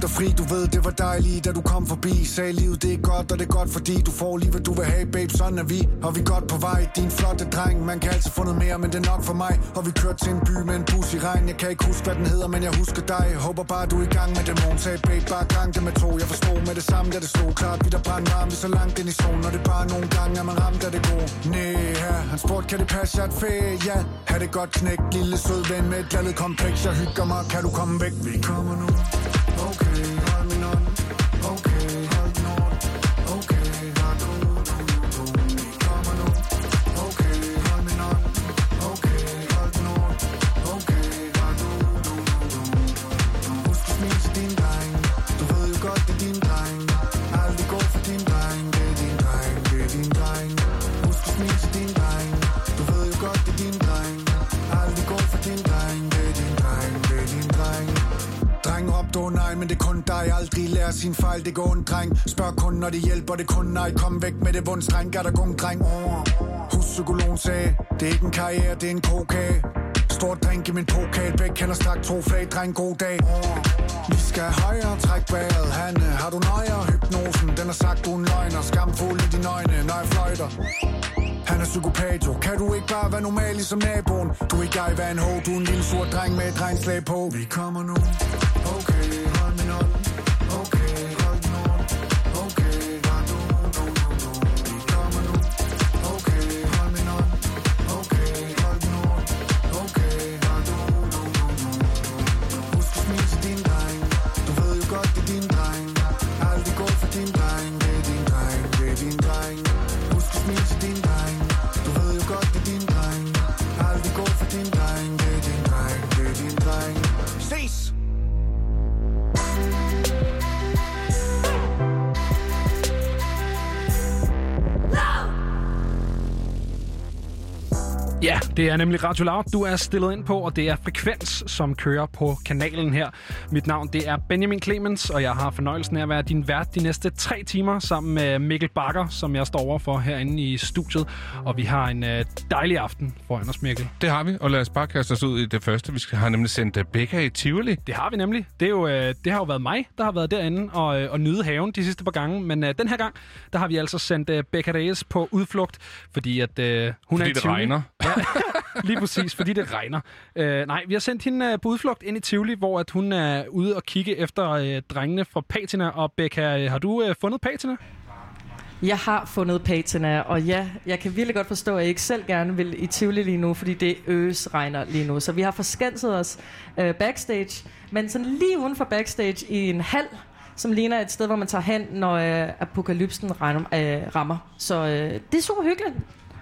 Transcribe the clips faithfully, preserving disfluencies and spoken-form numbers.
dig fri, du ved det var dejligt, da du kom forbi. Sagde livet det er godt, og det er godt fordi du får lige hvad du vil have, babe, sådan er vi. Og vi er godt på vej, din flotte dreng. Man kan altid få noget mere, men det er nok for mig. Og vi kørte til en by med en bus i regn. Jeg kan ikke huske hvad den hedder, men jeg husker dig. Håber bare du er i gang med dæmon. Sagde babe, bare gang det med to. Jeg forstod med det samme, da det stod klart. Vi der brændte varmt, vi så langt ind i zonen. Og det er bare nogle gange, at man ramt af det gode. Næh, her, han spurgte, kan det passe, jeg er et fæ? Ja, ha' det godt knæk, lille sød ven med et lallet kompleks. Jeg hygger mig, kan du komme væk? Vi kommer nu. Okay, hold min hånd. Okay, hold den hånd. Okay, hold den hånd. Vi kommer nu. Okay, hold min hånd. Okay, hold den hånd. Okay, hold den hånd. Husk at smile til din dreng. Du ved jo godt, det er din dreng. Aldrig gå for din dreng. Det er din dreng, det er din dreng. Husk at smile til din dreng. Du ved jo godt, det er din dreng. Aldrig gå for din dreng. Det er din dreng, det er din dreng. Dreng råbte, oh nej, men det er kun dig. Aldrig lærer sin fejl, det går ondt, dreng. Spørg kun, når det hjælper, det er kun nej. Kom væk med det vundstreng, er der gung, dreng. Oh. Huspsykologen sagde, det er ikke en karriere, det er en kokage. Stor drink i min pokal, begge kender strak to flag, dreng, god dag. Oh. Vi skal højere, træk vejret, Hanne. Har du nøjere hypnosen? Den har sagt, du er en løgner. Skamfuld i dine øjne, når jeg fløjter. Han er psykopat, jo. Kan du ikke bare være normal ligesom naboen? Du er ikke jeg, hvad en ho. Du er en lille sur dreng med et drengslag på. Vi kommer nu. Okay, hold min hånd. Okay, hold den hånd. Okay, hold den hånd. Vi kommer nu. Okay, hold min hånd. Okay, hold den hånd. Okay, hold den hånd. Husk at smile til din dreng. Du ved jo godt, det er din dreng. Aldrig gå for din dreng. Det er din dreng, det er din dreng. Husk at smile til din dreng. Du ved jo godt, det er din dreng. Aldrig gå for din dreng. Det er din dreng, det er din dreng. Ses! Ja, det er nemlig Radio Loud, du er stillet ind på, og det er Frekvens, som kører på kanalen her. Mit navn, det er Benjamin Clemens, og jeg har fornøjelsen af at være din vært de næste tre timer sammen med Mikkel Bakker, som jeg står overfor herinde i studiet. Og vi har en øh, dejlig aften foran os, Mikkel. Det har vi, og lad os bare kaste os ud i det første. Vi skal have nemlig sendt uh, Becca i Tivoli. Det har vi nemlig. Det, er jo, øh, det har jo været mig, der har været derinde og, øh, og nyde haven de sidste par gange. Men øh, den her gang, der har vi altså sendt øh, Becca Reyes på udflugt, fordi at øh, hun fordi er i det Tivoli. regner. Ja, lige præcis, fordi det regner. Øh, nej, vi har sendt hende uh, på udflugt ind i Tivoli, hvor at hun er ude og kigge efter uh, drengene fra Patina. Og Becca, har du uh, fundet Patina? Jeg har fundet Patina, og ja, jeg kan virkelig godt forstå, at jeg ikke selv gerne vil i Tivoli lige nu, fordi det øs regner lige nu. Så vi har forskanset os uh, backstage, men sådan lige uden for backstage i en hal, som ligner et sted, hvor man tager hen, når uh, apokalypsen rammer, uh, rammer. Så uh, det er super hyggeligt.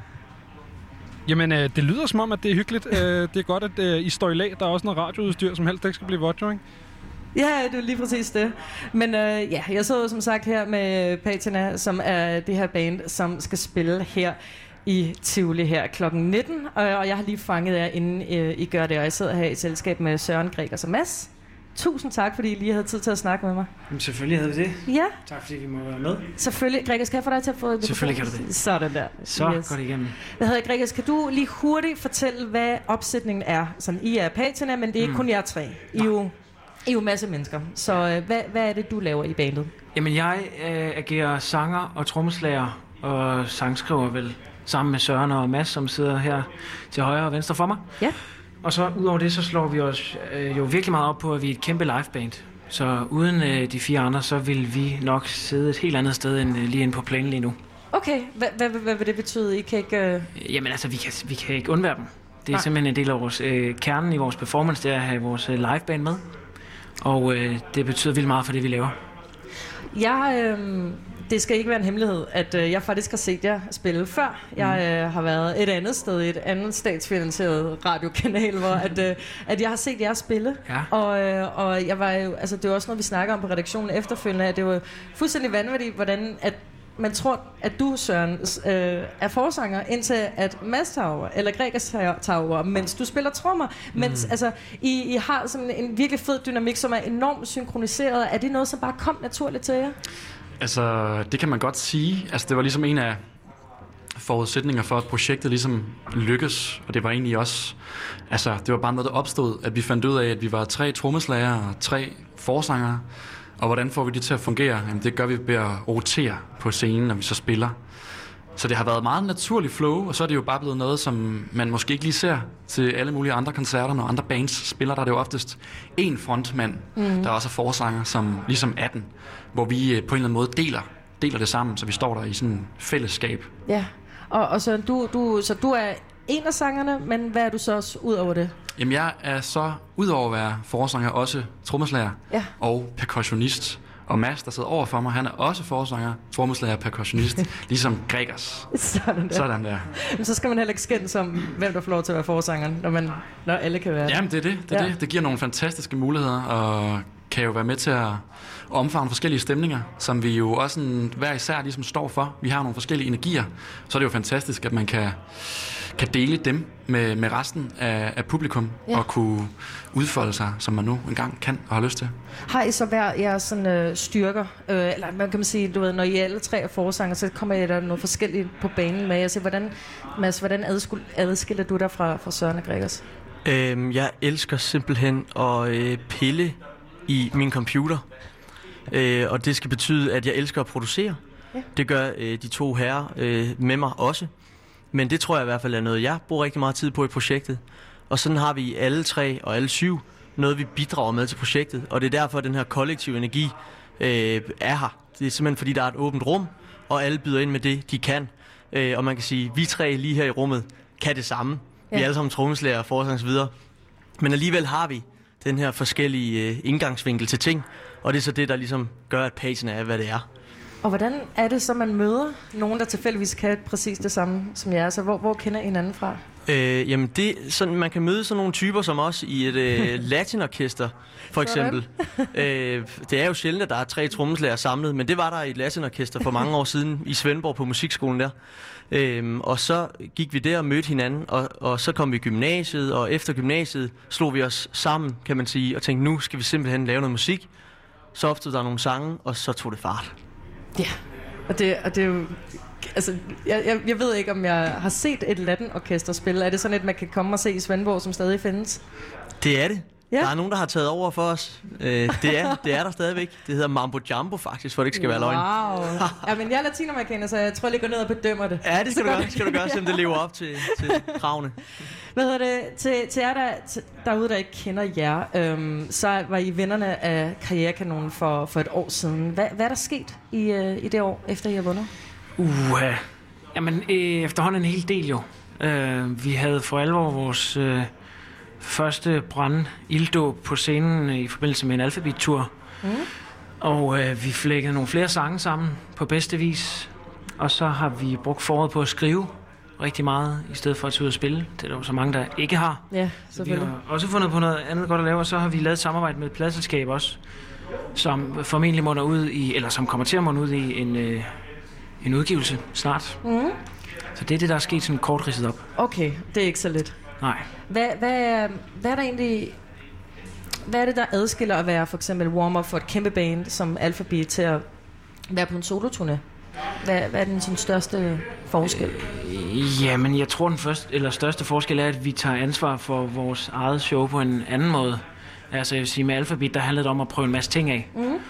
Jamen, øh, det lyder som om, at det er hyggeligt. Øh, det er godt, at øh, I står i lag. Der er også noget radioudstyr, som helst ikke skal blive vådt, jo, ikke? Ja, det er lige præcis det. Men øh, ja, jeg sidder som sagt her med Patina, som er det her band, som skal spille her i Tivoli her klokken nitten. Og, og jeg har lige fanget jer, inden øh, I gør det. Og jeg sidder her i selskab med Søren, Gregers og Mads. Tusind tak, fordi I lige havde tid til at snakke med mig. Jamen, selvfølgelig havde vi det. Ja. Tak, fordi vi må være med. Selvfølgelig. Gregers, kan jeg få dig til at få... Selvfølgelig kan du det. Sådan der. Så yes. Går det igennem. Hvad hedder Gregers, kan du lige hurtigt fortælle, hvad opsætningen er? Sådan, I er Patina, men det er ikke mm. kun jer tre. I er jo, I er jo masse mennesker. Så øh, hvad, hvad er det, du laver i bandet? Jamen, jeg øh, agerer sanger og trommeslager og sangskriver vel sammen med Søren og Mads, som sidder her til højre og venstre for mig. Ja. Og så udover det, så slår vi os øh, jo virkelig meget op på, at vi er et kæmpe liveband. Så uden øh, de fire andre, så vil vi nok sidde et helt andet sted end øh, lige inde på planen lige nu. Okay, hvad, hvad, hvad vil det betyde? I kan ikke... Øh... Jamen altså, vi kan, vi kan ikke undvære dem. Det er Nej. simpelthen en del af vores øh, kernen i vores performance, det er at have vores øh, liveband med. Og øh, det betyder vildt meget for det, vi laver. Jeg... Øh... Det skal ikke være en hemmelighed, at øh, jeg faktisk har set jer spille før. Jeg øh, har været et andet sted, i et andet statsfinansieret radiokanal, hvor at, øh, at jeg har set jer spille. Ja. Og, øh, og jeg var jo, altså, det var også noget, vi snakker om på redaktionen efterfølgende, at det var fuldstændig vanvittigt, hvordan at man tror, at du, Søren, øh, er forsanger, indtil at Mads tager over, eller Gregers tager over, mens du spiller trommer. Mm. Mens, altså, I, I har sådan en virkelig fed dynamik, som er enormt synkroniseret. Er det noget, som bare kom naturligt til jer? Altså, det kan man godt sige. Altså, det var ligesom en af forudsætninger for, at projektet ligesom lykkes. Og det var egentlig også... Altså, det var bare noget, der opstod, at vi fandt ud af, at vi var tre trommeslagere og tre forsangere. Og hvordan får vi det til at fungere? Jamen, det gør vi ved at rotere på scenen, når vi så spiller. Så det har været meget naturlig flow, og så er det jo bare blevet noget, som man måske ikke lige ser til alle mulige andre koncerter. Når andre bands spiller, der er det jo oftest én frontmand, mm. der også er forsanger, som ligesom atten, hvor vi på en eller anden måde deler, deler det sammen, så vi står der i sådan en fællesskab. Ja, og, og så, du, du, så du er en af sangerne, men hvad er du så også ud over det? Jamen jeg er så, udover at være forsanger, også trommeslager ja. og percussionist. Og Mads, der sidder over for mig, han er også forsanger, trommeslager og percussionist, ligesom Gregers. Sådan der. Sådan der. Men så skal man heller ikke skændes om, hvem der får lov til at være forsangeren, når, man, når alle kan være det. Jamen det er det. Det, er ja. det. Det giver nogle fantastiske muligheder, og kan jo være med til at omfavne forskellige stemninger, som vi jo også en, hver især ligesom står for. Vi har nogle forskellige energier, så er det jo fantastisk, at man kan, kan dele dem med, med resten af, af publikum, ja. og kunne udfolde sig, som man nu engang kan og har lyst til. Har I så hver jeres sådan, øh, styrker? Øh, eller man kan man sige, du ved, når I alle tre er forsanger, så kommer I der noget forskelligt på banen med. Altså, hvordan, Mads, hvordan adskil, adskiller du dig fra, fra Søren og Gregers? Øhm, jeg elsker simpelthen at øh, pille i min computer. Øh, og det skal betyde, at jeg elsker at producere. Ja. Det gør øh, de to herrer øh, med mig også. Men det tror jeg i hvert fald er noget, jeg bruger rigtig meget tid på i projektet. Og sådan har vi alle tre og alle syv noget, vi bidrager med til projektet. Og det er derfor, at den her kollektive energi øh, er her. Det er simpelthen, fordi der er et åbent rum, og alle byder ind med det, de kan. Øh, og man kan sige, at vi tre lige her i rummet kan det samme. Ja. Vi er alle sammen trommeslager og forsanger og så videre. Men alligevel har vi den her forskellige øh, indgangsvinkel til ting. Og det er så det, der ligesom gør, at pagen er, hvad det er. Og hvordan er det så, man møder nogen, der tilfældigvis kan præcis det samme som jer? Så hvor, hvor kender I hinanden fra? Øh, jamen, det, sådan, man kan møde sådan nogle typer som os i et øh, latinorkester, for eksempel. øh, det er jo sjældent, at der er tre trommeslager samlet, men det var der i et latinorkester for mange år siden i Svendborg på musikskolen der. Øh, og så gik vi der og mødte hinanden, og, og så kom vi i gymnasiet, og efter gymnasiet slog vi os sammen, kan man sige, og tænkte, nu skal vi simpelthen lave noget musik. Så opstod der nogle sange, og så tog det fart. Ja, og det, og det er jo... Altså, jeg, jeg, jeg ved ikke, om jeg har set et latinorkester spille. Er det sådan et, man kan komme og se i Svendborg, som stadig findes? Det er det. Ja. Der er nogen, der har taget over for os. Øh, det, er, det er der stadigvæk. Det hedder Mambo Jumbo faktisk, for det ikke skal wow. være løgn. Wow. Ja, men jeg er latinamerikaner, så jeg tror, jeg ligger ned og bedømmer det. Ja, det skal du gøre. Skal du gøre, selvom det lever op til, til kravene. Hvad hedder det? Til, til jer der, til, derude, der ikke kender jer, øhm, så var I vinderne af Karrierekanonen for, for et år siden. Hvad, hvad er der sket i, øh, i det år, efter I har vundet? Uh, jamen øh, efterhånden en hel del jo. Uh, vi havde for alvor vores uh, første brand ilddåb på scenen i forbindelse med en alfabettur. Mm. Og uh, vi flækkede nogle flere sange sammen på bedste vis. Og så har vi brugt foråret på at skrive rigtig meget, i stedet for at tage ud og spille. Det er der jo så mange, der ikke har. Ja, selvfølgelig. Vi har også fundet på noget andet godt at lave, og så har vi lavet et samarbejde med et pladselskab også, som formentlig munder ud i, eller som kommer til at munde ud i en... Uh, En udgivelse snart. Mm. Så det er det, der er sket sådan kort ridset op. Okay, det er ikke så lidt. Nej. Hvad, hvad, hvad er der egentlig... Hvad er det, der adskiller at være for eksempel warm-up for et kæmpe band som Alphabet til at være på en soloturné? Hvad, hvad er den sådan største forskel? Øh, jamen, jeg tror, den første, eller største forskel er, at vi tager ansvar for vores eget show på en anden måde. Altså, jeg vil sige, med Alphabet, der handlede det om at prøve en masse ting af.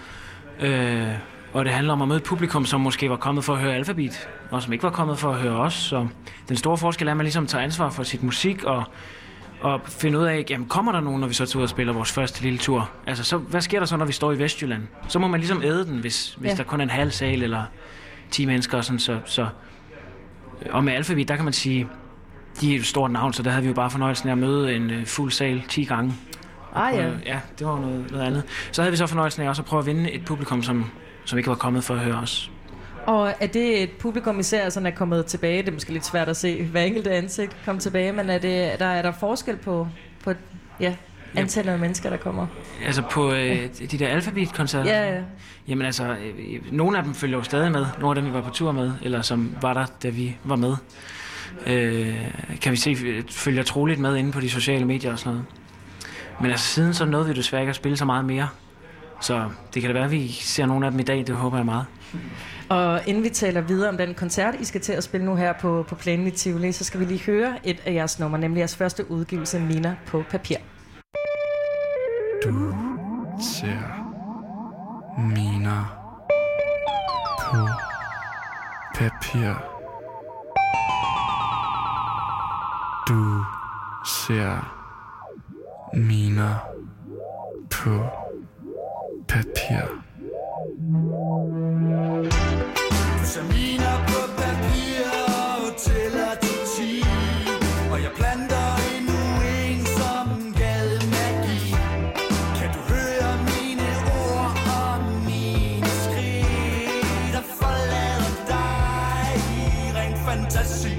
Mm. Øh... Og det handler om at møde et publikum, som måske var kommet for at høre Alphabet, og som ikke var kommet for at høre os. Så den store forskel er, at man ligesom tager ansvar for sit musik, og, og finder ud af, jamen kommer der nogen, når vi så tager ud og spiller vores første lille tur? Altså, så, hvad sker der så, når vi står i Vestjylland? Så må man ligesom æde den, hvis, hvis ja. der kun er en halv sal eller ti mennesker. Og sådan, så, så. Og med Alphabet, der kan man sige, de er et stort navn, så der havde vi jo bare fornøjelsen af at møde en uh, fuld sal ti gange. Ah ja. Ja, det var noget, noget andet. Så havde vi så fornøjelsen af også at prøve at vinde et publikum, som... som ikke var kommet for at høre os. Og er det et publikum især, som er kommet tilbage? Det er måske lidt svært at se hver enkelte ansigt komme tilbage, men er, det, er, der, er der forskel på, på ja, antallet af mennesker, der kommer? Altså på øh, de der Alphabet-koncerter? Ja, ja. Jamen altså, øh, nogle af dem følger jo stadig med. Nogle af dem, vi var på tur med, eller som var der, da vi var med. Øh, kan vi se, følger troligt med inde på de sociale medier og sådan noget. Men altså siden så nåede vi desværre ikke at spille så meget mere. Så det kan da være, at vi ser nogle af dem i dag. Det håber jeg meget. Og inden vi taler videre om den koncert, I skal til at spille nu her på, på Plænen i Tivoli, så skal vi lige høre et af jeres numre, nemlig jeres første udgivelse, Nina på papir. Du ser miner på papir. Du ser miner på papir. Du ser miner på papir og tæller til ti, og jeg planter endnu en som gad magi. Kan du høre mine ord og mine skrig, der forlader dig i ren fantasi?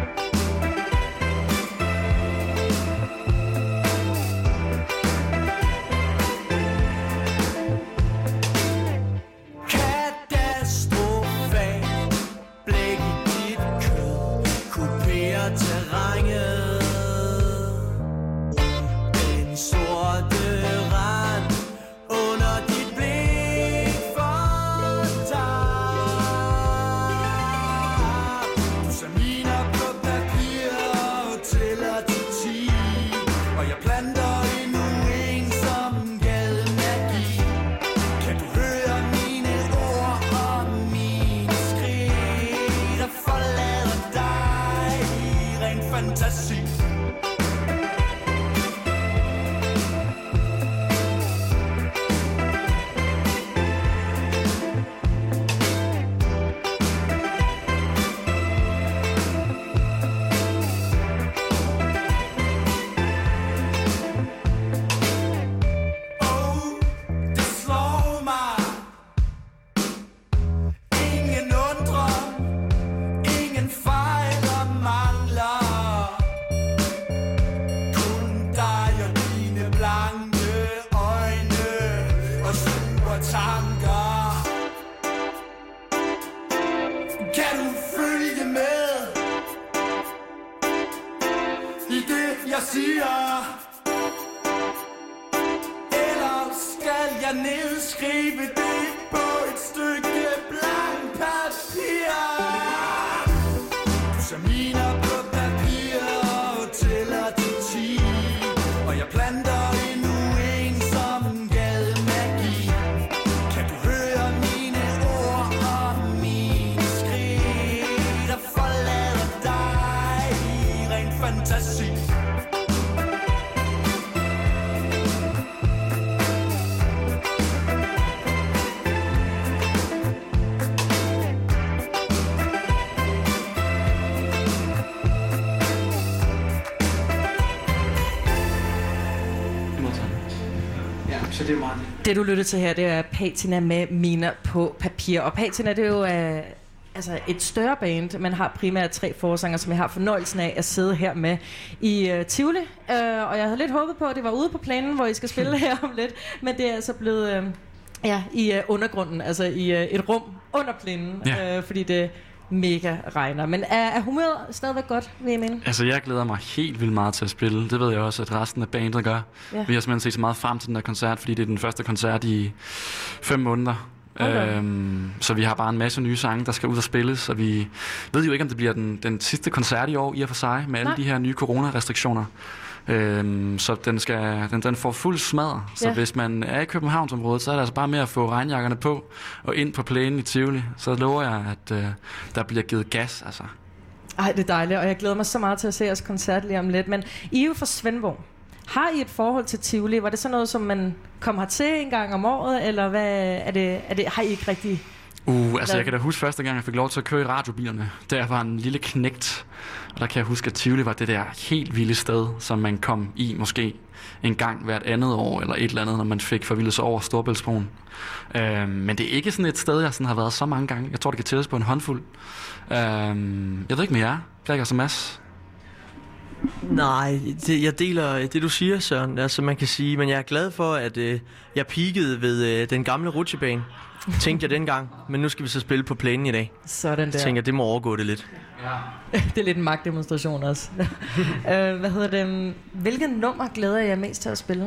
Det du lytter til her, det er Patina med miner på papir. Og Patina, det er jo uh, altså et større band. Man har primært tre forsanger, som jeg har fornøjelsen af at sidde her med i uh, Tivoli. Uh, og jeg havde lidt håbet på, at det var ude på planen, hvor I skal spille her om lidt. Men det er altså blevet uh, ja, i uh, undergrunden, altså i uh, et rum under plænen. Ja. Uh, fordi det mega regner. Men er, er humøret stadigvæk godt, vil jeg mene? Altså, jeg glæder mig helt vildt meget til at spille. Det ved jeg også, at resten af bandet gør. Ja. Vi har simpelthen set så meget frem til den her koncert, fordi det er den første koncert i fem måneder. Okay. Øhm, så vi har bare en masse nye sange, der skal ud og spilles, og vi ved jo ikke, om det bliver den, den sidste koncert i år, i og for sig, med alle Nej. de her nye coronarestriktioner. Øhm, så den, skal, den, den får fuld smadret. Så ja. hvis man er i Københavnsområdet, så er det altså bare med at få regnjakkerne på og ind på plænen i Tivoli. Så lover jeg, at øh, der bliver givet gas. Altså. Ej, det er dejligt, og jeg glæder mig så meget til at se jeres koncert lige om lidt. Men I er jo fra Svendborg. Har I et forhold til Tivoli? Var det sådan noget, som man kom hertil en gang om året, eller hvad er det, er det, har I ikke rigtig... Uh, altså jeg kan da huske første gang, jeg fik lov til at køre i radiobilerne. Der var en lille knægt, og der kan jeg huske, at Tivoli var det der helt vilde sted, som man kom i måske en gang hvert andet år, eller et eller andet, når man fik forvildet sig over Storebæltsbroen. Uh, men det er ikke sådan et sted, jeg sådan har været så mange gange. Jeg tror, det kan tælles på en håndfuld. Uh, jeg ved ikke med jer, Gregers og Mads. Nej, det, jeg deler det, du siger, Søren. Altså, man kan sige, men jeg er glad for, at øh, jeg peakede ved øh, den gamle rutsjebane. Tænkte jeg dengang, men nu skal vi så spille på plænen i dag. Sådan der. Jeg tænker, det må overgå det lidt. Ja. Det er lidt en magtdemonstration også. øh, hvad hedder det? Hvilket nummer glæder jeg mest til at spille?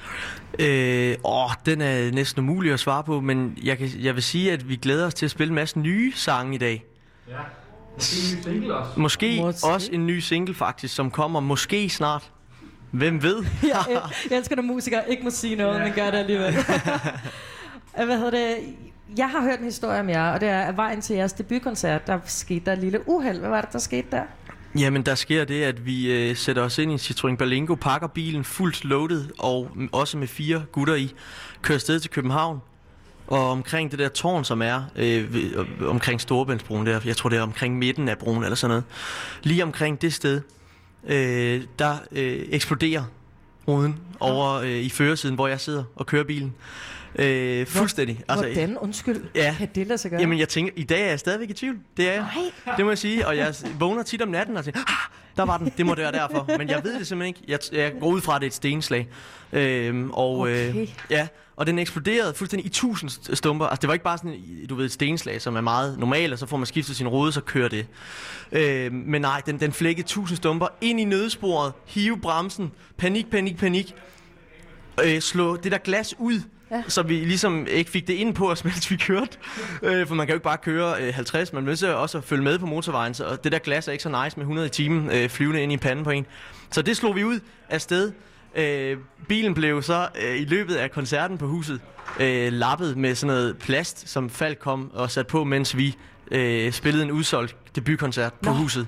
Øh, åh, den er næsten umulig at svare på, men jeg, kan, jeg vil sige, at vi glæder os til at spille en masse nye sange i dag. Ja. Måske en ny single også. Måske, måske også en ny single faktisk, som kommer måske snart. Hvem ved? jeg, jeg elsker, når musikere ikke må sige noget, ja. men gør det alligevel. Hvad hedder det? Jeg har hørt en historie om jer, og det er, at vejen til jeres debutkoncert, der skete der et lille uheld. Hvad var det, der skete der? Jamen, der sker det, at vi øh, sætter os ind i en Citroën Berlingo, pakker bilen fuldt loaded, og også med fire gutter i, kører sted til København. Og omkring det der tårn, som er øh, ved, øh, omkring Storebæltsbroen, der, jeg tror det er omkring midten af broen eller sådan noget, lige omkring det sted, øh, der øh, eksploderer ruden over øh, i førersiden, hvor jeg sidder og kører bilen. Øh, fuldstændig. Altså, hvordan? Undskyld. Ja. Kan det lade sig gøre? Jamen, jeg tænker, i dag er jeg stadigvæk i tvivl. Det er jeg. Nej. Det må jeg sige. Og jeg vågner tit om natten og tænker, ah, der var den. Det må det være derfor. Men jeg ved det simpelthen ikke. Jeg, jeg går ud fra, at det er et stenslag. Øhm, og, okay. øh, ja, og den eksploderede fuldstændig i tusind stumper. Altså, det var ikke bare sådan, du ved, et stenslag, som er meget normalt, og så får man skiftet sin rode, så kører det. Øh, men nej, den, den flækkede tusind stumper ind i nødsporet, hive bremsen, panik, panik, panik. Øh, slå det der glas ud. Ja. Så vi ligesom ikke fik det ind på os, mens vi kørte. Øh, for man kan jo ikke bare køre øh, halvtreds, man vil så også at følge med på motorvejen. Så det der glas er ikke så nice med hundrede i timen øh, flyvende ind i panden på en. Så det slog vi ud af sted. Øh, bilen blev så øh, i løbet af koncerten på huset øh, lappet med sådan noget plast, som Falk kom og satte på, mens vi øh, spillede en udsolgt debutkoncert på Nå. huset.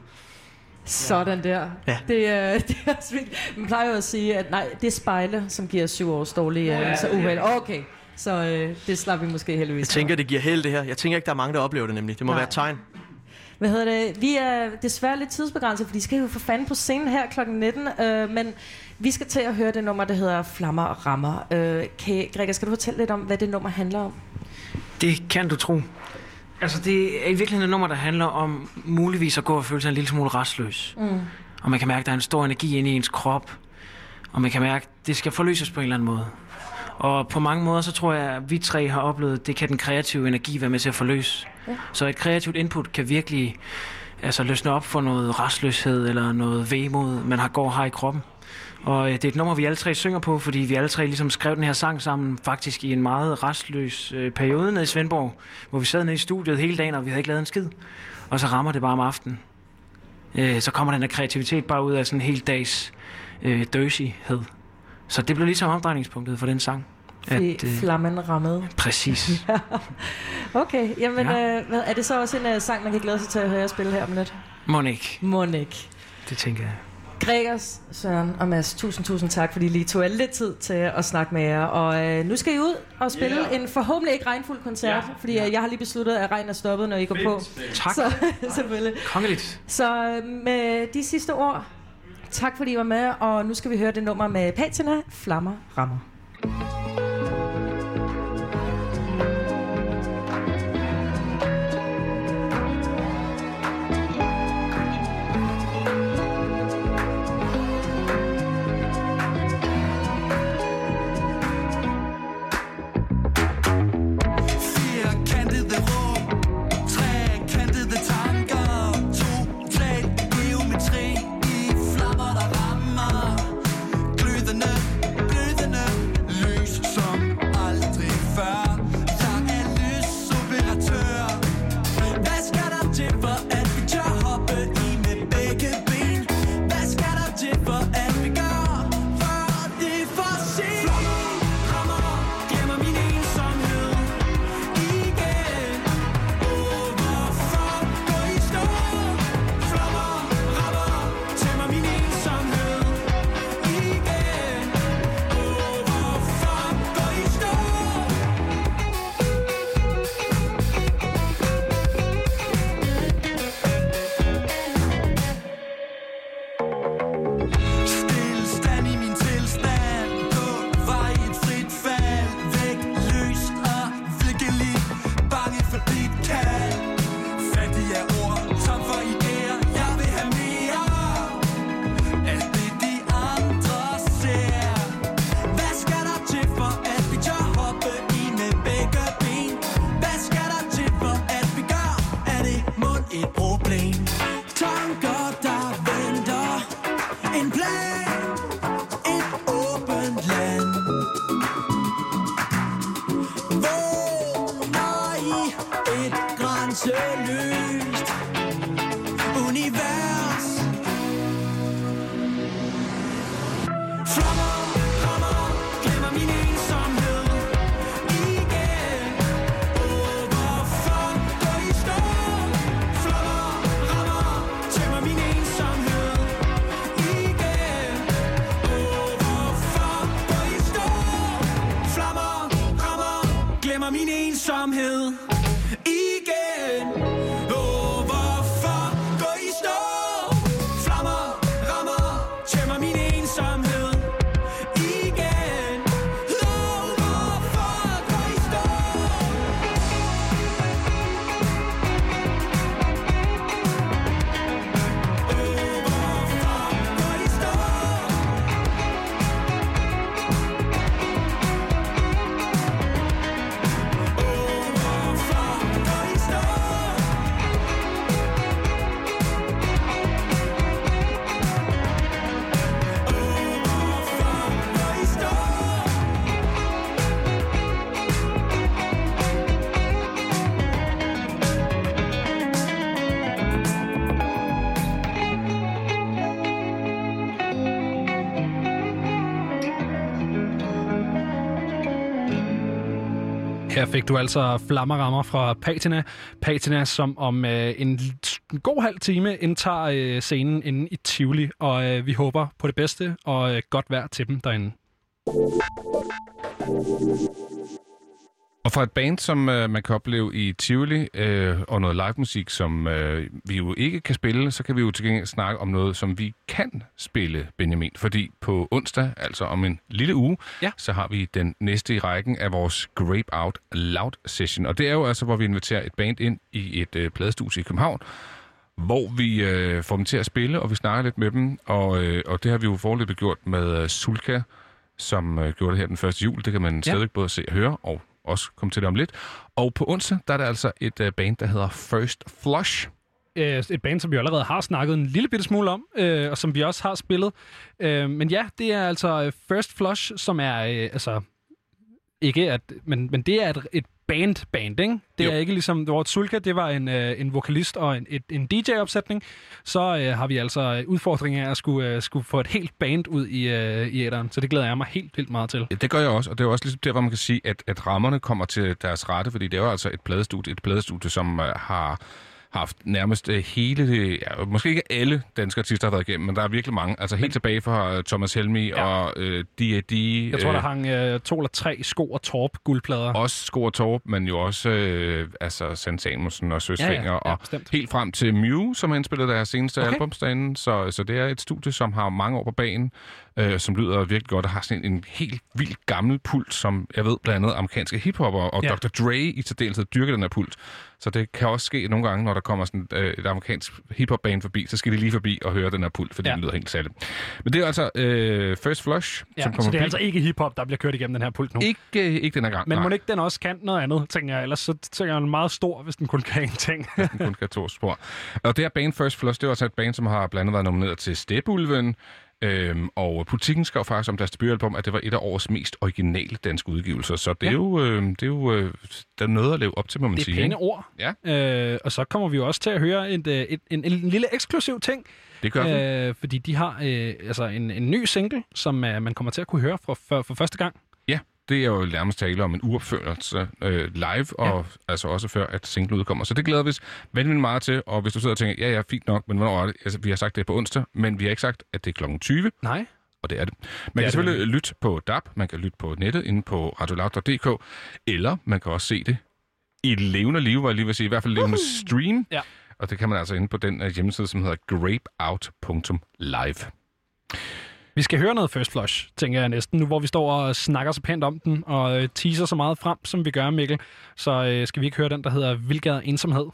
Sådan der. Ja. Det, øh, det er svært. Man plejer jo at sige, at nej, det er spejle, som giver syv års dårlige øh, så uheld. Okay, så øh, det slap vi måske heldigvis. Jeg tænker, det giver held det her. Jeg tænker ikke, der er mange, der oplever det nemlig. Det må nej. være et tegn. Hvad hedder det? Vi er desværre lidt tidsbegrænset, for de skal jo for fanden på scenen her klokken nitten. Øh, men vi skal til at høre det nummer, der hedder Flammer og Rammer. Øh, kan, Gregor, skal du fortælle lidt om, hvad det nummer handler om? Det kan du tro. Altså, det er i virkeligheden et nummer, der handler om muligvis at gå og føle sig en lille smule restløs. Mm. Og man kan mærke, at der er en stor energi inde i ens krop. Og man kan mærke, at det skal forløses på en eller anden måde. Og på mange måder, så tror jeg, at vi tre har oplevet, det kan den kreative energi være med til at forløse. Ja. Så et kreativt input kan virkelig altså, løsne op for noget restløshed eller noget vemod, man har går her i kroppen. Og det er et nummer, vi alle tre synger på, fordi vi alle tre ligesom skrev den her sang sammen faktisk i en meget restløs øh, periode nede i Svendborg, hvor vi sad nede i studiet hele dagen, og vi havde ikke lavet en skid. Og så rammer det bare om aftenen. Øh, så kommer den her kreativitet bare ud af sådan en hel dags øh, døsighed. Så det blev ligesom omdrejningspunktet for den sang. At, øh, flammen rammede. Præcis. Okay, jamen ja. øh, er det så også en uh, sang, man kan glæde sig til at høre og spille her om lidt? Monik. Monik. Det tænker jeg. Gregers, Søren og Mads, tusind, tusind tak, fordi I lige tog lidt tid til at snakke med jer. Og øh, nu skal I ud og spille yeah. en forhåbentlig ikke regnfuld koncert, yeah. fordi øh, jeg har lige besluttet, at regn er stoppet, når I går på. Tak. Så, selvfølgelig. Kongeligt. Så øh, med de sidste ord, tak fordi I var med, og nu skal vi høre det nummer med Patina, Flammer Rammer. grænseløst univers. Flammer, rammer, glemmer min ensomhed igen. tæmmer min ensomhed igen. Åh, hvorfor gå i stå? Flammer, rammer, tæmmer min ensomhed igen. Åh, hvorfor gå i stå? Her fik du altså flammerammer fra Patina. Patina, som om øh, en, en god halv time indtager øh, scenen inde i Tivoli. Og øh, vi håber på det bedste og øh, godt vejr til dem derinde. Og fra et band, som øh, man kan opleve i Tivoli, øh, og noget live musik, som øh, vi jo ikke kan spille, så kan vi jo til gengæld snakke om noget, som vi kan spille, Benjamin. Fordi på onsdag, altså om en lille uge, ja. så har vi den næste i rækken af vores Grape Out Loud Session. Og det er jo altså, hvor vi inviterer et band ind i et øh, pladestudie i København, hvor vi øh, får dem til at spille, og vi snakker lidt med dem. Og, øh, og det har vi jo foreløbig gjort med Sulka, som øh, gjorde det her den første jul. Det kan man ja. stadig både se og høre, og også komme til det om lidt. Og på onsdag, der er der altså et uh, band, der hedder First Flush. Et band, som vi allerede har snakket en lille bitte smule om, øh, og som vi også har spillet. Øh, men ja, det er altså First Flush, som er øh, altså ikke at, men, men det er et, et band-band, ikke? Det jo. er ikke ligesom, hvor Sulka, det var en, øh, en vokalist og en, et, en D J-opsætning. Så øh, har vi altså udfordringer af at skulle, øh, skulle få et helt band ud i, øh, i æteren. Så det glæder jeg mig helt vildt meget til. Ja, det gør jeg også, og det er også ligesom der, hvor man kan sige, at, at rammerne kommer til deres rette, fordi det er jo altså et pladestudie, et pladestudie, som øh, har haft nærmest uh, hele det, ja, måske ikke alle danske artister har været igennem, men der er virkelig mange. Altså helt men, tilbage fra uh, Thomas Helmig ja. og uh, D A D. Jeg tror, uh, der hang uh, to eller tre Sko og Torp guldplader. Også Sko og Torp, men jo også uh, altså Sandt Samuelsen og Søsfinger. Ja, ja, ja, og bestemt. Helt frem til Mew, som har indspillet deres seneste okay. album derinde. Så, så det er et studie, som har mange år på banen, uh, som lyder virkelig godt og har sådan en, en helt vildt gammel pult, som jeg ved blandt andet amerikanske hiphopper og ja. doktor Dre i særdeleshed dyrker den her pult. Så det kan også ske nogle gange, når der kommer sådan øh, et amerikansk hiphop-band forbi, så skal de lige forbi og høre den her pult, fordi ja. det lyder helt særligt. Men det er altså øh, First Flush, ja, som kommer så det er forbi. altså ikke hiphop, der bliver kørt igennem den her pult nu? Ikke, øh, ikke den her gang, Men nej. må ikke den også kan noget andet, tænker jeg. Ellers så tænker jeg, den er meget stor, hvis den kun kan en ting. Hvis den kun kan to spor. Og det her band First Flush, det er også et band, som har blandt andet været nomineret til Stepulven. Øhm, og Politikken skrev faktisk om deres debutalbum, at det var et af årets mest originale danske udgivelser. Så det er ja. jo, øh, det er jo øh, der er noget at leve op til, må man sige. Det er pæne ord. Ja. Øh, og så kommer vi jo også til at høre et, et, et, en, en lille eksklusiv ting. Det gør vi. Øh, fordi de har øh, altså en, en ny single, som øh, man kommer til at kunne høre for, for, for første gang. Ja, det er jo nærmest tale om en uopførelse øh, live, og ja. altså også før, at singlen udkommer. Så det glæder vi os vanvittigt meget til, og hvis du sidder og tænker, ja, ja, fint nok, men hvornår er det? Altså, vi har sagt det på onsdag, men vi har ikke sagt, at det er klokken tyve. Nej. Og det er det. Man det kan er selvfølgelig det. lytte på D A B, man kan lytte på nettet inde på radioloud punktum d k, eller man kan også se det i levende liv, hvor jeg lige vil sige, i hvert fald levende uh-huh. stream. Ja. Og det kan man altså inde på den uh, hjemmeside, som hedder grapeout punktum live. Vi skal høre noget First Flush, tænker jeg næsten, nu hvor vi står og snakker så pænt om den, og teaser så meget frem, som vi gør, Mikkel. Så øh, skal vi ikke høre den, der hedder Vildgade Ensomhed?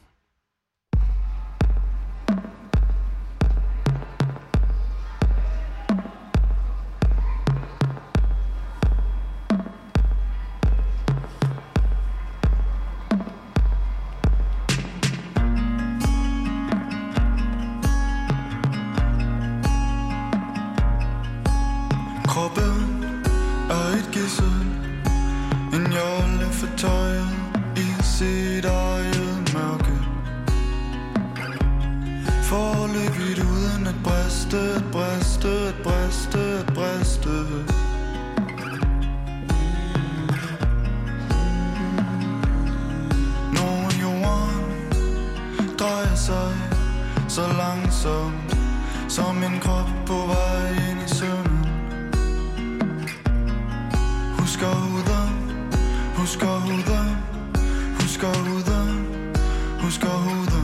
Husker hovedet, husker hovedet, husker hovedet.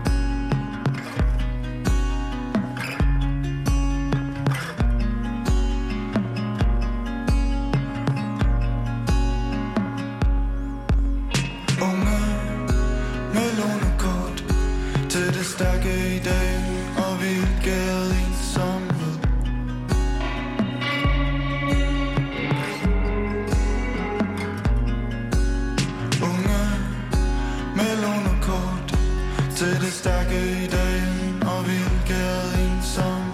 Unge med lånekort til det stærke i dag, og vi gad ensomhed. Unge med lånekort til det stærke i dag, og vi gad ensomhed.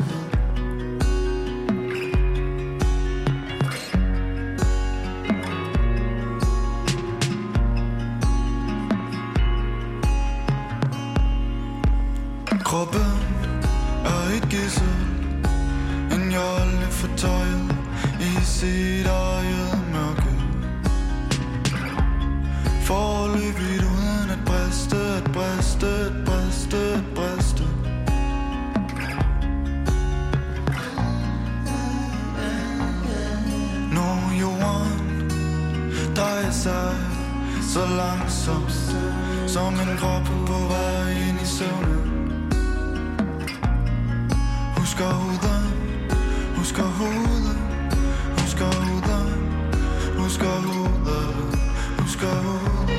Kroppen er et gidsel, en jolle fortøjet i sit eget mørke. Forløbigt uden at briste, at briste, at briste, at briste. Når jorden drejer sig så langsomt, som en krop på vej ind i søvnen. Husker hovedet, husker hovedet, husker hovedet, husker hovedet, husker hovedet.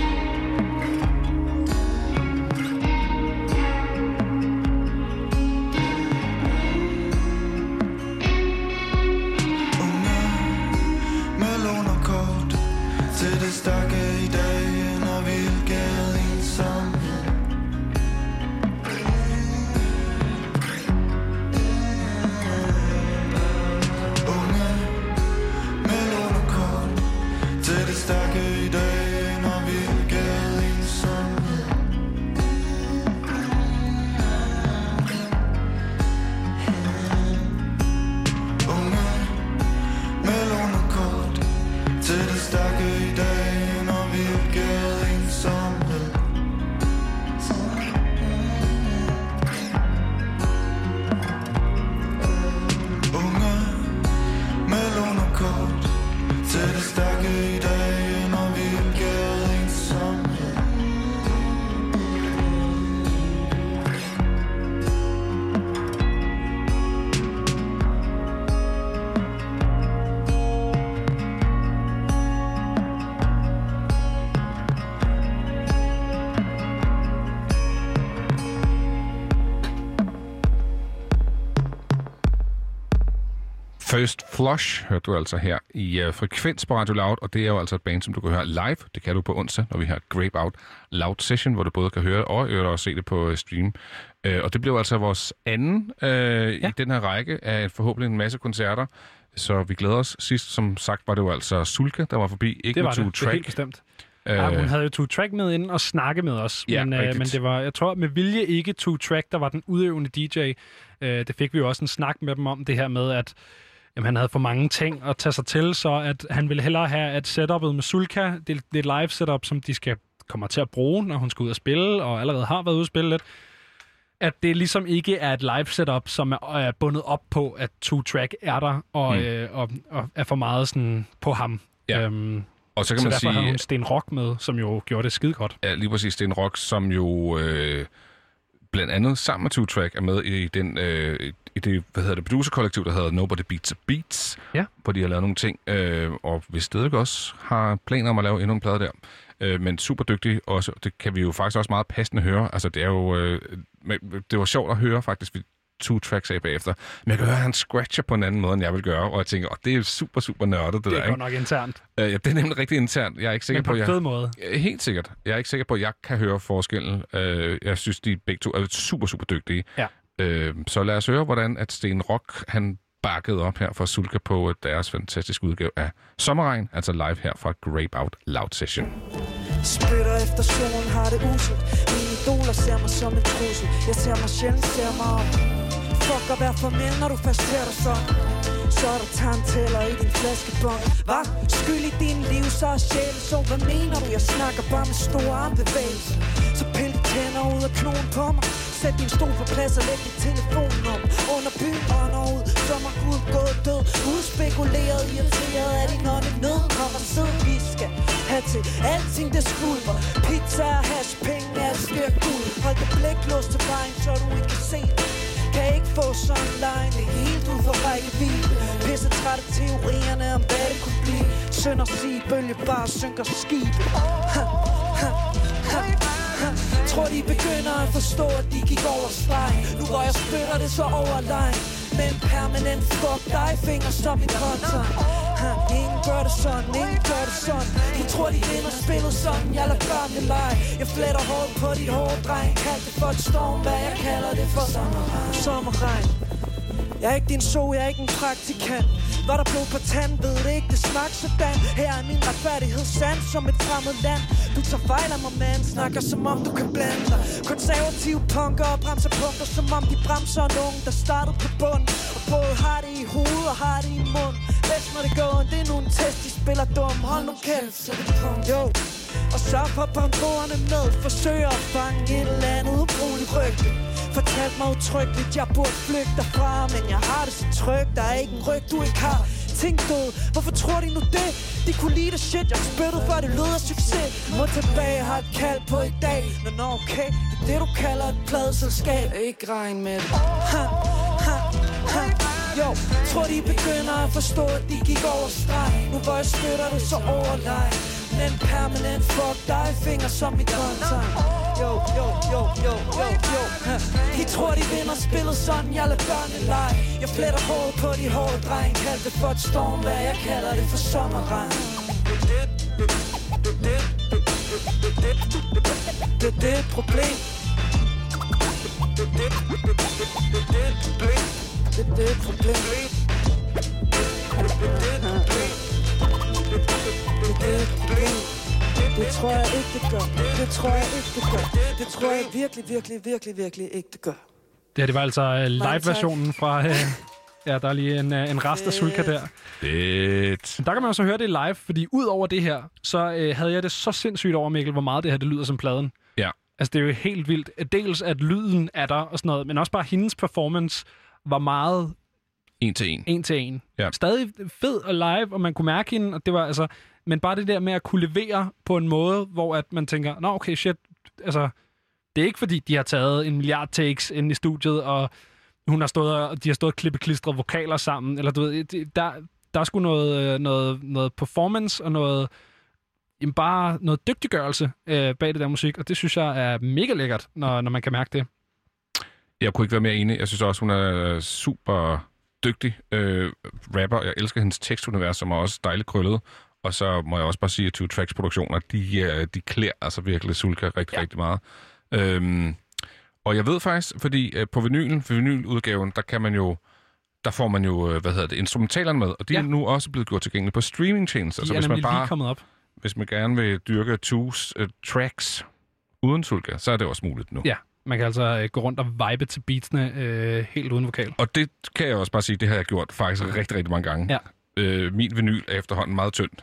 Unge med lånerkort til det stærke i dag, når vi gad ensomme. Stærke i dag, når vi gad ensomhed. Unge med lånekort til det stærke i dag, når vi gad ensomhed. Unge med lånekort til det stærke i dag. First Flush hørte du altså her i uh, Frekvens på Radio Loud, og det er jo altså et band, som du kan høre live. Det kan du på onsdag, når vi har Grape Out Loud Session, hvor du både kan høre og høre og se det på uh, stream. Uh, og det blev altså vores anden uh, ja. i den her række af forhåbentlig en masse koncerter. Så vi glæder os. Sidst, som sagt, var det jo altså Sulka, der var forbi. Ikke det var med det. To Det er Track. helt bestemt. Uh, ja, hun havde jo To Track med inden og snakke med os. Ja, men, uh, men det var, jeg tror, med vilje ikke To Track, der var den udøvende D J. Uh, det fik vi jo også en snak med dem om, det her med, at jamen, han havde for mange ting at tage sig til, så at han ville hellere have, at setupet med Sulka, det, det er et live setup, som de skal kommer til at bruge, når hun skal ud og spille, og allerede har været ude og spille lidt, at det ligesom ikke er et live setup, som er, er bundet op på, at To Track er der, og, mm. øh, og, og er for meget sådan på ham. Ja. Øhm, og så kan så man derfor sige, har hun Sten Rock med, som jo gjorde det skide godt. Ja, lige præcis Sten Rock, som jo øh, blandt andet sammen med To Track er med i den øh, i det, hvad hedder det, producerkollektiv, der hedder Nobody Beats a Beats, ja. hvor de har lavet nogle ting, øh, og hvis stadig også har planer om at lave endnu en plade der. Øh, men super dygtig også, det kan vi jo faktisk også meget passende høre. Altså det er jo, øh, det var sjovt at høre faktisk, vi To Tracks af bagefter. Men jeg kan høre, at han scratcher på en anden måde, end jeg vil gøre, og jeg tænker, åh, det er super, super nørdet, det, det der, er godt nok internt. Øh, ja, det er nemlig rigtig internt. Jeg er ikke sikker men på, på, en fed måde. Jeg, helt sikkert. Jeg er ikke sikker på, at jeg kan høre forskellen. Øh, jeg synes, de begge to er super, super dygtige. Ja. Øh, så lad os høre, hvordan at Sten Rock, han bakkede op her for Sulka på deres fantastiske udgave af Sommerregn, altså live her fra Grape Out Loud Session. Spytter efter solen, har det uselt. Mine idoler ser mig som en trussel. Jeg ser mig sjældent, ser mig op. Fuck at være formel, når du først ser dig sådan. Så er der tandtæller i din flaskebånd. Hvad? Skyld i din liv, så er sjæl. Så hvad mener du? Jeg snakker bare med store armbevægelser. Så pil de tænder ud af knogen på mig. Sæt din stol på plads og læg din telefon op. Under byen, ånder ud, som er Gud gået død. Udspekuleret, irriteret af din ånd i nød. Kommer sid, vi skal have til alting det skvulper. Pizza og hash, penge, alt sker guld. Hold det blik låst til vejen, så du ikke kan se det. Kan ikke få sådan en line, det er helt ud for rækkevidde. Pisse træt af teorierne om hvad det kunne blive. Synd at sige, bølge bare synker skib. Ha, ha, ha, ha. Tror de begynder at forstå, at de gik over stregen. Nu hvor jeg spytter det så overlegn. Med en permanent fuck dig finger som i kontra. Ingen gør det sådan, ingen gør det sådan. De tror de vinder spillet sådan, jeg lader børnene lege. Jeg fletter hårdt på dit hårde dreng. Kald det for et storm, hvad jeg kalder det for sommerregn. Sommerregn. Jeg er ikke din so, jeg er ikke en praktikant. Var der blod på tand, ved det ikke, det snak sådan. Her er min retfærdighed sand som et fremmed land. Du tager fejl af mig, man. Snakker som om du kan blande dig. Konservative punker og bremser punkter, som om de bremser en unge, der startede på bund. Og både har det i hovedet og har det i mund. Læs når det går, det er nu en test, de spiller dum. Hold nu kæft, så det punkt. Jo. Og så får bamborderne med. Forsøger at fange et eller andet ubrugeligt rygte. Fortalte mig utryggeligt, jeg burde flygte derfra. Men jeg har det så trygt, der er ikke en ryg, du ikke har. Tænk død, hvorfor tror de nu det? De kunne lide det shit, jeg spyttede for det lød af succes. Må tilbage, har et kald på i dag. Nå, nå, okay, det er det du kalder et pladeselskab. Ikke regn med det. Ha, ha, ha. Jo, tror de begynder at forstå, at de gik over streg. Nu hvor jeg spytter det så overleg. Men permanent fuck dig, finger som i kontra. Jo, jo, jo, jo, jo, jo. De tror de vinder spillet sådan, jeg lader børnene lege. Jeg fletter hårdt på de hårde dreng. Kald det for et storm, hvad jeg kalder det for sommerregn. Det er det problem. Det er det problem. Det er det problem. Det tror jeg ikke, det gør. Det tror jeg ikke, det gør. Det tror jeg virkelig, virkelig, virkelig, virkelig ikke, det gør. Det her, det var altså live-versionen fra... Uh, ja, der er lige en, uh, en rest af Sulka der. Fedt. Der kan man også høre det live, fordi ud over det her, så uh, havde jeg det så sindssygt over, Mikkel, hvor meget det her, det lyder som pladen. Ja. Altså, det er jo helt vildt. Dels at lyden er der og sådan noget, men også bare hendes performance var meget... En til en. En til en. Ja. Stadig fed og live, og man kunne mærke hende, og det var altså... Men bare det der med at kunne levere på en måde, hvor at man tænker, nå okay, shit, altså... Det er ikke fordi, de har taget en milliard takes ind i studiet, og hun har stået og de har stået og klippeklistret vokaler sammen, eller du ved, der, der er sgu noget, noget, noget performance og noget... Jamen bare noget dygtiggørelse øh, bag det der musik, og det synes jeg er mega lækkert, når, når man kan mærke det. Jeg kunne ikke være mere enig. Jeg synes også, hun er super dygtig øh, rapper. Jeg elsker hendes tekstunivers, som er også dejligt krøllet. Og så må jeg også bare sige, at Two Tracks produktioner, de, de klæder altså virkelig Sulka rigtig, ja. rigtig meget. Øhm, og jeg ved faktisk, fordi øh, på vinylen, for vinyludgaven, der kan man jo, der får man jo, hvad hedder det, instrumentalerne med, og de ja. er nu også blevet gjort tilgængelige på streamingtjenester. Så hvis man bare, kommet op. hvis man gerne vil dyrke two uh, tracks uden Sulka, så er det også muligt nu. Ja, man kan altså øh, gå rundt og vibe til beatsene øh, helt uden vokal. Og det kan jeg også bare sige, det har jeg gjort faktisk rigtig, rigtig mange gange. Ja. Øh, min vinyl er efterhånden meget tynd.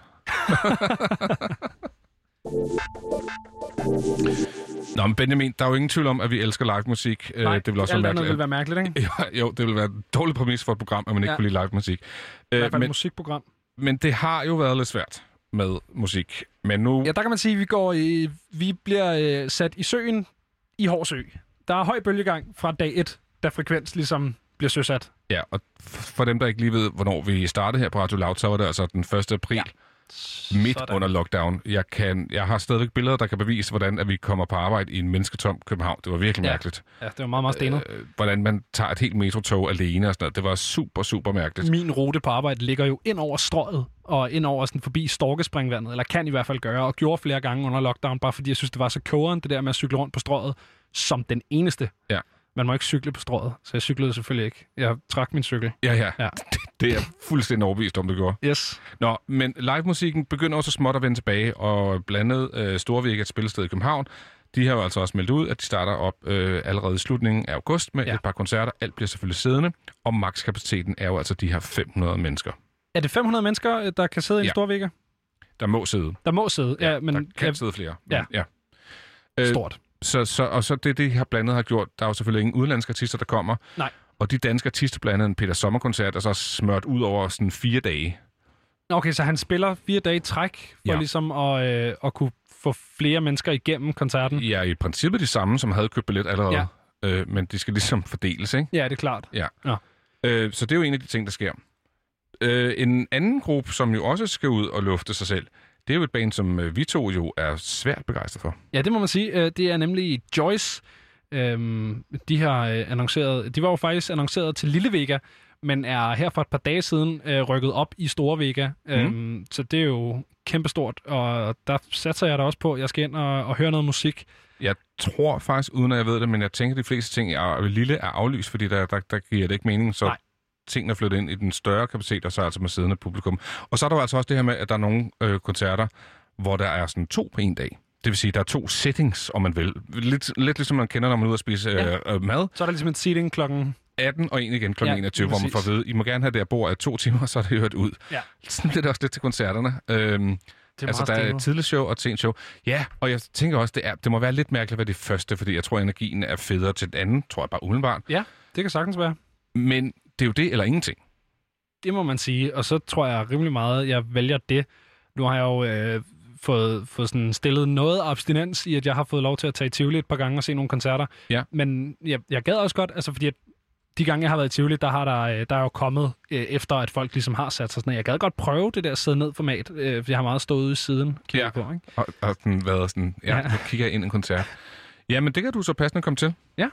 Nå, men Benjamin, der er jo ingen tvivl om, at vi elsker live musik. Nej, det vil også alt være andet vil være mærkeligt, ikke? Jo, jo, det vil være en dårlig præmis for et program, at man ikke ja. kunne lide live musik. I hvert fald men, et musikprogram. Men det har jo været lidt svært med musik. Men nu... Ja, der kan man sige, at vi, går i, vi bliver øh, sat i søen i Hårsø. Der er høj bølgegang fra dag et, da frekvens ligesom bliver søsat. Ja, og for dem, der ikke lige ved, hvornår vi startede her på Radio Loud, så var det altså den første april. Ja. Midt Sådan. under lockdown. Jeg, kan, jeg har stadigvæk billeder, der kan bevise, hvordan at vi kommer på arbejde i en mennesketom København. Det var virkelig ja. mærkeligt. Ja, det var meget, meget stenet. Øh, hvordan man tager et helt metrotog alene og sådan noget. Det var super, super mærkeligt. Min rute på arbejde ligger jo ind over strøget og ind over sådan forbi Storkespringvandet, eller kan i hvert fald gøre, og gjorde flere gange under lockdown, bare fordi jeg synes, det var så kogeren, det der med at cykle rundt på strøget, som den eneste. Ja. Man må ikke cykle på strøget, så jeg cyklede selvfølgelig ikke. Jeg trak min cykel. Ja, ja. ja. Det er fuldstændig overbevist om, det gjorde. Yes. Nå, men live-musikken begynder også småt at vende tilbage, og blandt andet øh, Storvik, et spillested i København, de har jo altså også meldt ud, at de starter op øh, allerede i slutningen af august med ja. et par koncerter. Alt bliver selvfølgelig siddende, og makskapaciteten er jo altså de her fem hundrede mennesker. Er det fem hundrede mennesker, der kan sidde ja. i en Storvik? Der må sidde. Der må sidde, ja. ja men, der kan ja, sidde flere. Men, ja. ja. Øh, Stort. Så, så, og så det, de har blandet har gjort, der er jo selvfølgelig ingen udenlandske artister, der kommer. Nej. Og de danske artister, blandt andet en Peter Sommer-koncert, er så smørt ud over sådan fire dage. Okay, så han spiller fire dage i træk for Ja. ligesom at, øh, at kunne få flere mennesker igennem koncerten? Ja, i princippet de samme, som havde købt billet allerede. Ja. Øh, men de skal ligesom fordeles, ikke? Ja, det er klart. Ja. Ja. Øh, så det er jo en af de ting, der sker. Øh, en anden gruppe, som jo også skal ud og lufte sig selv, det er jo et band, som øh, vi to jo er svært begejstret for. Ja, det må man sige. Øh, Det er nemlig Joyce. Øhm, De har øh, annonceret... De var jo faktisk annonceret til Lille Vega, men er her for et par dage siden øh, rykket op i Store Vega. Mm. Øhm, så det er jo kæmpestort, og der satser jeg da også på, at jeg skal ind og, og høre noget musik. Jeg tror faktisk, uden at jeg ved det, men jeg tænker, at de fleste ting er, Lille er aflyst, fordi der, der, der giver det ikke mening, så... Nej. Tingene er flyttet ind i den større kapacitet, og så altså med siddende publikum. Og så er der jo altså også det her med, at der er nogle øh, koncerter, hvor der er sådan to på en dag. Det vil sige, at der er to settings, om man vil. Lidt, lidt ligesom man kender, når man er ude og spise Ja. øh, øh, mad. Så er der ligesom en seating klokken... atten og en igen klokken Ja, enogtyve, lige hvor man præcis. får at vide, I må gerne have det her bord af to timer, så er det hørt ud. Ja. Sådan bliver det også lidt til koncerterne. Øhm, Det er altså, meget der er stenet. et tidligt show og et sent show. Ja, og jeg tænker også, det, er, det må være lidt mærkeligt at være det første, fordi jeg tror, at energien er federe til den anden, tror jeg bare umiddelbart. Ja, det kan sagtens være. Men det er jo det eller ingenting. Det må man sige, og så tror jeg rimelig meget, jeg vælger det. Nu har jeg jo øh, fået, fået sådan stillet noget abstinens i, at jeg har fået lov til at tage i Tivoli et par gange og se nogle koncerter. Ja. Men jeg, jeg gad også godt, altså fordi at de gange, jeg har været i Tivoli, der, har der, øh, der er jo kommet øh, efter, at folk ligesom har sat sig sådan. Jeg gad godt prøve det der sidde ned format, øh, for jeg har meget stået ude i siden. Ja, på, ikke? og, og sådan været sådan, ja, Ja. ja. nu kigger jeg ind i en koncert. Ja, men det kan du så passende komme til. Ja.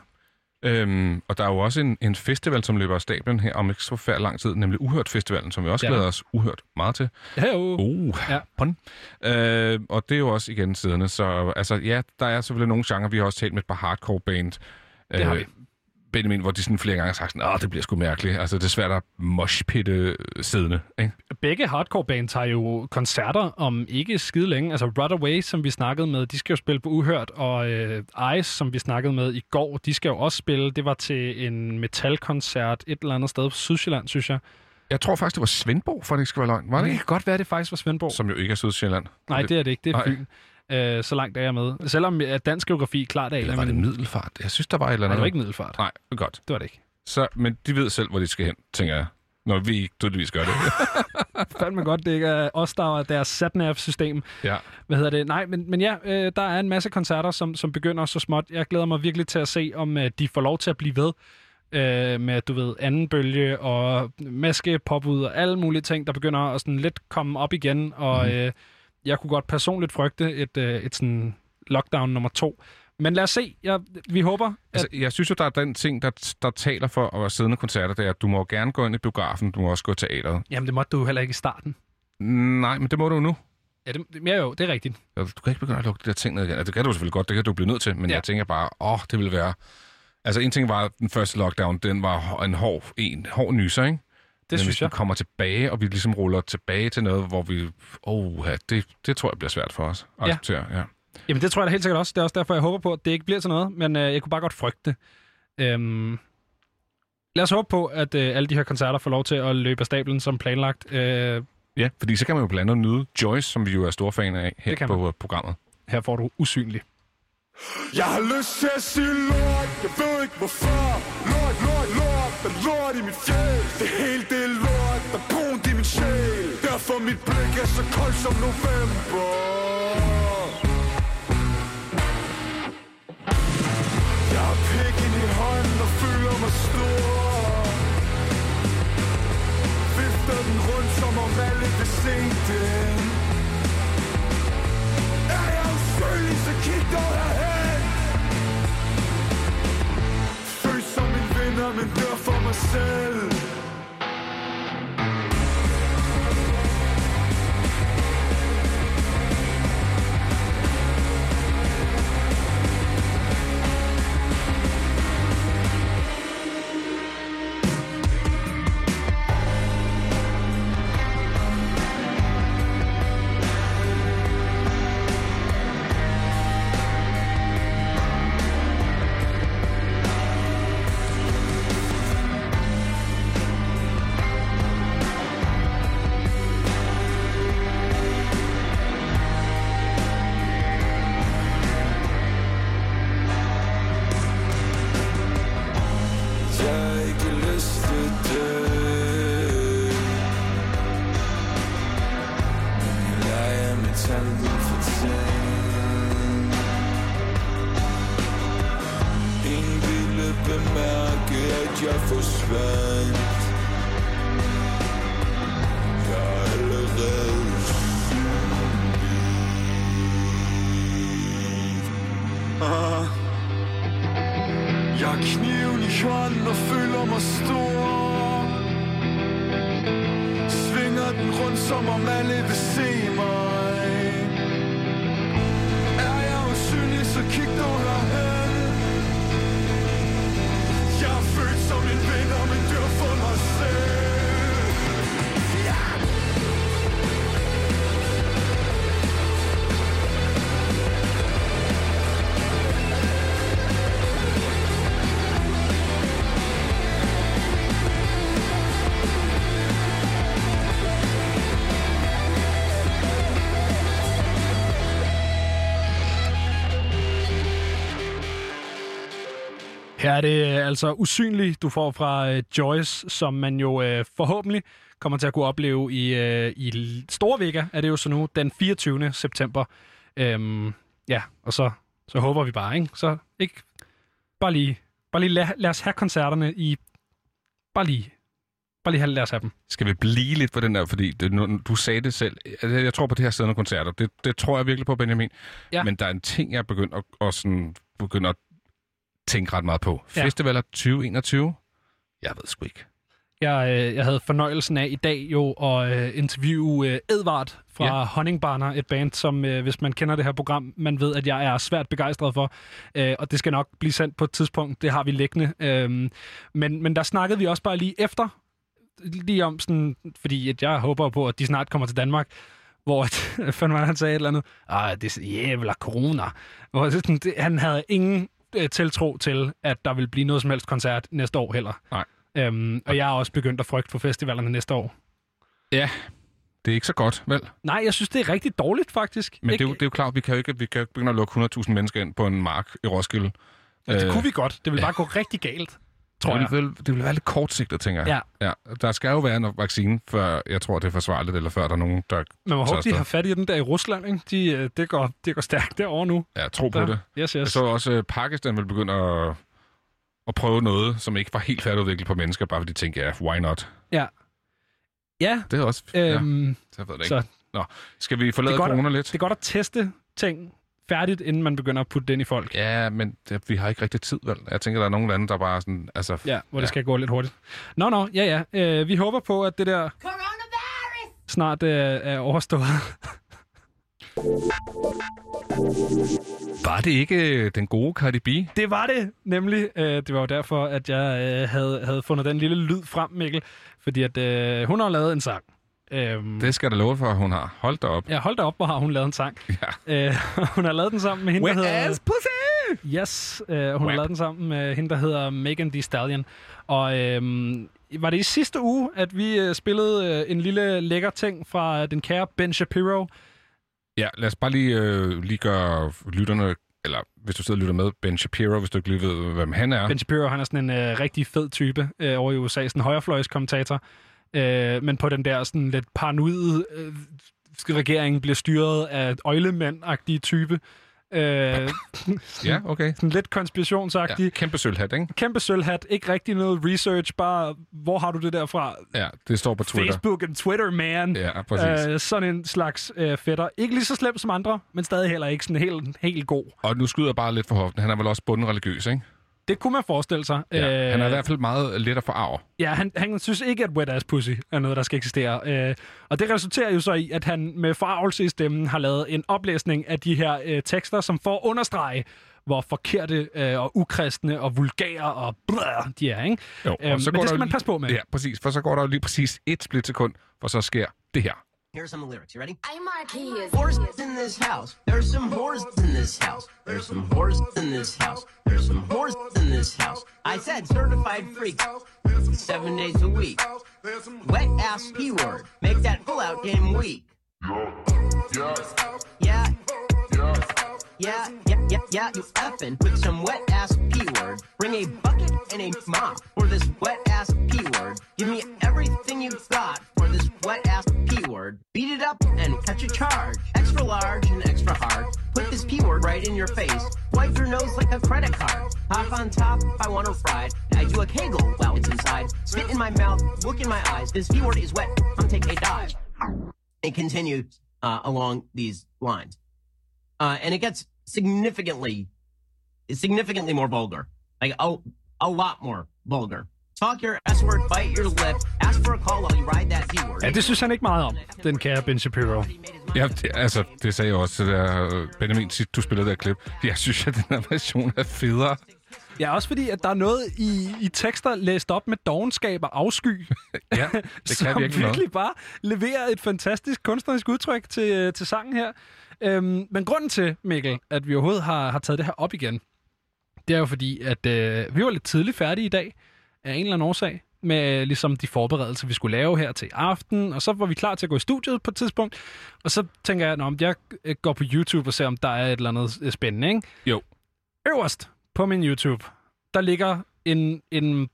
Øhm, og der er jo også en, en festival, som løber af stablen her om ikke så forfærdelig lang tid, nemlig Uhørt Festivalen, som vi også Ja. glæder os uhørt meget til. Ja, jo. Uh, Ja. pun. Øh, og det er jo også igen siddende, så altså, ja, der er selvfølgelig nogle genrer. Vi har også talt med et par hardcore band. Det har vi. Benjamin, hvor de sådan flere gange har sagt sådan, åh, det bliver sgu mærkeligt. Altså, det er svært at moshpitte siddende, ikke? Begge hardcore bands har jo koncerter om ikke skide længe. Altså Runaway, som vi snakkede med, de skal jo spille på Uhørt, og øh, Ice, som vi snakkede med i går, de skal jo også spille. Det var til en metalkoncert et eller andet sted på Sydsjælland, synes jeg. Jeg tror faktisk, det var Svendborg, for det ikke skal være løgn. Var det Det ikke? kan godt være, det faktisk var Svendborg. Som jo ikke er Sydsjælland. Nej, det er det ikke. Det er Nej. Fyn. Øh, så langt er jeg med. Selvom at dansk geografi klart er en Eller af var det mine- Middelfart? Jeg synes, der var et eller Nej, andet. det var ikke Middelfart. Nej, det er godt. Det var det ikke. Så, men de ved selv, hvor de skal hen, tænker jeg. Når vi ikke tydeligvis gør det. Fandme godt, det ikke er os, der er deres satnav-system. Ja. Hvad hedder det? Nej, men, men ja, øh, der er en masse koncerter, som, som begynder så småt. Jeg glæder mig virkelig til at se, om øh, de får lov til at blive ved øh, med, du ved, anden bølge og maske, påbud og alle mulige ting, der begynder at sådan lidt komme op igen. Og Mhm. øh, jeg kunne godt personligt frygte et, øh, et sådan lockdown nummer to. Men lad os se. Jeg, vi håber, at... Altså, jeg synes jo, der er den ting, der, der taler for at være siddende koncerter, det er, at du må gerne gå ind i biografen, du må også gå i teateret. Jamen, det måtte du heller ikke i starten. Nej, men det må du nu. Ja, det, ja jo, det er rigtigt. Ja, du kan ikke begynde at lukke de der ting ned igen. Altså, det kan du selvfølgelig godt, det kan du blive nødt til, men Ja. ja. jeg tænker bare, åh, det ville være... Altså, en ting var, at den første lockdown, den var en hård, en hård nyser, ikke? Det men synes hvis jeg. vi kommer tilbage, og vi ligesom ruller tilbage til noget, hvor vi... Åh, ja, det, det tror jeg bliver svært for os at Ja. acceptere. Ja. Jamen, det tror jeg da helt sikkert også. Det er også derfor, jeg håber på, at det ikke bliver til noget. Men øh, jeg kunne bare godt frygte det. Øhm, lad os håbe på, at øh, alle de her koncerter får lov til at løbe af stablen som planlagt. Øh, Ja, fordi så kan man jo blandt andet nyde Joyce, som vi jo er store fan af her Det kan på man. programmet. her får du Usynlig. Jeg har lyst til at sige lort, jeg ved ikke hvorfor. Lort, lort, lort, der er lort i mit fjæl. Det hele det er lort, der er brunt i min sjæl. Derfor mit blik er så koldt som november. Jeg har pikken i hånden og føler mig stor. Vifter den rundt som om alle vil se den. Er jeg usynlig, så kig dog herhen. Følg som en vinder, men dør for mig selv. alt er fortjent. Ingen ville bemærke, at jeg forsvandt. Jeg er allerede synlig. ah. Jeg har kniven i hånden og føler mig stor. Svinger den rundt, som om alle vil se mig. Er jeg usynlig, så kig dog herhen. Jeg er født som en vinder, men dør for mig selv. Her er det altså Usynlig, du får fra uh, Joyce, som man jo uh, forhåbentlig kommer til at kunne opleve i, uh, i Store Vega, er det jo så nu, den fireogtyvende september. Um, ja, og så, så håber vi bare, ikke? Så ikke bare lige, bare lige lad, lad os have koncerterne i, bare lige, bare lige have, lad os have dem. Skal vi blive lidt på den der, fordi det, du sagde det selv, altså, jeg tror på det her sted af koncerter, det, det tror jeg virkelig på, Benjamin, ja. Men der er en ting, jeg er begyndt at, og sådan, begyndt at tænke ret meget på. Ja. Festivaler tyve enogtyve? Jeg ved sgu ikke. Jeg, øh, jeg havde fornøjelsen af i dag jo at øh, interviewe øh, Edvard fra ja. Honningbarner, et band, som øh, hvis man kender det her program, man ved, at jeg er svært begejstret for. Øh, og det skal nok blive sendt på et tidspunkt. Det har vi liggende. Øh, men, men der snakkede vi også bare lige efter, lige om sådan, fordi at jeg håber på, at de snart kommer til Danmark, hvor at, fandme, han sagde et eller andet, ah, det er jævla corona. Hvor sådan, det, han havde ingen tiltro til, at der vil blive noget som helst koncert næste år heller. Nej. Øhm, og jeg er også begyndt at frygte for festivalerne næste år. Ja, det er ikke så godt, vel? Nej, jeg synes, det er rigtig dårligt, faktisk. Men det er, jo, det er jo klart, vi kan jo ikke, vi kan jo ikke begynde at lukke hundrede tusind mennesker ind på en mark i Roskilde. Ja, det øh, kunne vi godt. Det vil ja. bare gå rigtig galt, tror det jeg. Vil, det vil være lidt kortsigtet, tænker jeg. Ja. Ja. Der skal jo være en vaccine, før jeg tror, det er forsvarligt, eller før der er nogen, der... Man må håbe, de har fat i den der i Rusland, ikke? De, det, går, det går stærkt derovre nu. Ja, tro på så, det. Yes, yes. Jeg så også, at Pakistan vil begynde at, at prøve noget, som ikke var helt færdigudviklet på mennesker, bare fordi de tænker, ja, why not? Ja. Ja. Det er også... Øhm, ja. Så jeg ved det ikke. Så, Nå, skal vi forlade corona lidt? Det er godt at teste ting færdigt, inden man begynder at putte det ind i folk. Ja, men det, vi har ikke rigtig tid, vel? Jeg tænker, der er nogle lande, der bare sådan... Altså, ja, hvor ja. det skal gå lidt hurtigt. Nå, nå, ja, ja. Øh, vi håber på, at det der snart øh, er overstået. Var det ikke den gode Cardi B? Det var det, nemlig. Øh, det var jo derfor, at jeg øh, havde, havde fundet den lille lyd frem, Mikkel. Fordi at øh, hun har lavet en sang. Øhm, det skal der love for, at hun har. Hold da op. Ja, hold da op, hvor har hun lavet en sang. Ja. Øh, hun har lavet den sammen med hende, Wet der hedder... ass pussy! Yes, øh, hun Wap. har lavet den sammen med hende, der hedder Megan Thee Stallion. Og øhm, var det i sidste uge, at vi øh, spillede øh, en lille lækker ting fra den kære Ben Shapiro? Ja, lad os bare lige, øh, lige gøre lytterne... Eller hvis du sidder og lytter med, Ben Shapiro, hvis du ikke lige ved, hvem han er. Ben Shapiro, han er sådan en øh, rigtig fed type øh, over i U S A. Sådan en højrefløjskommentator. Øh, men på den der sådan lidt paranoide øh, regering bliver styret af øjlemænd-agtige type. Øh, ja, okay. Sådan lidt konspirationsagtig. Ja, kæmpe sølvhat, ikke? Kæmpe sølvhat. Ikke rigtig noget research, bare hvor har du det der fra? Ja, det står på Twitter. Facebook and Twitter, man. Ja, præcis. Øh, sådan en slags øh, fætter. Ikke lige så slem som andre, men stadig heller ikke sådan helt, helt god. Og nu skyder jeg bare lidt for hoften. Han er vel også bunden religiøs, ikke? Det kunne man forestille sig. Ja, øh, han er i hvert fald meget let at forarve. Ja, han, han synes ikke, at wet ass pussy er noget, der skal eksistere. Øh, og det resulterer jo så i, at han med forarvelse i stemmen har lavet en oplæsning af de her øh, tekster, som får at understrege, hvor forkerte øh, og ukristne og vulgære og blør de er, ikke? Jo, øhm, så men det skal man lige, passe på med. Ja, præcis. For så går der jo lige præcis et splitsekund, for så sker det her. Here's some lyrics. You ready? I'm Marquise. Whores in this house. There's some whores in this house. There's some whores in this house. There's some whores in this house. I said certified freak. Seven days a week. Wet ass P-word. Make that pull-out game weak. Yeah. Yeah. Yeah, yeah, yeah, yeah, you effing with some wet ass P-word. Bring a bucket and a mop for this wet ass P-word. Give me everything you've got for this wet ass P-word. Beat it up and catch a charge. Extra large right in your face. Wipe your nose like a credit card. Hop on top if I want to ride. I do a kegel while it's inside. Spit in my mouth, look in my eyes. This V-word is wet. I'm taking a dive. It continues uh, along these lines. Uh, and it gets significantly, significantly more vulgar. Like, a, a lot more vulgar. Talk your S-word, bite your lip, ask for a call while you ride that V-word. Ja, det synes han ikke meget om, den kære Ben Shapiro. Ja, det, altså, det sagde jeg også, der, Benjamin, sidst du spillede der klip. Jeg synes, at den her version er federe. Ja, også fordi, at der er noget i, i tekster læst op med dovenskab og afsky. Ja, det kan som virkelig virkelig bare leverer et fantastisk kunstnerisk udtryk til, til sangen her. Øhm, men grunden til, Mikkel, at vi overhovedet har, har taget det her op igen, det er jo fordi, at øh, vi var lidt tidligt færdige i dag, af en eller anden årsag, med ligesom de forberedelser, vi skulle lave her til aften, og så var vi klar til at gå i studiet på et tidspunkt, og så tænker jeg, om jeg går på YouTube og ser, om der er et eller andet spændende, ikke? Jo. Øverst på min YouTube, der ligger en, en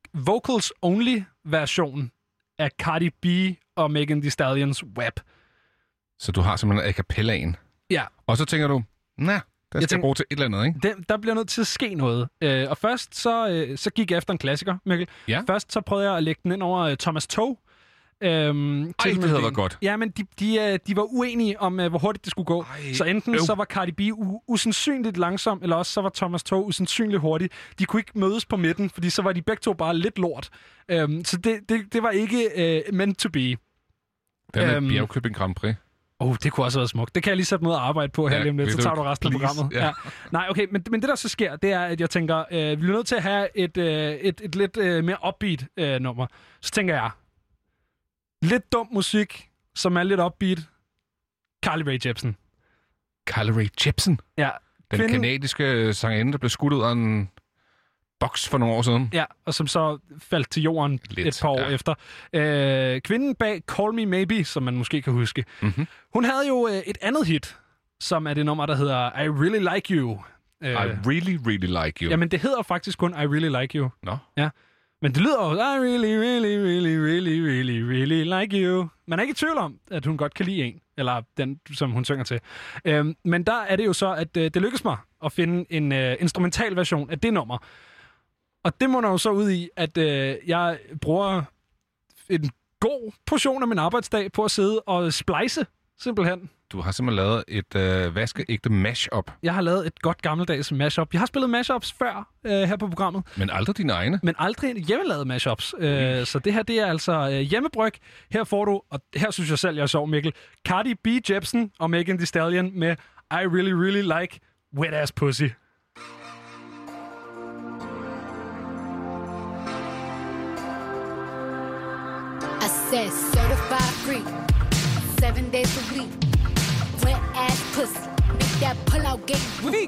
vocals-only-version af Cardi B og Megan Thee Stallions Web. Så du har simpelthen a cappellaen. Ja. Og så tænker du, nej, der skal jeg bruge til et eller andet, ikke? Den, der bliver nødt til at ske noget. Øh, og først så, øh, så gik jeg efter en klassiker, Mikkel. Ja. Først så prøvede jeg at lægge den ind over uh, Thomas Tog. Øhm, Ej, det havde været godt. Ja, men de, de, de var uenige om, uh, hvor hurtigt det skulle gå. Ej, så enten øv. så var Cardi B u- usandsynligt langsom, eller også så var Thomas Tog usandsynligt hurtig. De kunne ikke mødes på midten, fordi så var de begge to bare lidt lort. Øhm, så det, det, det var ikke uh, meant to be. Hvad med øhm, Bjergkøbing Grand Prix? Åh, oh, det kunne også være smukt. Det kan jeg lige sætte noget at arbejde på her ja, lige om lidt, så tager du resten please. af programmet. Ja. Ja. Nej, okay, men, men det der så sker, det er, at jeg tænker, øh, vi bliver nødt til at have et, øh, et, et lidt øh, mere upbeat øh, nummer. Så tænker jeg, lidt dum musik, som er lidt upbeat. Carly Rae Jepsen. Carly Rae Jepsen? Ja. Den Kvinden... kanadiske sangerinde, der blev skudt ud af en boks for nogle år siden. Ja, og som så faldt til jorden lidt, et par år ja. efter. Øh, kvinden bag Call Me Maybe, som man måske kan huske. Mm-hmm. Hun havde jo øh, et andet hit, som er det nummer, der hedder I Really Like You. Øh, I Really, Really Like You. Jamen, det hedder faktisk kun I Really Like You. Nå. Ja. Men det lyder jo, I really, really, really, really, really, really like you. Man er ikke i tvivl om, at hun godt kan lide en, eller den, som hun synger til. Øhm, men der er det jo så, at øh, det lykkes mig at finde en øh, instrumental version af det nummer. Og det munder jo så ud i, at øh, jeg bruger en god portion af min arbejdsdag på at sidde og splice, simpelthen. Du har simpelthen lavet et øh, vaskeægte mash-up. Jeg har lavet et godt gammeldags mash-up. Jeg har spillet mash-ups før øh, her på programmet. Men aldrig dine egne? Men aldrig hjemmelavede mash-ups. Øh, så det her, det er altså øh, hjemmebryg. Her får du, og her synes jeg selv, jeg er sjov, Mikkel, Cardi B. Jepsen og Megan Thee Stallion med I Really, Really Like Wet Ass Pussy. I said certified free, seven days a week, wet ass pussy, make that pull out game weak.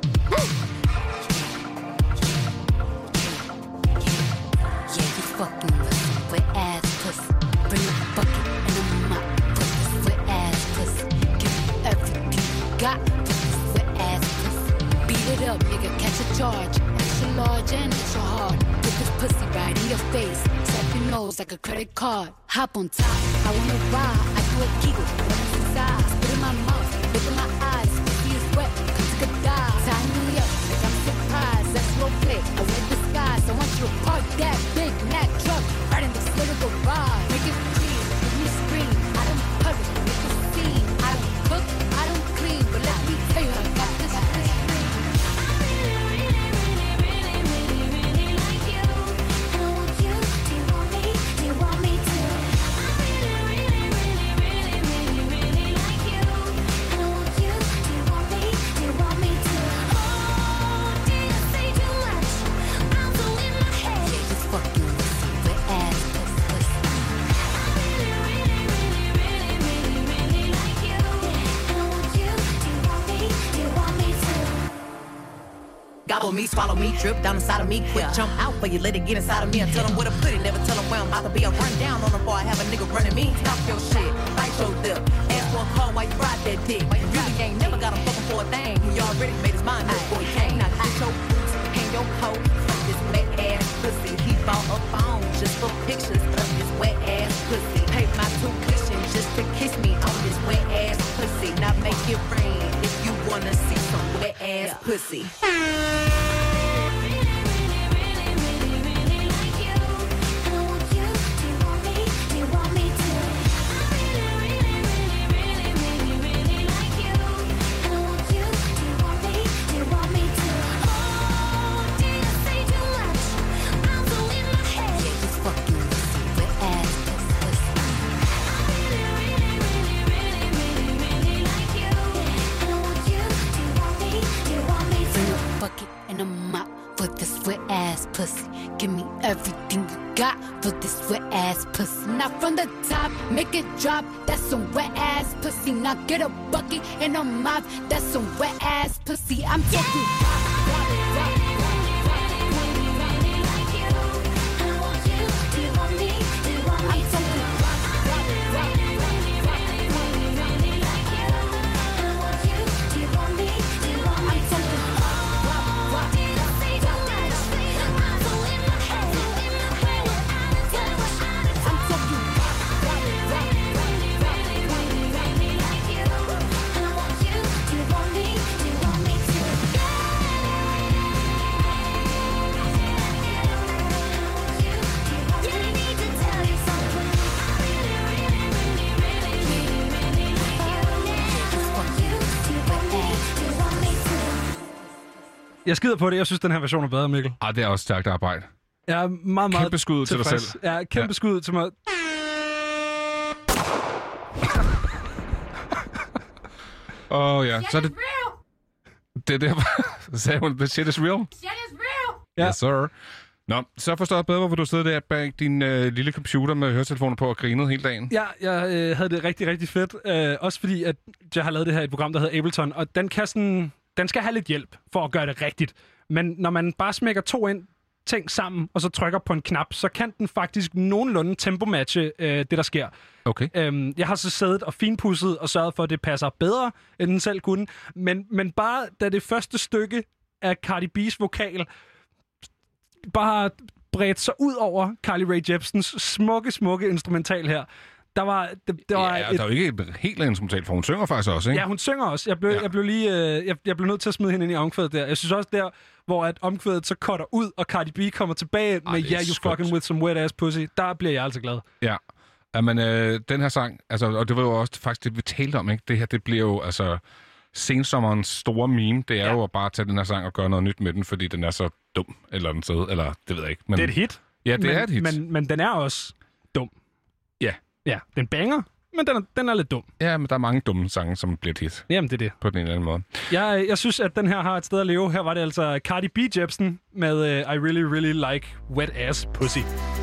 Yeah, you fucking with some wet ass pussy. Bring a bucket and a mop for this wet ass pussy. Give me everything you got for this wet ass pussy. Beat it up, nigga, catch a charge. Extra large and extra hard. Put this pussy right in your face. Your nose like a credit card. Hop on top, I wanna ride. I do a giggle, let me inside. Spit in my mouth, look in my eyes. Pussy is wet, come take a dive. Tie me up, like I'm surprised. That's role play, I wear disguise. I want you to park that big Mac truck right in this little garage. Make it clean, make me scream. I don't puzzle, make it scene. I don't cook, I don't clean, but let me tell you, I got this thing. Gobble me, swallow me, drip down inside of me. Quick jump out, but you let it get inside of me. I tell them where to put it, never tell them where I'm about to be. I run down on them before I have a nigga running me. Stop your shit, bite your lip. Ask for a call while you ride that dick. You really ain't never got him fucking for a thing. He already made his mind up before he came. Now get your boots, hang your coat. This wet ass pussy. He bought a phone just for pictures of this wet ass pussy. Pay my tuition just to kiss me on this wet ass pussy. Now make it rain if you wanna see some wet ass ass pussy. Pussy, give me everything you got for this wet ass pussy. Now from the top, make it drop. That's some wet ass pussy. Now get a bucket and a mop. That's some wet ass pussy. I'm talking rock, rock, rock. Jeg skider på det. Jeg synes, den her version er bedre, Mikkel. Ah, det er også stærkt arbejde. Jeg er meget, meget kæmpe skud til dig selv. Ja, kæmpe ja. skud til mig. Åh oh, ja, så er det... Det er der, så sagde hun, the shit is real. Shit is real! Ja. Yes, sir. Nå, så forstår jeg bedre, hvorfor du sidder der bag din øh, lille computer med høretelefoner på og grinede hele dagen. Ja, jeg øh, havde det rigtig, rigtig fedt. Øh, også fordi, at jeg har lavet det her i et program, der hedder Ableton, og den kan sådan... Den skal have lidt hjælp for at gøre det rigtigt. Men når man bare smækker to ind, ting sammen, og så trykker på en knap, så kan den faktisk nogenlunde tempomatche øh, det, der sker. Okay. Øhm, jeg har så siddet og finpudset og sørget for, at det passer bedre, end den selv kunne. Men, men bare da det første stykke af Cardi B's vokal bare bredt sig ud over Carly Rae Jepsens smukke, smukke instrumental her, Der var, det, det var ja, et... der er jo ikke et helt instrumentalt, for hun synger faktisk også, ikke? Ja, hun synger også. Jeg blev, ja. jeg blev lige, øh, jeg, jeg blev nødt til at smide hende ind i omkvædet der. Jeg synes også der, hvor at omkvædet så cutter ud, og Cardi B kommer tilbage Ej, med Yeah, you skønt. Fucking with some wet ass pussy. Der bliver jeg altså glad. Ja, men øh, den her sang, altså, og det var jo også faktisk det, vi talte om, ikke? Det her, det bliver jo, altså, sensommerens store meme, det er ja. jo at bare tage den her sang og gøre noget nyt med den, fordi den er så dum, eller den sted, eller det ved jeg ikke. Men, det er et hit. Ja, det men, er et hit. Men, men den er også dum. Ja. Ja, den banger, men den er, den er lidt dum. Ja, men der er mange dumme sange, som bliver et hit. Jamen, det er det. På den ene eller anden måde. Jeg, jeg synes, at den her har et sted at leve. Her var det altså Cardi B Jepsen med uh, I Really, Really Like Wet Ass Pussy.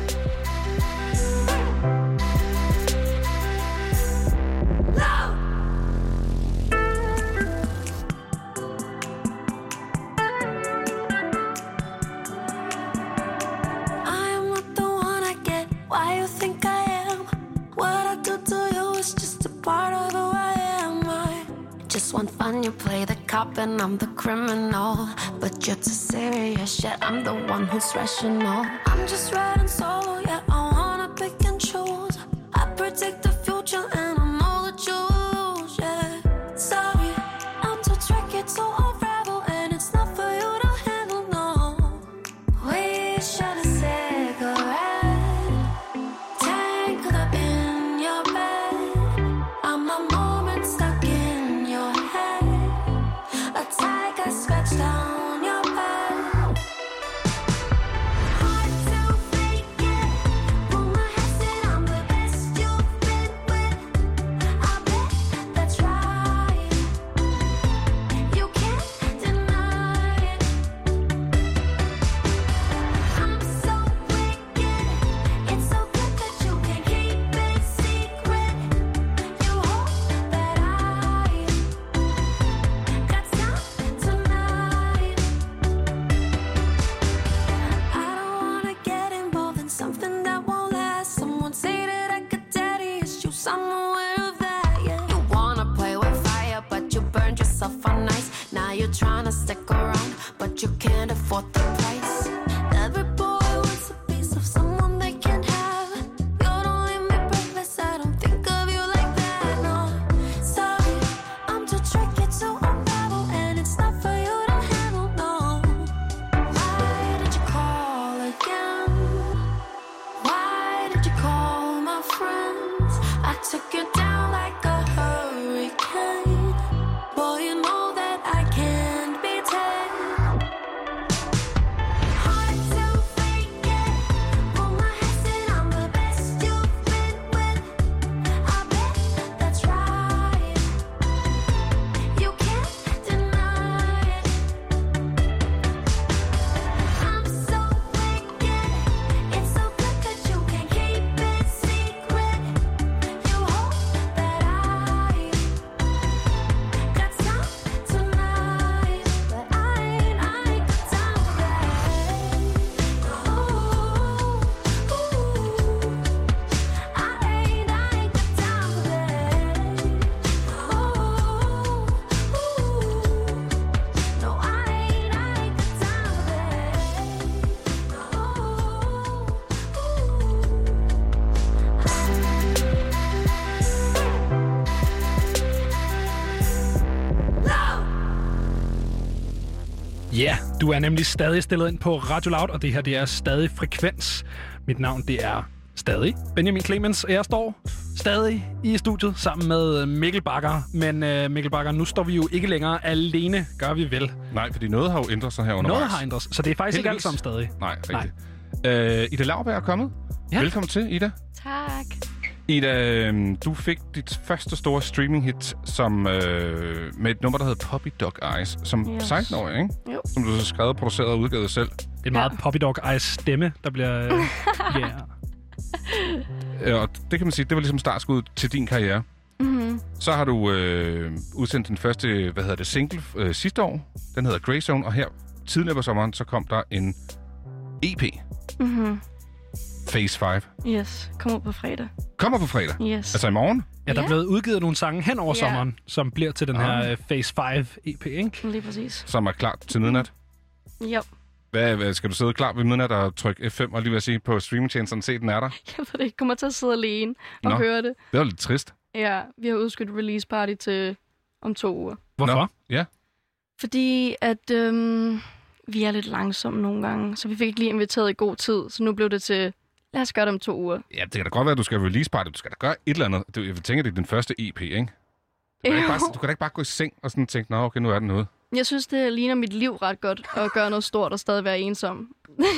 Part of who I am, I just want fun. You play the cop and I'm the criminal, but you're too serious. Yeah, I'm the one who's rational. I'm just riding solo. Yeah, I wanna pick and choose. I predict the future and I'm all the juice. Yeah, sorry, I'm too tricky to unravel, and it's not for you to handle. No, we shot a cigarette. Tank could have been your bed. I'm a moment stuck in your head. A tiger scratched down your back. Hard to fake it. Pull my head, said I'm the best you've been with. I bet that's right. You can't deny it. I'm so wicked. It's so good that you can keep it secret. You hope that I got some tonight. I don't wanna get involved in something that won't last. Someone say that I could daddy issues. I'm aware of that, yeah. You wanna play with fire, but you burned yourself on ice. Now you're trying to stick around, but you can't afford the price. Every boy wants a piece of someone they can't have. You don't leave me breathless, I don't think of you like that, no. Sorry, I'm too tricky to unravel, and it's not for you to Ja, yeah, du er nemlig stadig stillet ind på Radio Loud, og det her det er stadig Frekvens. Mit navn det er stadig Benjamin Clemens, og jeg står stadig i studiet sammen med Mikkel Bagger. Men uh, Mikkel Bagger, nu står vi jo ikke længere alene, gør vi vel? Nej, fordi noget har jo ændret sig her undervejs. Noget har ændret sig, så det er faktisk Heldigvis. ikke alt sammen stadig. Nej, rigtigt. Nej. Uh, Ida Lauberg er kommet. Ja. Velkommen til, Ida. Tak. Ida, du fik dit første store streaming-hit som, øh, med et nummer, der hedder Puppy Dog Eyes, som yes. seksten-årig, ikke? Jo. Som du så skrevet, produceret og udgivet selv. Det er meget ja. Puppy Dog Eyes stemme, der bliver... Øh, yeah. Ja, og det kan man sige, det var ligesom startskud til din karriere. Mm-hmm. Så har du øh, udsendt den første, hvad hedder det, single øh, sidste år. Den hedder Grey Zone, og her tidligere på sommeren, så kom der en E P. Mhm. Phase fem. Yes, kommer på fredag. Kommer på fredag? Yes. Altså i morgen? Ja, der er Ja. blevet udgivet nogle sange hen over Ja. sommeren, som bliver til den her Ah. uh, Phase fem E P, ikke? Lige præcis. Som er klar til midnat. Jo. Hvad, hvad, skal du sidde klar ved midnat og trykke F fem og lige ved at sige på streamingtjenesten, se den er der? Jeg ved det ikke. Kommer til at sidde alene og Nå. høre det. Det var lidt trist. Ja, vi har udskudt release party til om to uger. Hvorfor? Nå. Ja. Fordi at øhm, vi er lidt langsomme nogle gange, så vi fik ikke lige inviteret i god tid, så nu blev det til, lad os gøre det om to uger. Ja, det kan da godt være, at du skal release party. Du skal da gøre et eller andet. Du, jeg tænker, det er din første E P, ikke? Du kan, ikke bare, du kan da ikke bare gå i seng og sådan tænke, nå, okay, nu er den noget. Jeg synes, det ligner mit liv ret godt at gøre noget stort og stadig være ensom.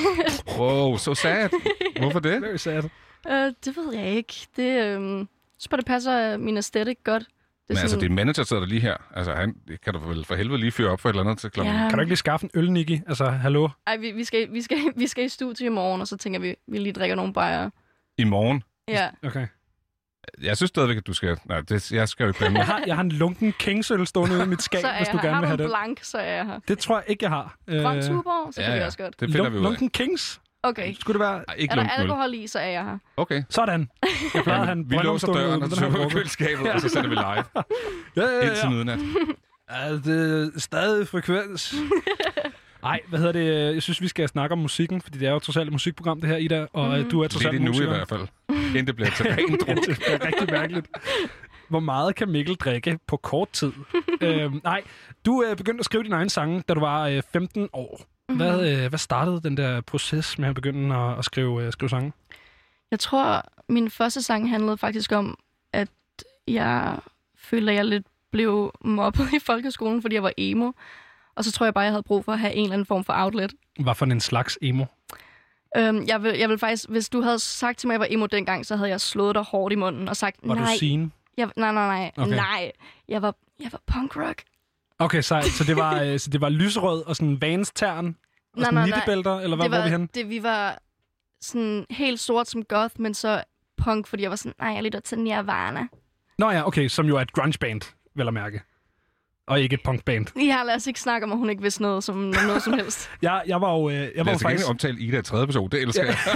Wow, så sad. Hvorfor det? Very sad. Uh, det ved jeg ikke. Det, øhm, så bare det passer min aesthetic godt. Det Men altså, din manager sidder der lige her. Altså, han kan du vel for helvede lige fyre op for et eller andet til klokken. Ja. Kan du ikke lige skaffe en øl, Nicky? Altså, hallo? Ej, vi, vi, skal, vi, skal, vi skal i studie i morgen, og så tænker vi, vi lige drikker nogle bajere. I morgen? Ja. Okay. Jeg synes stadigvæk, at du skal... Nej, det, jeg skal jo ikke blande Jeg har, jeg har en lunken Kingsøl stående ude i mit skab, Så er hvis du jeg gerne her. vil Har have du den. blank, så er jeg her. Det tror jeg ikke, jeg har. Grøn Øh, Tuborg, så ja, kan vi ja. også godt. Det finder vi ud af. Lunken Kings? Okay. Skulle det være... Ej, ikke Er der lunken øl. alkohol i, så er jeg her. Okay. Sådan. Jeg plejer at have en Vi låser brøndum døren, stående og ude så i den her ud i gruppe. køleskabet, og så sender vi live. Ja, ja, ja. Indtil midnat. Ja, det er stadig Frekvens. Nej, hvad hedder det? Jeg synes, vi skal snakke om musikken, fordi det er jo trods alt et musikprogram, det her, Ida. Og mm. du er trods Lidt alt endnu i musiker. hvert fald. Inden det bliver til ren druk. Det bliver rigtig mærkeligt. Hvor meget kan Mikkel drikke på kort tid? øhm, nej, du øh, begyndte at skrive dine egne sange, da du var øh, femten år. Hvad, øh, hvad startede den der proces med at begynde at, at skrive, øh, skrive sange? Jeg tror, min første sang handlede faktisk om, at jeg følte, at jeg lidt blev mobbet i folkeskolen, fordi jeg var emo. Og så tror jeg bare, jeg havde brug for at have en eller anden form for outlet. Hvad for en slags emo? Øhm, jeg, vil, jeg vil faktisk, hvis du havde sagt til mig, at jeg var emo dengang, så havde jeg slået dig hårdt i munden og sagt, Var nej. du scene? Jeg, nej, nej, nej, Okay. nej. Jeg var, jeg var punk rock. Okay, så, så, det var, øh, så det var lyserød og sådan Vans-tern? Og Nej, sådan nej, nej. nittebælter, eller hvad det var, var vi henne? Det, vi var sådan helt sort som goth, men så punk, fordi jeg var sådan, nej, jeg lytter til Nirvana. Nå ja, okay, som jo er et grunge-band, vel at mærke. Og ikke et punk-band. Ja, lad os ikke snakke om, at hun ikke vidste noget som noget som helst. Jeg, jeg var jo, øh, jeg var Lad jo os faktisk... ikke omtale Ida i tredje person. Det elsker jeg.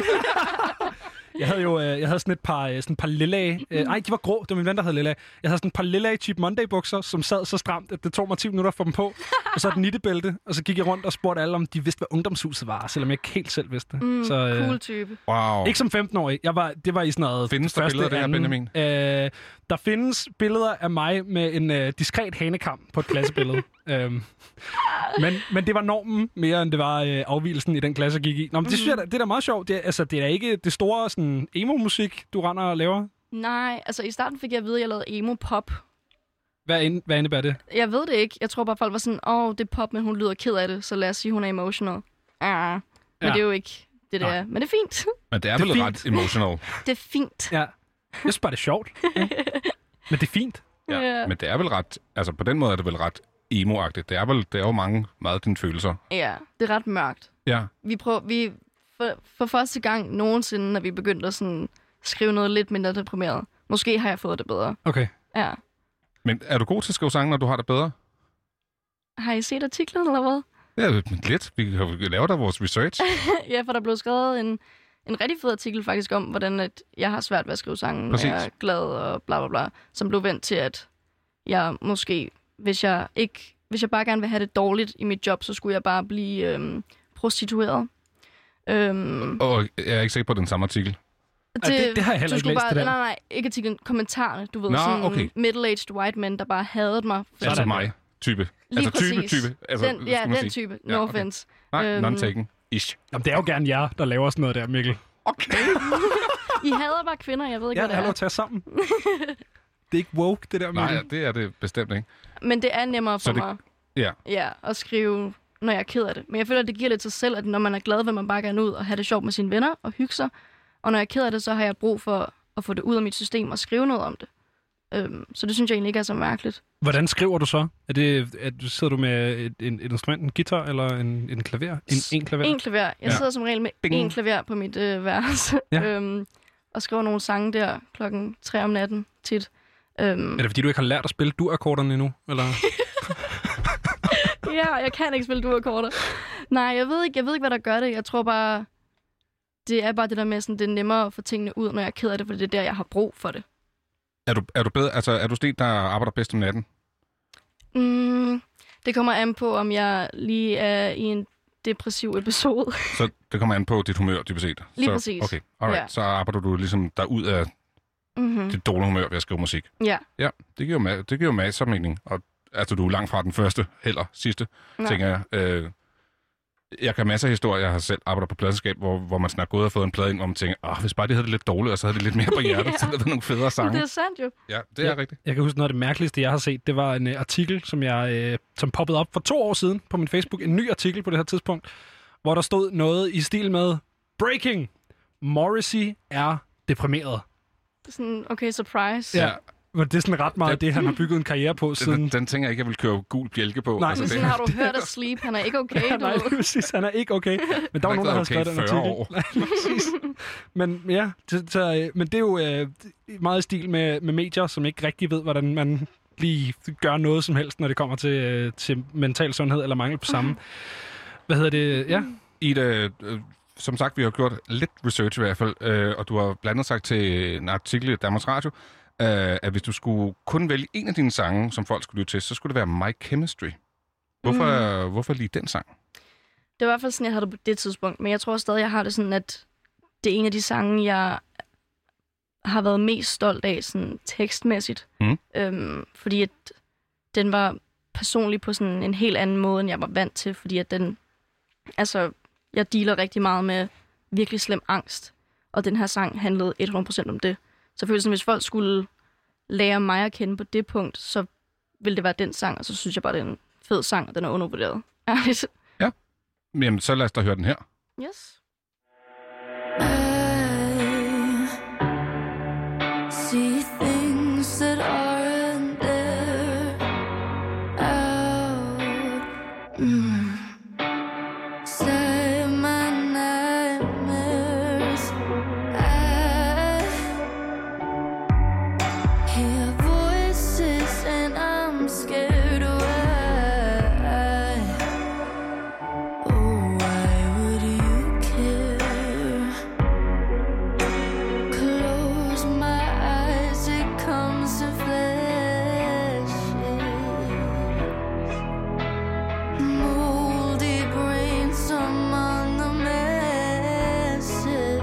Jeg havde jo øh, jeg havde sådan et par, øh, sådan et par lilla... Øh, ej, de var grå. Det var min ven, der havde lilla. Jeg havde sådan et par lilla Cheap Monday-bukser, som sad så stramt, at det tog mig ti minutter at få dem på. Og så et nittebælte. Og så gik jeg rundt og spurgte alle, om de vidste, hvad ungdomshuset var, selvom jeg ikke helt selv vidste det. Mm, så, øh, cool type. Wow. Ikke som femten-årig. Jeg var, det var i sådan noget... Findes der første, billeder af det her, anden. Benjamin? Øh, der findes billeder af mig med en øh, diskret hanekam på et klassebillede. øhm, men, men det var normen mere, end det var øh, afvigelsen i den klasse, jeg gik i. Nå, men det synes jeg, da- det er da meget sjovt. Det er, altså, det er da ikke det store sådan, emo-musik, du render og laver. Nej, altså i starten fik jeg at vide, at jeg lavede emo-pop. Hvad, ind, hvad indebærer det? Jeg ved det ikke. Jeg tror bare, folk var sådan, åh, oh, det er pop, men hun lyder ked af det, så lad os sige, hun er emotional. Ah, men Ja. det er jo ikke det, der. Nej. Men det er fint. Men det er Det er vel fint. ret emotional. Det er fint. Ja. Jeg synes bare, det er sjovt. Ja. Men det er fint. Ja. Ja. Men det er vel ret... Altså, på den måde er det vel ret emo-agtigt. Det er vel det er jo mange meget dine følelser. Ja, det er ret mørkt. Ja. Vi prøver, vi, for, for første gang nogensinde, når vi begyndte at sådan, skrive noget lidt mindre deprimeret. Måske har jeg fået det bedre. Okay. Ja. Men er du god til at skrive sange, når du har det bedre? Har I set artiklen, eller hvad? Ja, lidt. Vi kan jo lave der vores research. Ja, for der blev skrevet en, en rigtig fed artikel faktisk om, hvordan at jeg har svært ved at skrive sange, Præcis. når jeg er glad og bla bla bla. Som blev vendt til, at jeg måske, hvis jeg ikke, hvis jeg bare gerne vil have det dårligt i mit job, så skulle jeg bare blive øhm, prostitueret. Øhm, Og jeg er ikke sikker på den samme artikel. Ej, det- det har jeg heller du ikke skulle læst, bare, det der. Nej, nej, ikke artiklen, kommentarerne. Du ved, Nå, sådan okay. middle-aged white men, der bare hadede mig. For Altså eksempel. mig. type. Lige altså type, præcis. type. Altså, den, ja, den sige. type. No ja, okay. offense. Nej, øhm, non-taken. Ish. Jamen, det er jo gerne jer, der laver sådan noget der, Mikkel. Okay. I hader bare kvinder, jeg ved ikke, ja, hvad det er. Ja, lad os tage sammen. Det er ikke woke, det der, Mikkel. Nej, det er det bestemt ikke. Men det er nemmere for det, mig ja. Ja, at skrive, når jeg er ked af det. Men jeg føler, at det giver lidt sig selv, at når man er glad, vil man bare gerne ud og have det sjovt med sine venner og hygge sig. Og når jeg er ked af det, så har jeg brug for at få det ud af mit system og skrive noget om det. Øhm, så det synes jeg egentlig ikke er så mærkeligt. Hvordan skriver du så? Er det, at sidder du med et, en, et instrument, en guitar eller en, en klaver? En, en klaver? En klaver. Jeg ja. sidder som regel med Bing. en klaver på mit øh, værelse. Ja. øhm, og skriver nogle sange der klokken tre om natten tit. Øhm, er det fordi, du ikke har lært at spille dur-akkorderne endnu? Eller? Ja, jeg kan ikke spille dur-akkorder. Nej, jeg ved, ikke, jeg ved ikke, hvad der gør det. Jeg tror bare, det er bare det der med, sådan, det er nemmere at få tingene ud, når jeg er ked af det, for det er der, jeg har brug for det. Er du, er du bedre, altså er du sådan, der arbejder bedst om natten? Mm, det kommer an på, om jeg lige er i en depressiv episode. Så det kommer an på dit humør, dybest set? Lige så, præcis. Okay, alright. Ja. Så arbejder du ligesom der ud af mm-hmm. dit dårlige humør ved at skrive musik? Ja. Ja, det giver jo, det giver jo masser af mening. Og altså, du er langt fra den første, heller sidste, ja. tænker jeg. Øh, jeg kan have masser af historier. Jeg har selv arbejdet på pladselskab, hvor, hvor man snart gået og fået en plade ind, hvor man tænker, åh, hvis bare de havde det lidt dårligt, og så havde de lidt mere på hjertet, ja. så havde det nogle federe sange. Det er sandt jo. Ja, det er ja, rigtigt. Jeg kan huske noget af det mærkeligste, jeg har set. Det var en uh, artikel, som jeg uh, som poppede op for to år siden på min Facebook. En ny artikel på det her tidspunkt, hvor der stod noget i stil med Breaking! Morrissey er deprimeret. Sådan, okay, surprise. Ja. Det er sådan ret meget det, det han har bygget en karriere på siden... Den, den tænker jeg ikke, jeg vil køre gul bjælke på. Nej, altså, sådan, det, har du hørt at Sleep? Han er ikke okay, ja, du. Nej, præcis, han er ikke okay. Men der var nogen, der havde okay skrevet den artikel. Nej, præcis. Men ja, det, så, men det er jo øh, meget i stil med, med medier, som ikke rigtig ved, hvordan man lige gør noget som helst, når det kommer til, øh, til mental sundhed eller mangel på samme. Hvad hedder det? Ja. Ida, øh, som sagt, vi har gjort lidt research i hvert fald, øh, og du har blandt andet sagt til en artikel i Danmarks Radio, Uh, at hvis du skulle kun vælge en af dine sange, som folk skulle lytte til, så skulle det være My Chemistry. Hvorfor, mm. hvorfor lige den sang? Det var i hvert fald sådan, jeg havde det på det tidspunkt, men jeg tror stadig, jeg har det sådan, at det er en af de sange, jeg har været mest stolt af, sådan tekstmæssigt. Mm. Øhm, fordi at den var personlig på sådan en helt anden måde, end jeg var vant til, fordi at den, altså, jeg dealer rigtig meget med virkelig slem angst, og den her sang handlede hundrede procent om det. Så føles det, hvis folk skulle lære mig at kende på det punkt, så ville det være den sang, og så synes jeg bare, det er en fed sang, og den er undervurderet. Ja. Jamen, så lad os da høre den her. Yes. I see things that aren't there out. Mm. Say my nightmares. I hear voices and I'm scared away. Oh, why would you care? Close my eyes, it comes to flashes. Moldy brains among the masses.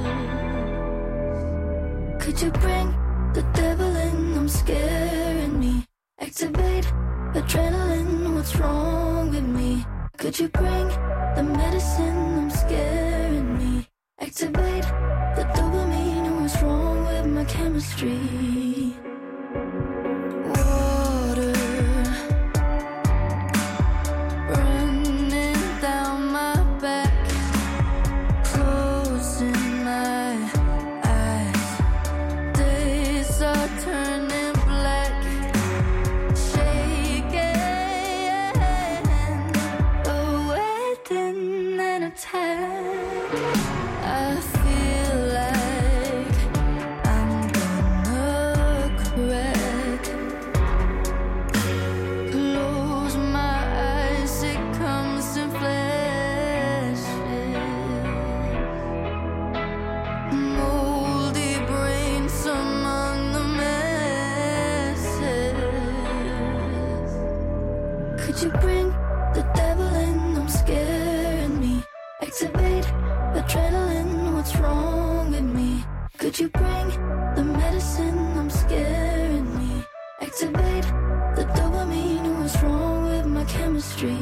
Could you bring the devil in? I'm scaring me. Activate adrenaline, what's wrong with me? Could you bring the medicine? I'm scaring me. Activate the dopamine, what's wrong with my chemistry? Water running down my back, closing my eyes. Days are turning black, shaking, awaiting an attack. I feel like I'm gonna crack. Close my eyes, it comes in flashes. Moldy brains among the masses. Could you bring the devil in? I'm scaring me. Activate adrenaline, what's wrong with me? Could you bring the medicine? I'm scaring me. Activate the dopamine, what's wrong chemistry.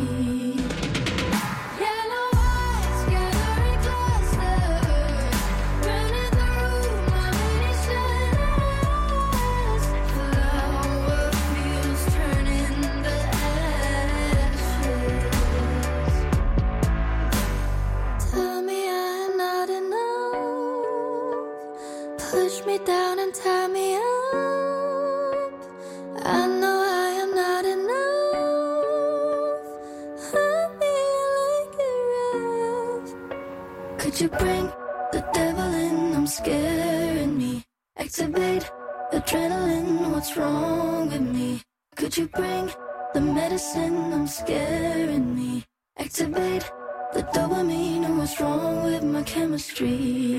Yellow eyes gathering closer, burning the room of any shadows. Flower fields turning the ashes. Tell me I'm not enough. Push me down and tie me up. I know I am not enough. I feel like it rough. Could you bring the devil in? I'm scaring me. Activate adrenaline. What's wrong with me? Could you bring the medicine? I'm scaring me. Activate the dopamine. What's wrong with my chemistry?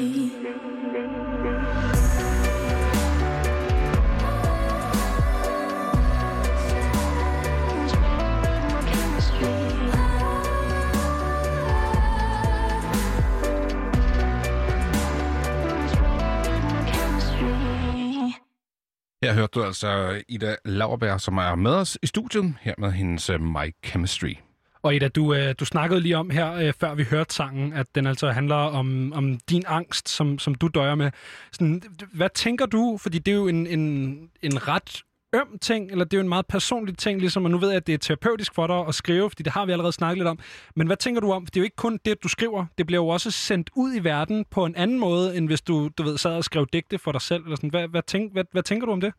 Her hørte du altså Ida Lauerberg, som er med os i studiet, her med hendes uh, My Chemistry. Og Ida, du, øh, du snakkede lige om her, øh, før vi hørte sangen, at den altså handler om, om din angst, som, som du døjer med. Sådan, hvad tænker du? Fordi det er jo en, en, en ret øm ting, eller det er jo en meget personlig ting, ligesom, og nu ved jeg, at det er terapeutisk for dig at skrive, fordi det har vi allerede snakket lidt om. Men hvad tænker du om? Det er jo ikke kun det, du skriver. Det bliver jo også sendt ud i verden på en anden måde, end hvis du, du ved, sad og skrev digte for dig selv. Eller sådan. Hvad, hvad, tænk, hvad, hvad tænker du om det?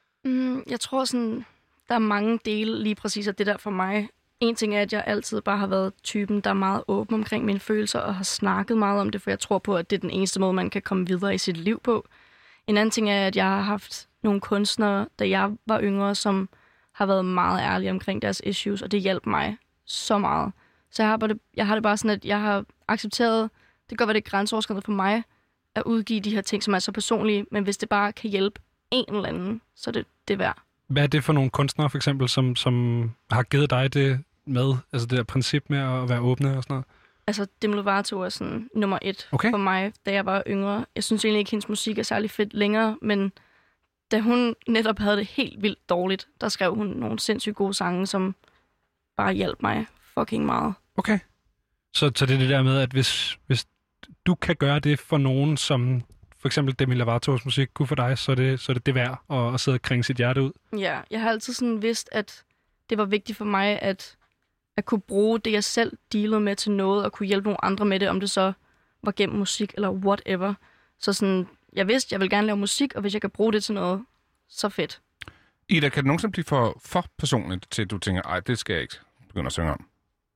Mm, jeg tror sådan, der er mange dele lige præcis af det der for mig. En ting er, at jeg altid bare har været typen, der er meget åben omkring mine følelser, og har snakket meget om det, for jeg tror på, at det er den eneste måde, man kan komme videre i sit liv på. En anden ting er, at jeg har haft nogle kunstnere, da jeg var yngre, som har været meget ærlige omkring deres issues, og det hjalp mig så meget. Så jeg har, bare det, jeg har det bare sådan, at jeg har accepteret, det kan godt være, det er grænseoverskridende for mig, at udgive de her ting, som er så personlige, men hvis det bare kan hjælpe en eller anden, så er det det værd. Hvad er det for nogle kunstnere, for eksempel, som, som har givet dig det med, altså det der princip med at være åbne og sådan noget? Altså, Demi Lovato er sådan nummer et okay. for mig, da jeg var yngre. Jeg synes egentlig ikke, hendes musik er særlig fedt længere, men da hun netop havde det helt vildt dårligt, der skrev hun nogle sindssygt gode sange, som bare hjalp mig fucking meget. Okay. Så, så det er det der med, at hvis, hvis du kan gøre det for nogen, som for eksempel Demi Lovatos musik kunne for dig, så er det, så er det, det værd at, at sidde og kringe sit hjerte ud? Ja, jeg har altid sådan vidst, at det var vigtigt for mig, at at kunne bruge det, jeg selv dealede med til noget, og kunne hjælpe nogle andre med det, om det så var gennem musik eller whatever. Så sådan, jeg vidste, jeg vil gerne lave musik, og hvis jeg kan bruge det til noget, så fedt. Ida, kan det nogensinde blive for, for personligt, til at du tænker, ej, det skal jeg ikke begynde at synge om?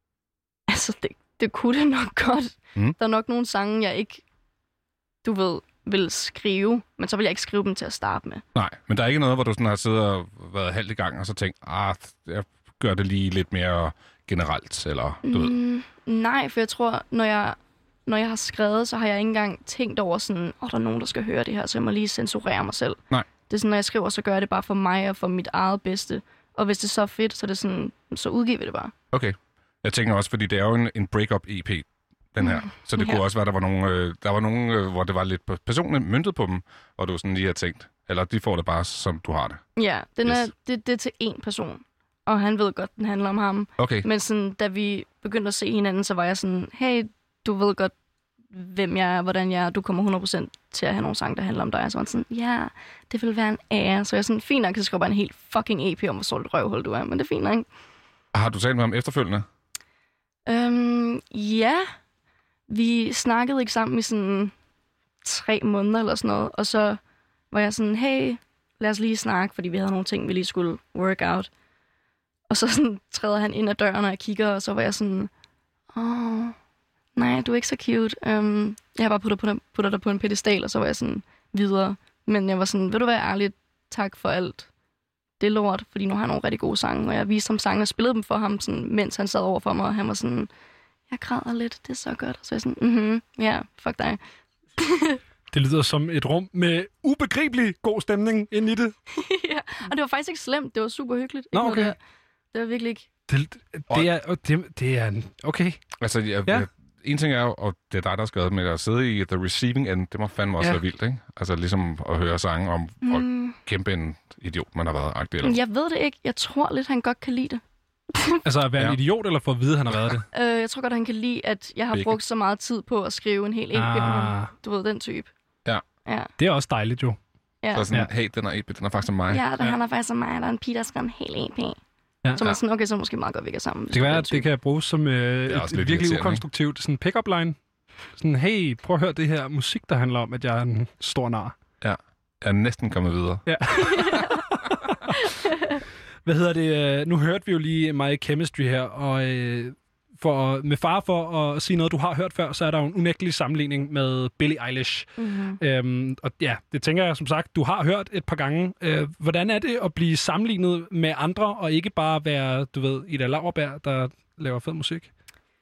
Altså, det, det kunne det nok godt. Mm. Der er nok nogle sange, jeg ikke, du ved, vil skrive, men så vil jeg ikke skrive dem til at starte med. Nej, men der er ikke noget, hvor du sådan har siddet og været halvt i gang, og så tænkt, ah, jeg gør det lige lidt mere generelt, eller du mm, ved? Nej, for jeg tror, når jeg, når jeg har skrevet, så har jeg ikke engang tænkt over sådan, åh, oh, der er nogen, der skal høre det her, så jeg må lige censurere mig selv. Nej. Det er sådan, når jeg skriver, så gør jeg det bare for mig og for mit eget bedste. Og hvis det så er fedt, så er det sådan, så udgiver vi det bare. Okay. Jeg tænker også, fordi det er jo en, en break-up-E P, den her. Så det ja. kunne også være, der var nogle, øh, der var nogle øh, hvor det var lidt personligt møntet på dem, hvor du sådan lige har tænkt, eller de får det bare, som du har det. Ja, den yes. er, det, det er til én person. Og han ved godt, den handler om ham. Okay. Men sådan, da vi begyndte at se hinanden, så var jeg sådan, hey, du ved godt, hvem jeg er, hvordan jeg er. Du kommer hundrede procent til at have nogle sange, der handler om dig. Så var sådan, ja, det vil være en ære. Så jeg er sådan, fint nok, så skriver bare en helt fucking E P om, hvor stort et røvhul du er. Men det er fint nok. Har du talt med ham efterfølgende? Øhm, ja. Vi snakkede ikke sammen i sådan tre måneder eller sådan noget. Og så var jeg sådan, hey, lad os lige snakke, fordi vi havde nogle ting, vi lige skulle work out. Og så sådan træder han ind ad døren, og jeg kigger, og så var jeg sådan, åh, nej, du er ikke så cute. Um, jeg har bare puttet, på, puttet dig på en pedestal, og så var jeg sådan videre. Men jeg var sådan, vil du være ærlig, tak for alt. Det er lort, fordi nu har jeg nogle rigtig gode sange, og jeg viste ham sange og spillede dem for ham, sådan, mens han sad over for mig, og han var sådan, jeg græder lidt, det er så godt. Og så var jeg sådan, mhm, ja, yeah, fuck dig. Det lyder som et rum med ubegribelig god stemning ind i det. Ja, og det var faktisk ikke slemt, det var super hyggeligt. Nå, okay. Det, det var virkelig ikke. Det, det, er, det, det er okay. Altså, jeg, ja. jeg, en ting er jo, og det er dig, der har skrevet med at sidde i the receiving end, det må fandme også ja. være vildt, ikke? Altså ligesom at høre sange om, mm. og kæmpe en idiot, man har været agtig. Eller? Jeg ved det ikke. Jeg tror lidt, han godt kan lide det. Altså at være Ja. en idiot, eller for at vide, at han har været det? Øh, jeg tror godt, han kan lide, at jeg har Begge. brugt så meget tid på at skrive en hel E P om Ah. ham. Du ved, den type. Ja. Ja. Det er også dejligt, jo. Ja. Så sådan, Ja. hey, den er E P, den er faktisk af mig. Ja, der, han er faktisk som mig, der er en pige, der skrev en hel E P. Ja. Så man er sådan, okay, så er det måske meget godt, vi kan sammen. Det kan være, at det kan bruges som øh, et, også et lidt virkelig irriterende, ukonstruktivt sådan pick-up line. Sådan, hey, prøv at høre det her musik, der handler om, at jeg er en stor nar. Ja. Jeg er næsten kommet videre. Ja. Hvad hedder det? Nu hørte vi jo lige My Chemistry her, og øh, for, med far for at sige noget, du har hørt før, så er der jo en unægtelig sammenligning med Billie Eilish. Mm-hmm. Øhm, og ja, det tænker jeg som sagt, du har hørt et par gange. Øh, hvordan er det at blive sammenlignet med andre, og ikke bare være, du ved, Ida Lauerberg, der laver fed musik?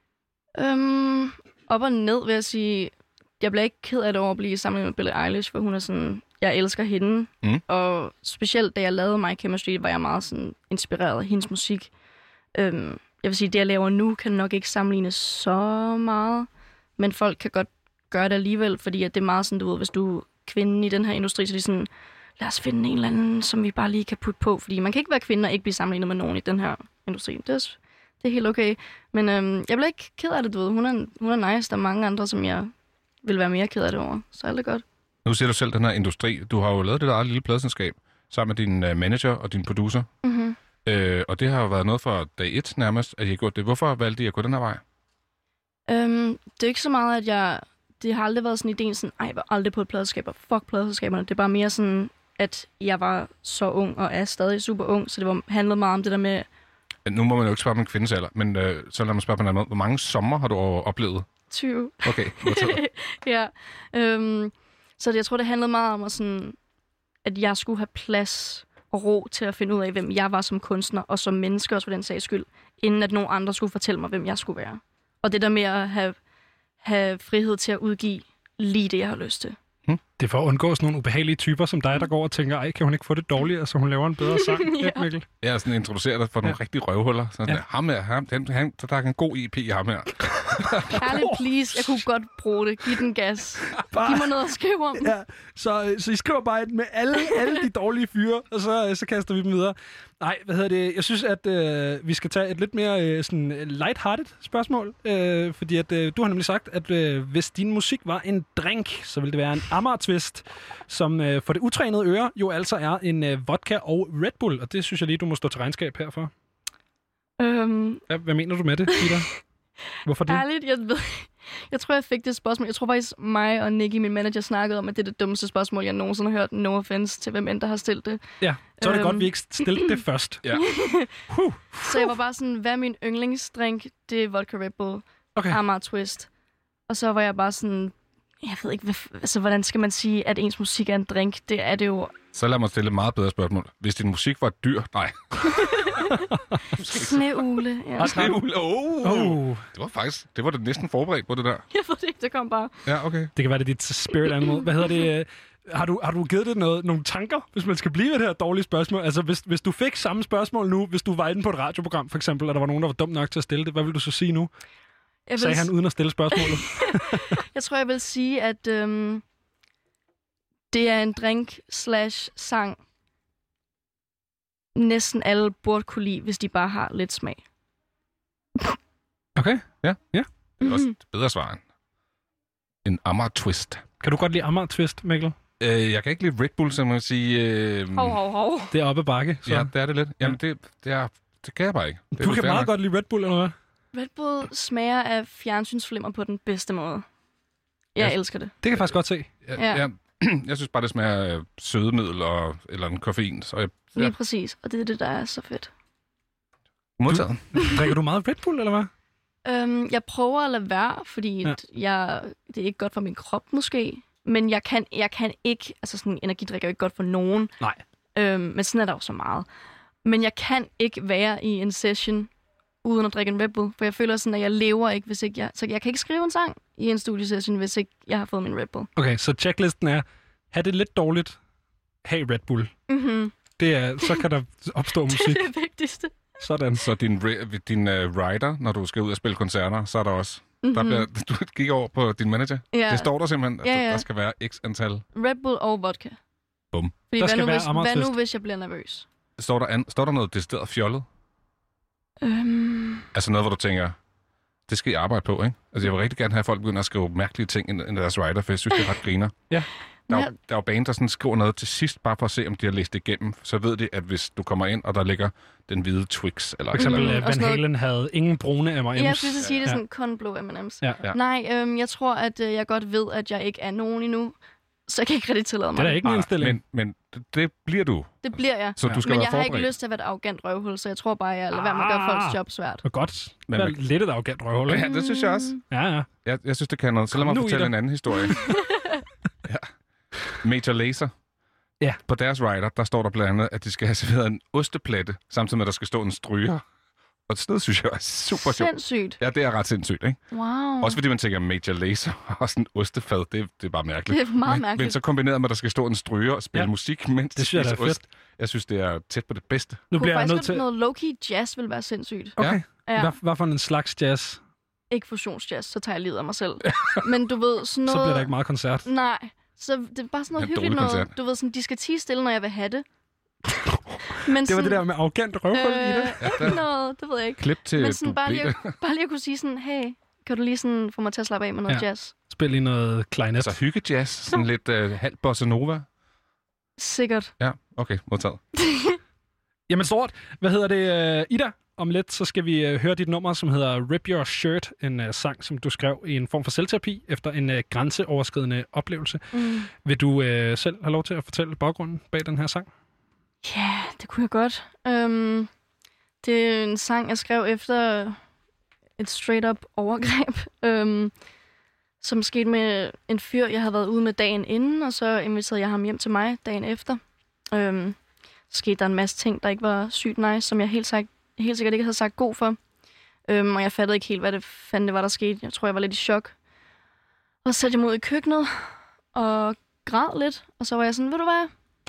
Øhm, op og ned vil jeg sige, jeg bliver ikke ked af det over at blive sammenlignet med Billie Eilish, for hun er sådan, jeg elsker hende. Mm. Og specielt da jeg lavede My Chemistry, var jeg meget sådan inspireret af hendes musik. Øhm, jeg vil sige, det jeg laver nu, kan nok ikke sammenlignes så meget, men folk kan godt gøre det alligevel, fordi at det er meget sådan, du ved, hvis du er kvinden i den her industri, så er de sådan, lad os finde en eller anden, som vi bare lige kan putte på, fordi man kan ikke være kvinde og ikke blive sammenlignet med nogen i den her industri. Det er, det er helt okay. Men øhm, jeg bliver ikke ked af det, du ved. Hun er, hun er nice, der er mange andre, som jeg vil være mere ked af det over. Så er det godt. Nu siger du selv den her industri. Du har jo lavet det der eget lille pladselskab sammen med din uh, manager og din producer. Mm-hmm. Øh, og det har jo været noget fra dag et nærmest, at I har gjort det. Hvorfor valgte I at gå den her vej? Øhm, det er ikke så meget, at jeg... Det har aldrig været sådan ideen sådan, ej, jeg var aldrig på et pladselskab, og fuck pladselskaberne. Det er bare mere sådan, at jeg var så ung, og er stadig super ung, så det var, handlede meget om det der med... Nu må man jo ikke spørge om en kvindes alder, men øh, så lad mig spørge på en anden måde. Hvor mange sommer har du oplevet? tyve. Okay, modtaget. Ja. Øhm, så det, jeg tror, det handlede meget om, at, sådan, at jeg skulle have plads og ro til at finde ud af, hvem jeg var som kunstner, og som menneske også for den sags skyld, inden at nogen andre skulle fortælle mig, hvem jeg skulle være. Og det der med at have, have frihed til at udgive lige det, jeg har lyst til. Hmm. Det er for at undgå sådan nogle ubehagelige typer som dig, der går og tænker, ej, kan hun ikke få det dårligere, så hun laver en bedre sang? Ja. Mikkel? Jeg er sådan introducerer dig for nogle Ja. rigtige røvhuller. Sådan, Ja. ja. Ham her, ham, han, han, der er en god E P i ham her. Ærligt, please. Jeg kunne godt bruge det. Giv den gas. Giv mig noget at skrive om. Ja, så, så I skriver bare med alle, alle de dårlige fyre, og så, så kaster vi dem videre. Nej, hvad hedder det? Jeg synes, at øh, vi skal tage et lidt mere øh, sådan lighthearted spørgsmål. Øh, fordi at, øh, du har nemlig sagt, at øh, hvis din musik var en drink, så ville det være en Amager-twist, som øh, for det utrænede øre jo altså er en øh, vodka og Red Bull. Og det synes jeg lige, du må stå til regnskab herfor. Øhm, Hvad, hvad mener du med det, Ida? Hvorfor det? ærligt, jeg ved... Jeg tror, jeg fik det spørgsmål. Jeg tror faktisk, mig og Nicky, min manager, snakkede om, at det er det dummeste spørgsmål, jeg nogensinde har hørt. No offense til hvem end, der har stillet det. Ja, så er det Øhm. godt, vi ikke stillede det først. Ja. Huh. Så jeg var bare sådan, hvad er min yndlingsdrink? Det er vodka Red Bull. Okay. Amager Twist. Og så var jeg bare sådan, jeg ved ikke, hvad, altså, hvordan skal man sige, at ens musik er en drink? Det er det jo... Så lad mig stille et meget bedre spørgsmål. Hvis din musik var et dyr... Nej. Sneugle. Ja. Sneugle. Oh. Oh. Det var faktisk... Det var det næsten forberedt på det der. Jeg ved det ikke, det kom bare. Ja, okay. Det kan være, det er dit spirit animal. Hvad hedder det? øh, Har du, har du givet det noget, nogle tanker, hvis man skal blive ved det her dårlige spørgsmål? Altså, hvis, hvis du fik samme spørgsmål nu, hvis du var inde på et radioprogram, for eksempel, og der var nogen, der var dum nok til at stille det, hvad vil du så sige nu? Jeg vil Sagde han s- uden at stille spørgsmålet. Jeg tror, jeg vil sige, at øhm, det er en drink slash sang, næsten alle burde kunne lide, hvis de bare har lidt smag. Okay. Ja. Ja. Det er også et bedre svar end en Amager Twist. Kan du godt lide Amager Twist, Mikkel? Øh, jeg kan ikke lide Red Bull, så man kan sige... Øh, Hov, hov, hov. Det er oppe ad bakke. Så. Ja, det er det lidt. Jamen, det, det, er, det kan jeg bare ikke. Det er Du vel kan fair meget nok. godt lide Red Bull, eller hvad? Red Bull smager af fjernsynsflimmer på den bedste måde. Jeg Jeg- elsker det. Det kan jeg faktisk godt se. Ja, Ja. ja. Jeg synes bare, det smager af sødemiddel og, eller en koffein. Så jeg, Lige ja, præcis. Og det er det, der er så fedt. modtaget. Drikker du meget Red Bull, eller hvad? Øhm, jeg prøver at lade være, fordi Ja. ja. jeg, det er ikke godt for min krop måske. Men jeg kan, jeg kan ikke... Altså sådan energidrik er jo ikke godt for nogen. Nej. Øhm, men sådan er der jo så meget. Men jeg kan ikke være i en session uden at drikke en Red Bull. For jeg føler sådan, at jeg lever ikke, hvis ikke jeg... Så jeg kan ikke skrive en sang i en studiesession, hvis ikke jeg har fået min Red Bull. Okay, så checklisten er, have det lidt dårligt, have Red Bull. Mhm. Det er, så kan der opstå musik. Det er det vigtigste. Sådan. Så din, re- din uh, rider, når du skal ud og spille koncerter, så er der også... Mm-hmm. Der bliver, du gik over på din manager. Ja. Det står der simpelthen, at Ja, der- ja. der skal være x antal. Red Bull og vodka. Bum. Fordi Der hvad skal nu, være hvis, Amager hvad nu, Twist. hvis jeg bliver nervøs? Står der, an, står der noget decideret fjollet? Øhm... Altså noget, hvor du tænker, det skal I arbejde på, ikke? Altså jeg vil rigtig gerne have, at folk begynder at skrive mærkelige ting i deres writer, for jeg synes, det er ret griner. Ja. Der er, jo, der er jo band, der sådan skriver noget til sidst, bare for at se, om de har læst det igennem. Så ved de, at hvis du kommer ind, og der ligger den hvide Twix. Eller for eksempel, eller mm, Van Halen havde ingen brune M and M's. Ja, jeg skulle sige, det er sådan kun blå M and M's. Ja. Ja. Nej, øhm, jeg tror, at øh, jeg godt ved, at jeg ikke er nogen endnu. Så jeg kan ikke rigtig tillade mig. Det er da ikke en indstilling. Men, men det, det bliver du. Det bliver jeg. Så du skal men være jeg har forberedt. ikke lyst til at være et arrogant røvhul, så jeg tror bare, jeg lader være med at gøre folks job svært. Det er godt. Men, men, lidt et arrogant røvhul. Ja, det synes jeg også. Ja, ja. Jeg, jeg synes, det kan noget. Så lad mig Kom fortælle en anden historie. ja. Major Lazer. Ja. På deres writer, der står der blandt andet, at de skal have serveret en osteplatte, samtidig med, at der skal stå en stryger. Og det sted synes jeg er super sjovt. Sindssygt. Ja, det er ret sindssygt, ikke? Wow. Også fordi man tænker, Major Lazer og sådan en ostefad, det, det er bare mærkeligt. Det er meget men, mærkeligt. Men så kombineret med, at der skal stå en stryger og spille ja. musik, mens det synes jeg, de ost. Jeg synes, det er tæt på det bedste. Nu bliver jeg nødt til... noget low-key jazz vil være sindssygt. Okay. Ja. Hvad, hvad for en slags jazz? Ikke fusionsjazz, så tager jeg livet af mig selv. Men du ved, sådan noget... Så bliver der ikke meget koncert. Nej, så det er bare sådan noget hyggeligt noget. Du ved, sådan, de skal tie stille, når jeg vil have det. Men det var sådan, det der med arrogant røvhul øh, i det. Ja, ikke noget, det ved jeg ikke. Klip til, men sådan, bare, lige, at, bare lige at kunne sige sådan, hey, kan du lige sådan få mig til at slappe af med noget ja. jazz? Spil lige noget klarinet. Altså hygge-jazz, sådan lidt uh, halv bossa nova. Sikkert. Ja, okay, modtaget. Jamen stort. Hvad hedder det, uh, Ida? Om lidt, så skal vi uh, høre dit nummer, som hedder Rip Your Shirt, en uh, sang, som du skrev i en form for selvterapi efter en uh, grænseoverskridende oplevelse. Mm. Vil du uh, selv have lov til at fortælle baggrunden bag den her sang? Ja, yeah, det kunne jeg godt. Um, det er en sang, jeg skrev efter et straight-up overgreb, um, som skete med en fyr, jeg havde været ude med dagen inden, og så inviterede jeg ham hjem til mig dagen efter. Um, så skete der en masse ting, der ikke var sygt nice, som jeg helt, sagt, helt sikkert ikke havde sagt god for. Um, og jeg fattede ikke helt, hvad det fanden det var, der skete. Jeg tror, jeg var lidt i chok. Og så satte jeg mig ud i køkkenet og græd lidt, og så var jeg sådan, ved du hvad?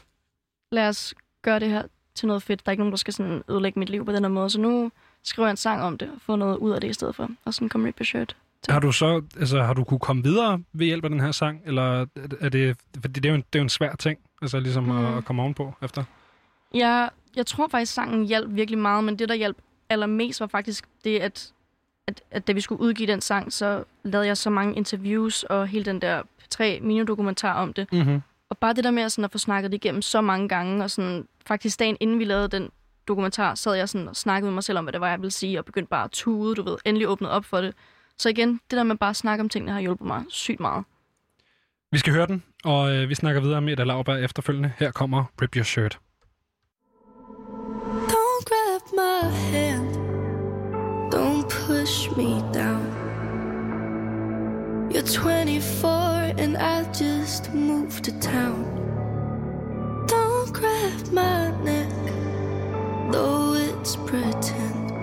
Lad os gøre det her til noget fedt. Der er ikke nogen, der skal sådan ødelægge mit liv på den her måde. Så nu skriver jeg en sang om det og få noget ud af det i stedet for. Og sådan kom Rip Your Shirt til. Har du så, altså har du kunne komme videre ved hjælp af den her sang? Eller er det, fordi det er jo en, det er jo en svær ting, altså ligesom mm. at, at komme ovenpå efter? Ja, jeg tror faktisk, sangen hjalp virkelig meget, men det, der hjalp allermest, var faktisk det, at, at, at da vi skulle udgive den sang, så lavede jeg så mange interviews og hele den der tre minidokumentar om det. Mm-hmm. Og bare det der med at, sådan, at få snakket det igennem så mange gange, og sådan, faktisk dagen inden vi lavede den dokumentar, sad jeg sådan og snakkede med mig selv om, hvad det var, jeg ville sige, og begyndte bare at tude, du ved, endelig åbnet op for det. Så igen, det der med bare at snakke om tingene har hjulpet mig sygt meget. Vi skal høre den, og øh, vi snakker videre med Ida Lauberg efterfølgende. Her kommer Rip Your Shirt. Don't grab my hand, don't push me down. You're twenty-four and I just moved to town. Don't grab my neck, though it's pretend.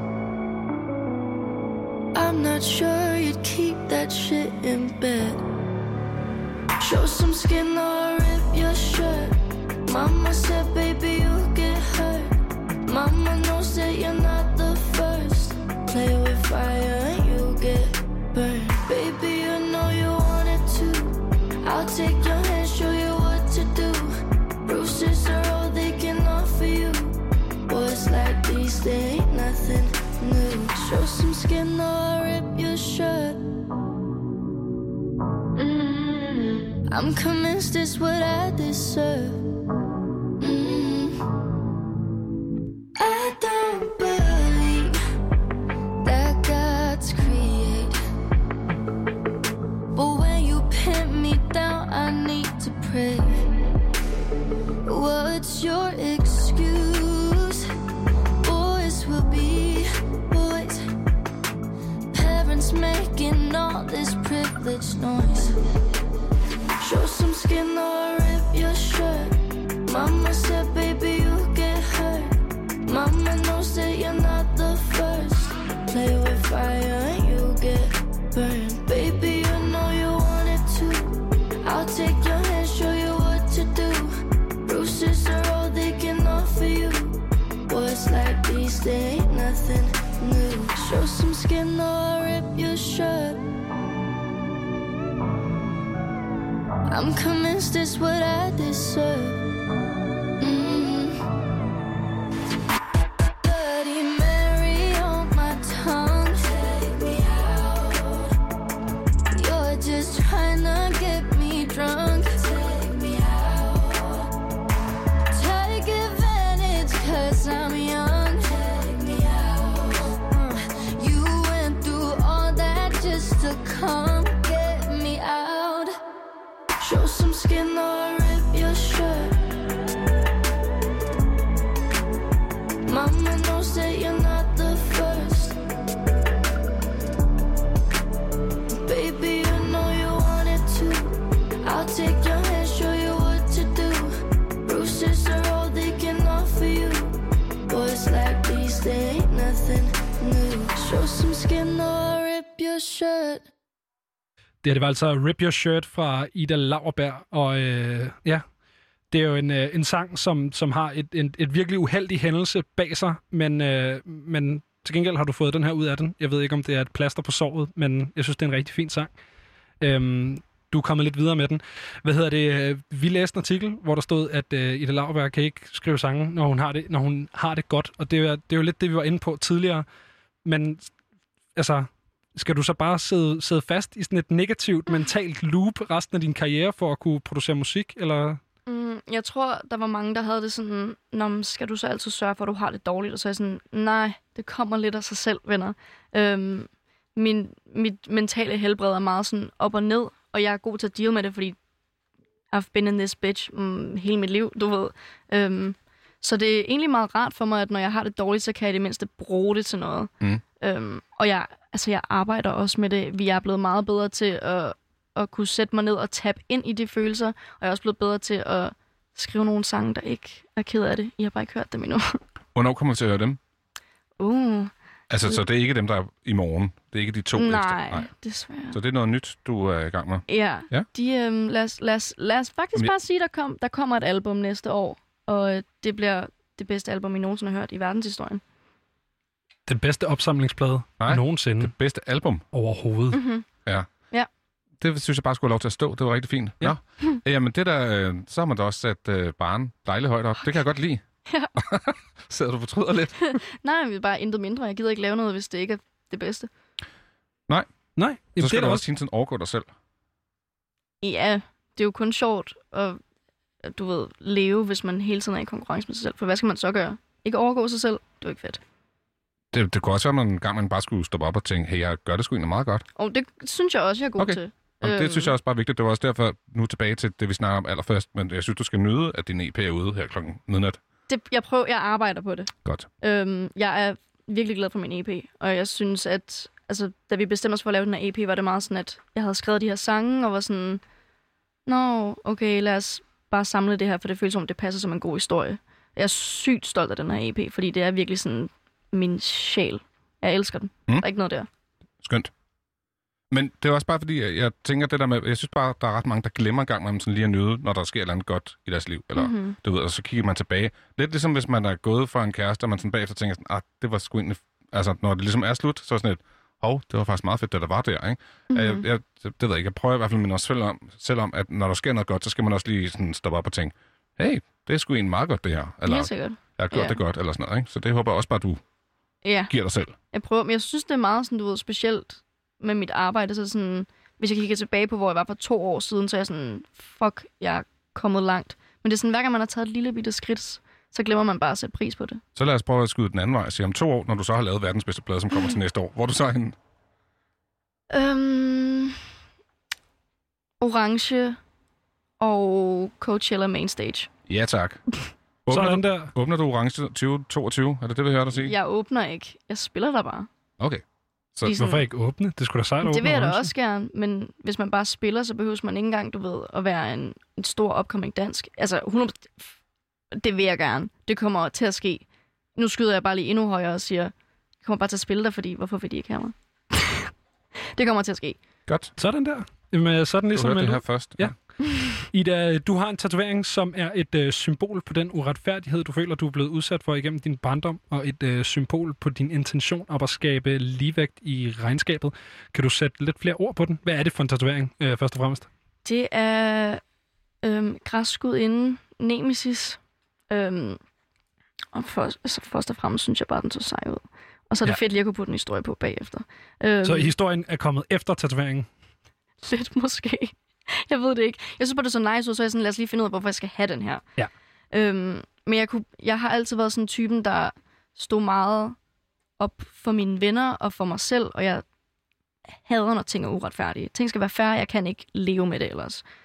I'm not sure you'd keep that shit in bed. Show some skin or rip your shirt. Mama said, baby, you'll get hurt. Mama knows that you're not the first. Play with fire and you'll get burned. Baby, you know you want it too. I'll take your hand, show you what to do. Bruises are all they can offer you. Boys like these, they ain't nothing new. Show some skin or rip your shirt. Mm-hmm. I'm convinced it's what I deserve. Mm-hmm. I don't believe that God's created, but when you pin me down, I need to pray. What's your excuse? Boys will be boys. Parents making all this privilege noise. Show some skin or rip your shirt. Mama said, baby, you'll get hurt. Mama knows that you're not the first. Play with fire and you'll get burned. Baby, you know you want it too. I'll take your hand, show you what to do. Bruises are all they can offer you. Boys like these, they ain't nothing new. Show some skin or rip your shirt. I'm convinced it's what I deserve. Mm. Bloody Mary on skin or rip your shirt. Mama knows that you're not the first. Baby, you know you want it too. I'll take your hand, show you what to do. Bruises are all they can offer you. Boys like these, they ain't nothing new. Show some skin or rip your shirt. Det, det var altså Rip Your Shirt fra Ida Lauerberg, og øh, ja, det er jo en, øh, en sang, som, som har et, en, et virkelig uheldig hændelse bag sig, men, øh, men til gengæld har du fået den her ud af den. Jeg ved ikke, om det er et plaster på såret, men jeg synes, det er en rigtig fin sang. Øhm, du er kommet lidt videre med den. Hvad hedder det? Vi læste en artikel, hvor der stod, at øh, Ida Lauerberg kan ikke skrive sange, når hun har det, når hun har det godt, og det er, det er jo lidt det, vi var inde på tidligere, men altså... Skal du så bare sidde, sidde fast i sådan et negativt mentalt loop resten af din karriere for at kunne producere musik, eller? Mm, jeg tror, der var mange, der havde det sådan, Nå, skal du så altid sørge for, at du har det dårligt? Og så er jeg sådan, nej, det kommer lidt af sig selv, venner. Øhm, min, mit mentale helbred er meget sådan op og ned, og jeg er god til at deal med det, fordi I've been in this bitch mm, hele mit liv, du ved. Øhm, så det er egentlig meget rart for mig, at når jeg har det dårligt, så kan jeg i det mindste bruge det til noget. Mm. Øhm, og jeg, altså, jeg arbejder også med det. Vi er blevet meget bedre til at, at kunne sætte mig ned og tabe ind i de følelser. Og jeg er også blevet bedre til at skrive nogle sange, der ikke er ked af det. I har bare ikke hørt dem endnu. Hvornår kommer du til at høre dem? Uh, altså, så det er ikke dem, der er i morgen? Det er ikke de to nej, ekstra? Nej, desværre. Så det er noget nyt, du er i gang med? Ja. ja? De, øhm, lad, os, lad, os, lad os faktisk Men... bare sige, der, kom, der kommer et album næste år. Og det bliver det bedste album, I nogensinde har hørt i verdenshistorien. Den bedste opsamlingsplade Nej, nogensinde. Det bedste album? Overhovedet. Mm-hmm. Ja. Ja. Det synes jeg bare skulle have lov til at stå. Det var rigtig fint. Ja. Nå. Jamen, det der, så har man da også sat øh, barnen dejligt højt op. Det kan jeg godt lide. Ja. Sidder du fortryder lidt? Nej, vi er bare intet mindre. Jeg gider ikke lave noget, hvis det ikke er det bedste. Nej. Nej. Så skal du også hele tiden overgå dig selv. Ja, det er jo kun sjovt at, du ved, leve, hvis man hele tiden er i konkurrence med sig selv. For hvad skal man så gøre? Ikke overgå sig selv? Det er jo ikke fedt. Det, det kunne også være, at man en gang man bare skulle stoppe op og tænke, hey, jeg gør det sgu egentlig meget godt. Og det synes jeg også, jeg er god okay. til. Jamen, det øhm. synes jeg også bare er vigtigt. Det var også derfor, nu tilbage til det, vi snakker om allerførst. Men jeg synes, du skal nyde, at din E P er ude her klokken midnat. Det, jeg prøver, jeg arbejder på det. Godt. Øhm, jeg er virkelig glad for min E P. Og jeg synes, at altså, da vi bestemte os for at lave den her E P, var det meget sådan, at jeg havde skrevet de her sange, og var sådan, nå, okay, lad os bare samle det her, for det føles som, det passer som en god historie. Jeg er sygt stolt af den her E P, fordi det er virkelig sådan min sjæl. Jeg elsker den. Mm. Der er ikke noget der. Skønt. Men det er også bare fordi, jeg, jeg tænker det der med, jeg synes bare, der er ret mange, der glemmer en gang med sådan lige at nyde, når der sker et eller andet godt i deres liv. Eller, mm-hmm. du ved, og så kigger man tilbage. Lidt ligesom hvis man er gået fra en kæreste, og man sådan bagefter tænker sådan, ah, det var sgu egentlig, altså når det ligesom er slut, så er sådan et, hov, det var faktisk meget fedt, det der var der, ikke? Mm-hmm. Jeg, jeg, det ved jeg ikke, jeg prøver i hvert fald minde os selv om, selv om, at når der sker noget godt, så skal man også lige sådan stoppe op og tænke, hey, det er sgu egentlig meget godt det her. Eller, helt sikkert. Jeg har gjort ja. det godt, eller sådan noget, ikke? Så det håber jeg også bare, du ja. giver dig selv. Jeg prøver, men jeg synes, det er meget sådan, du ved, specielt med mit arbejde, så sådan, hvis jeg kigger tilbage på, hvor jeg var for to år siden, så er jeg sådan, fuck, jeg er kommet langt. Men det er sådan, hver gang man har taget et lille bitte skridt, så glemmer man bare at sætte pris på det. Så lad os prøve at skyde den anden vej og sige, om to år, når du så har lavet verdens bedste plade, som kommer til næste år, hvor er du så henne? Øhm, Orange og Coachella Mainstage. Ja, tak. Åbner, Sådan du, der. åbner du Orange tyve toogtyve? Er det det, vi hører dig sige? Jeg åbner ikke. Jeg spiller der bare. Okay. Så Ligesom, hvorfor ikke åbne? Det skulle da sejt at åbne. Det vil jeg da Orange. også gerne, men hvis man bare spiller, så behøver man ikke engang, du ved, at være en, en stor upcoming dansk. Altså, hundrede procent, det vil jeg gerne. Det kommer til at ske. Nu skyder jeg bare lige endnu højere og siger, jeg kommer bare til at spille der, fordi hvorfor vil de ikke have mig? Det kommer til at ske. Godt. Sådan der. Jamen, sådan ligesom du hørte det her først. Ja. Ida, du har en tatovering, som er et øh, symbol på den uretfærdighed, du føler, du er blevet udsat for igennem din barndom, og et øh, symbol på din intention om at skabe ligevægt i regnskabet. Kan du sætte lidt flere ord på den? Hvad er det for en tatovering, øh, først og fremmest? Det er øhm, græsskudinde Nemesis. Øhm, og for, altså, først og fremmest synes jeg bare, den så sej ud. Og så er det ja. fedt lige at kunne putte en historie på bagefter. Øhm, så historien er kommet efter tatoveringen? Lidt måske. Jeg ved det ikke. Jeg synes bare, det er så nice ud, så jeg sådan, lad os lige finde ud af, hvorfor jeg skal have den her. Ja. Øhm, men jeg, kunne, jeg har altid været sådan en typen, der stod meget op for mine venner og for mig selv, og jeg hader, når ting er uretfærdige. Ting skal være fair, jeg kan ikke leve med det ellers.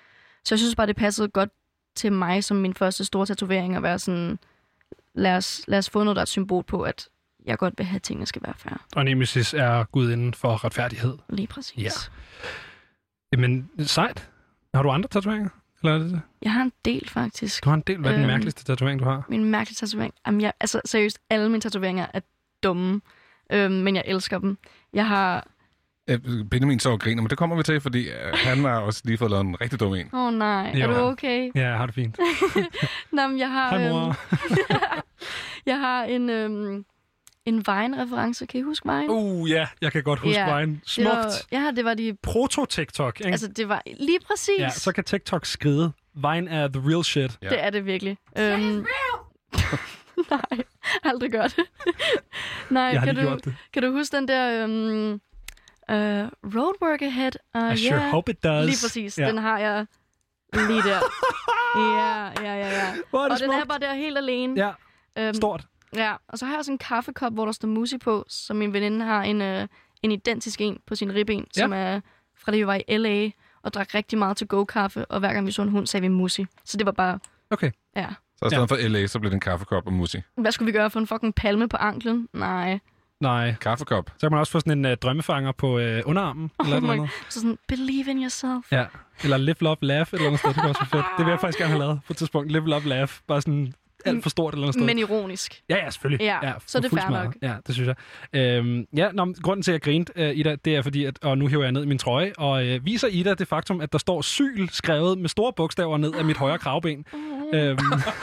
Så jeg synes bare, det passede godt til mig som min første store tatovering at være sådan, lad os, lad os få noget, der er et symbol på, at jeg godt vil have, at tingene skal være fair. Og Nemesis er gudinden for retfærdighed. Lige præcis. Ja. Jamen, sejt. Har du andre tatoveringer? Eller er det det? Jeg har en del, faktisk. Du har en del. Hvad er den Øhm, mærkeligste tatovering, du har? Min mærkeligste tatovering? Jamen, jeg, altså seriøst, alle mine tatoveringer er dumme, øhm, men jeg elsker dem. Jeg har... Benjamin så og griner, men det kommer vi til, fordi uh, han har også lige fået lavet en rigtig dum en. Åh oh, nej, Jo. er du okay? Ja, jeg har det fint. Nå, men jeg har... Hej, mor. Øhm, jeg har en... Øhm, en Vine-reference. Kan I huske Vine? Uh, ja, jeg kan godt huske Ja, Vine. det Smukt. var- Ja, det var de... Proto-TikTok, ikke? Altså, det var lige præcis. Ja, så kan TikTok skride. Vine er the real shit. Ja. Det er det virkelig. Øhm, nej, aldrig gør det. nej, Jeg har kan lige du, gjort det. kan du huske den der øhm, uh, Roadwork Ahead? Uh, I sure hope it does. Lige præcis, Ja. den har jeg lige der. ja, ja, ja, ja. Hvor er det og den er smukt. bare der helt alene. Ja, øhm, stort. Ja, og så har jeg også en kaffekop, hvor der står Musi på, så min veninde har en, øh, en identisk en på sin ribben, Ja. som er fra da vi var i L A og drak rigtig meget til go-kaffe, og hver gang vi så en hund, sagde vi Musi. Så det var bare... Okay. Ja. Så i stedet for L A, så blev det en kaffekop og musi. Hvad skulle vi gøre for en fucking palme på anklen? Nej. Nej. Kaffekop. Så kan man også få sådan en uh, drømmefanger på uh, underarmen. Eller Oh noget my- andet. så sådan, believe in yourself. Ja. Eller Live, Love, Laugh et eller andet sted. Det kunne også være fedt. Det vil jeg faktisk gerne have lavet på et tidspunkt. Live, Love, Laugh. Bare sådan alt for stort et eller andet sted. Men ironisk. Ja, ja, selvfølgelig. Ja, så er det fuldt fair smadret. nok. Ja, det synes jeg. Øhm, ja, nå, men grunden til, at jeg grinte, uh, Ida, det er fordi, at, og nu hiver jeg ned i min trøje, og uh, viser Ida det faktum, at der står syl skrevet med store bogstaver ned af mit højre kravben. øhm.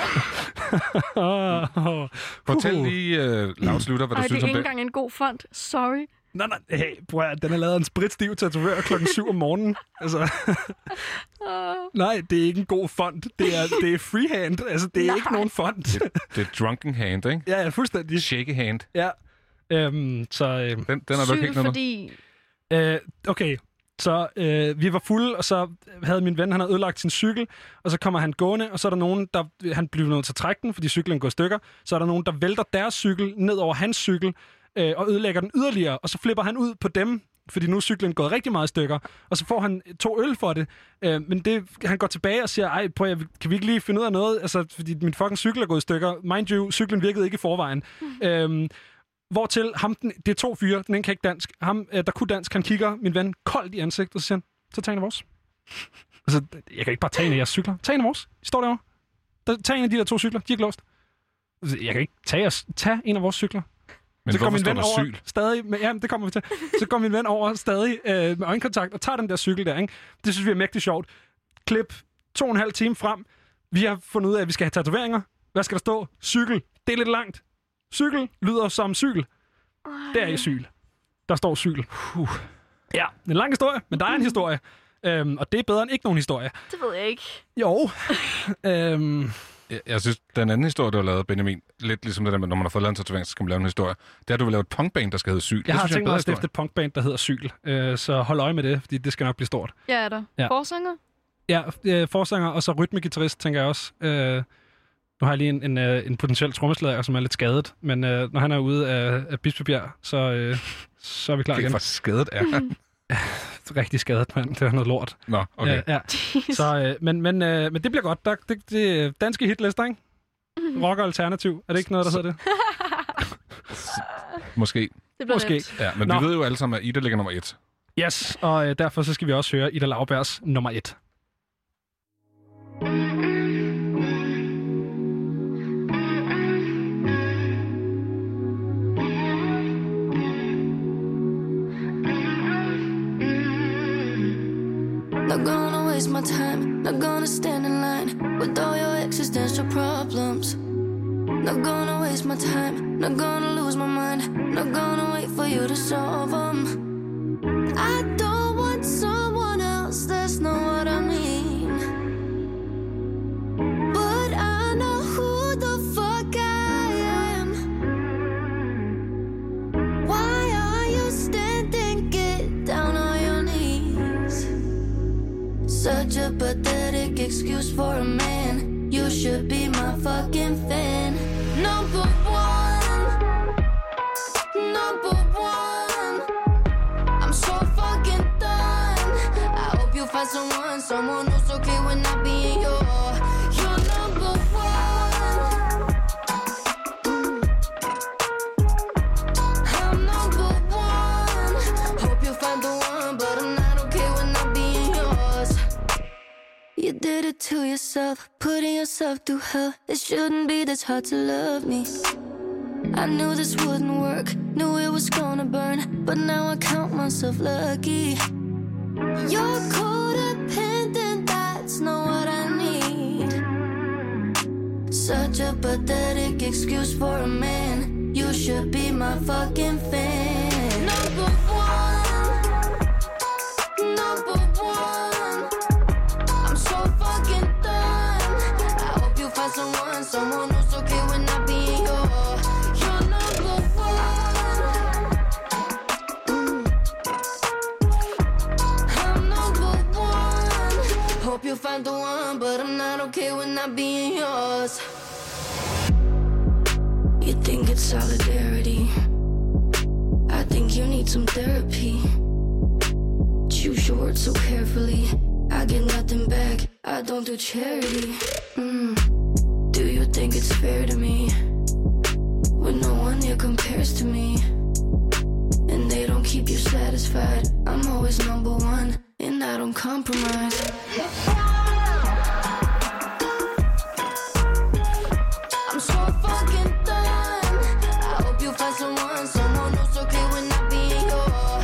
Fortæl lige, uh, Lars Luther, hvad Ej, du det synes er om ikke det. engang en god font. Sorry. Nej, nej, hey, bror, den er lavet af en spritstiv tatovør klokken syv om morgenen. Altså, nej, det er ikke en god font. Det er, det er freehand. Altså, det er Nej. ikke nogen font. Det, det er drunken hand, ikke? Ja, ja, fuldstændig. Shaky hand. Ja. Øhm, så, øh, Den, den er du ikke helt noget fordi... Øh, okay, så øh, vi var fulde, og så havde min ven, han havde ødelagt sin cykel, og så kommer han gående, og så er der nogen, der, han bliver nødt til at trække den, fordi cyklen går i stykker, så er der nogen, der vælter deres cykel ned over hans cykel, øh, og ødelægger den yderligere, og så flipper han ud på dem, fordi nu er cyklen gået rigtig meget i stykker, og så får han to øl for det, øh, men det, han går tilbage og siger, ej, prøv, jeg, kan vi ikke lige finde ud af noget, altså, fordi min fucking cykel er gået i stykker, mind you, cyklen virkede ikke i forvejen. Mm. Øh, Hvortil ham, den, det er to fyre, den ene kan ikke dansk. Ham, øh, der kunne dansk, han kigger min ven koldt i ansigtet, og så siger han, så tag en af vores. Altså, jeg kan ikke bare tage en af jeres cykler. Tag en af vores. De står derovre. Der, tag en af de der to cykler, de er ikke låst. Altså, jeg kan ikke tage, os, tage en af vores cykler. Men så hvorfor går min står ven der over, syl? stadig, med, jamen, det kommer vi til. Så går min ven over stadig øh, med øjenkontakt og tager den der cykel der, ikke? Det synes vi er mægtigt sjovt. Klip to og en halv time frem. Vi har fundet ud af, at vi skal have tatoveringer. Hvad skal der stå? Cykel. Det er lidt langt. Cykel lyder som cykel. Det er ikke syl. Der står syl. Uh. Ja, en lang historie, men der er en historie. Øhm, og det er bedre end ikke nogen historie. Det ved jeg ikke. Jo. øhm. Jeg, jeg synes, den anden historie, du har lavet, Benjamin, lidt ligesom det der med, når man har fået lavet en tatovering, så skal man lave en historie. Det er, at du vil lave et punkband, der skal hedde Syl. Jeg har synes, tænkt er mig en at stifte et punkband, der hedder Syl. Øh, så hold øje med det, fordi det skal nok blive stort. Jeg er der. Ja. Forsanger? Ja, øh, forsanger og så rytmegitarrist, tænker jeg også. Øh, nu har jeg lige en, en, øh, en potentiel trommeslager, som er lidt skadet. Men øh, når han er ude af, af Bispebjerg, så, øh, så er vi klar igen. Hvor skadet er han? Rigtig skadet, mand. Det er noget lort. Nå, okay. Øh, ja. Så, øh, men, men, øh, men det bliver godt. Der, det, det er danske hitlister, ikke? Rock og alternativ. Er det ikke noget, der hedder det? Måske. Det bliver Måske. nemt. Ja, men Nå. vi ved jo alle sammen, at Ida ligger nummer et. Yes, og øh, derfor så skal vi også høre Ida Laubergs nummer et. Not gonna waste my time, not gonna stand in line with all your existential problems. Not gonna waste my time, not gonna lose my mind, not gonna wait for you to solve them. I don't want someone else, that's not what I mean. But I know who the fuck I am. Why are you standing? Get down on your knees. Such a pathetic excuse for a man. You should be my fucking fan. Number one, number one. I'm so fucking done. I hope you find find someone, someone who's okay with not being your, your number one. I'm number one. Hope you find the one, but I'm not okay with not being yours. You did it to yourself, putting yourself through hell. It shouldn't be this hard to love me. I knew this wouldn't work, knew it was gonna burn, but now I count myself lucky. You're codependent, that's not what I need. Such a pathetic excuse for a man. You should be my fucking fan. Number one, number one. I'm so fucking done. I hope you find someone, someone who's okay with not being yours. You're number one. I'm number one. Hope you find the one, but I'm not okay with not being yours. You think it's solidarity? I think you need some therapy. Choose your words so carefully. I get nothing back, I don't do charity. mm. Do you think it's fair to me when no one here compares to me? And they don't keep you satisfied. I'm always number one, and I don't compromise. I'm so fucking done. I hope you find someone, someone who's okay with not being yours.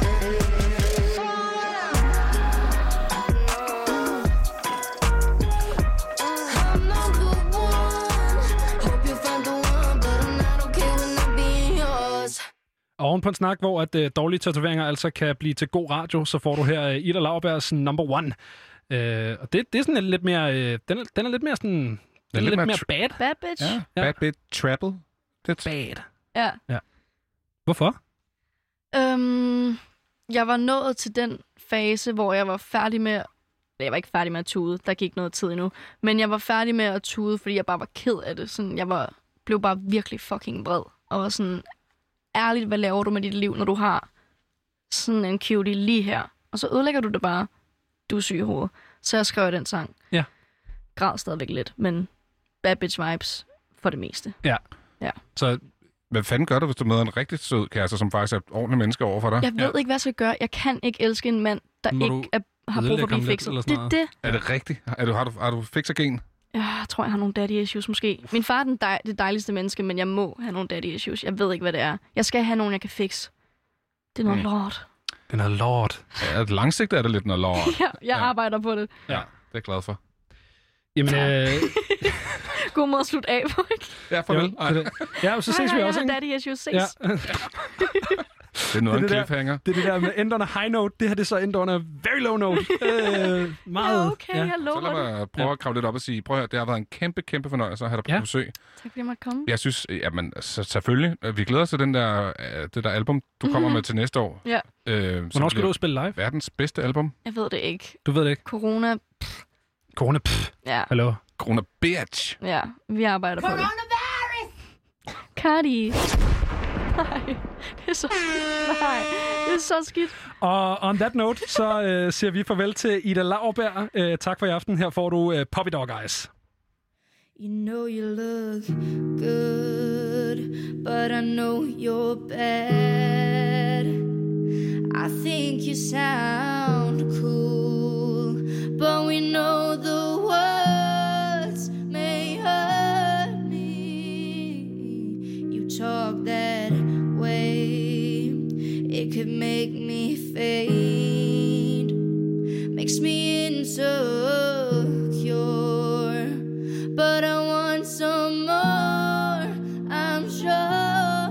I'm number one. Hope you find the one, but I'm not okay with not being yours. Og oven på en snak, hvor at øh, dårlige tatoveringer altså kan blive til god radio, så får du her øh, Ida Laubergs number one. Øh, og det, det er sådan lidt mere, øh, den, er, den er lidt mere sådan, den er lidt, lidt mere tr- bad. Bad bitch. Ja, bad bitch, travel. Det bad. Ja. Ja. Hvorfor? Øhm, jeg var nået til den fase, hvor jeg var færdig med... Jeg var ikke færdig med at tude, der gik noget tid endnu. Men jeg var færdig med at tude, fordi jeg bare var ked af det. Sådan, jeg var, blev bare virkelig fucking vred. Og var sådan, ærligt, hvad laver du med dit liv, når du har sådan en cutie lige her? Og så ødelægger du det bare. Du er syg i hovedet. Så jeg skrev den sang. Ja. Græd stadigvæk lidt, men bad bitch vibes for det meste. Ja. Ja. Så hvad fanden gør du, hvis du møder en rigtig sød kæreste, som faktisk er et ordentligt menneske over for dig? Jeg ved ja. ikke, hvad jeg skal gøre. Jeg kan ikke elske en mand, der Må ikke er, har brug for at blive fikset. Det er det. Er det rigtigt? Er du, har du, har du fiksergen? Ja, jeg tror, jeg har nogle daddy issues måske. Min far er den dej, det dejligste menneske, men jeg må have nogle daddy issues. Jeg ved ikke, hvad det er. Jeg skal have nogen, jeg kan fikse. Det er noget mm. lort. Det er noget lort. Ja, langsigtet er det lidt noget lort. ja, jeg ja. arbejder på det. Ja, det er jeg glad for. Jamen, øh... God måde at slutte af på, ikke? Ja, farvel. Ja, så ses vi også, ikke? Daddy issues, ses. Ja. Det er noget det, af en cliffhanger. Det er det der med end on a high note. Det her det er så end on a very low note. øh, meget. Ja, okay, ja. jeg lover Så lad mig prøve ja. at kravle lidt op og sige, prøv at høre, det har været en kæmpe, kæmpe fornøjelse at have dig på ja. besøg. Tak fordi jeg måtte komme. Jeg synes, jamen, så, selvfølgelig, vi glæder os til den der, det der album, du kommer mm-hmm. med til næste år. Ja. Øh, Hvornår skal du spille live? Verdens bedste album. Jeg ved det ikke. Du ved det ikke? Corona. Pff. Corona, pff. Ja. Hallo. Corona, bitch. Ja, vi arbejder på det. Coronavirus! Cardi. Nej, det er så Nej, det er så skidt. Og on that note, så øh, siger vi farvel til Ida Lauberg. Øh, tak for i aften. Her får du øh, Puppy Dog Eyes. You know you look good, but I know you're bad. I think you sound cool, but we know the words may hurt me. You talk that way, it could make me faint, makes me insecure, but I want some more, I'm sure.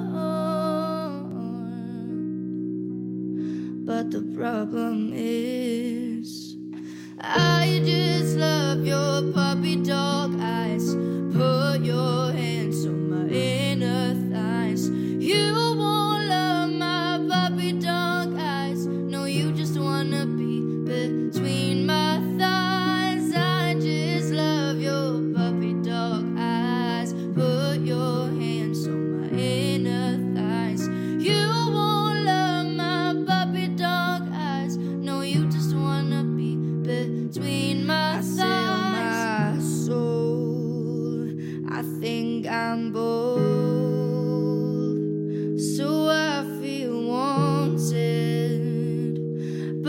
But the problem is I just love your puppy dog eyes. Put your hands on my inner thighs. You won't love my puppy dog eyes. No, you just wanna be between my thighs. I just love your puppy dog eyes. Put your hands on my inner thighs. You won't love my puppy dog eyes. No, you just wanna be between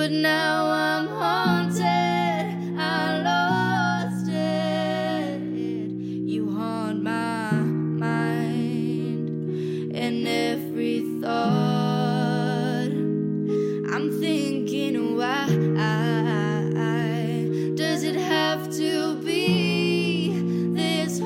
but now I'm haunted. I lost it. You haunt my mind and every thought. I'm thinking, why does it have to be this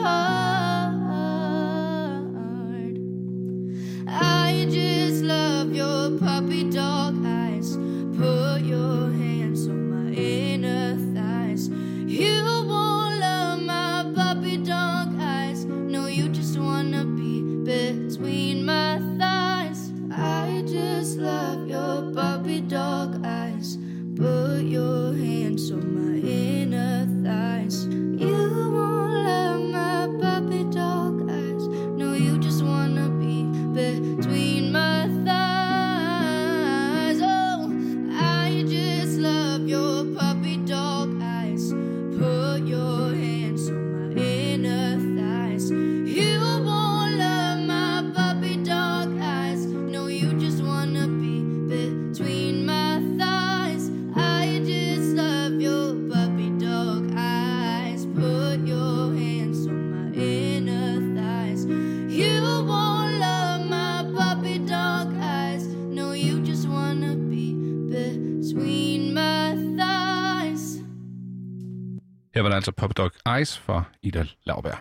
hard? I just love your puppy dog eyes. Put your hands on my inner thighs. You won't love my puppy dog eyes. No, you just wanna be between my thighs. I just love your puppy dog eyes. Put your hands on my inner thighs. You won't love my puppy dog eyes. No, you just wanna be between my thighs. Oh, I just love your puppy dog eyes. Put your hands on my inner thighs. You won't love my puppy dog eyes. No, you just wanna be between my thighs. I just love your puppy dog eyes. Put your hands on my inner thighs. You won't love my puppy dog eyes. No, you just wanna be between my thighs. Her var der altså Puppy Dog Ice fra Ida Lauberg.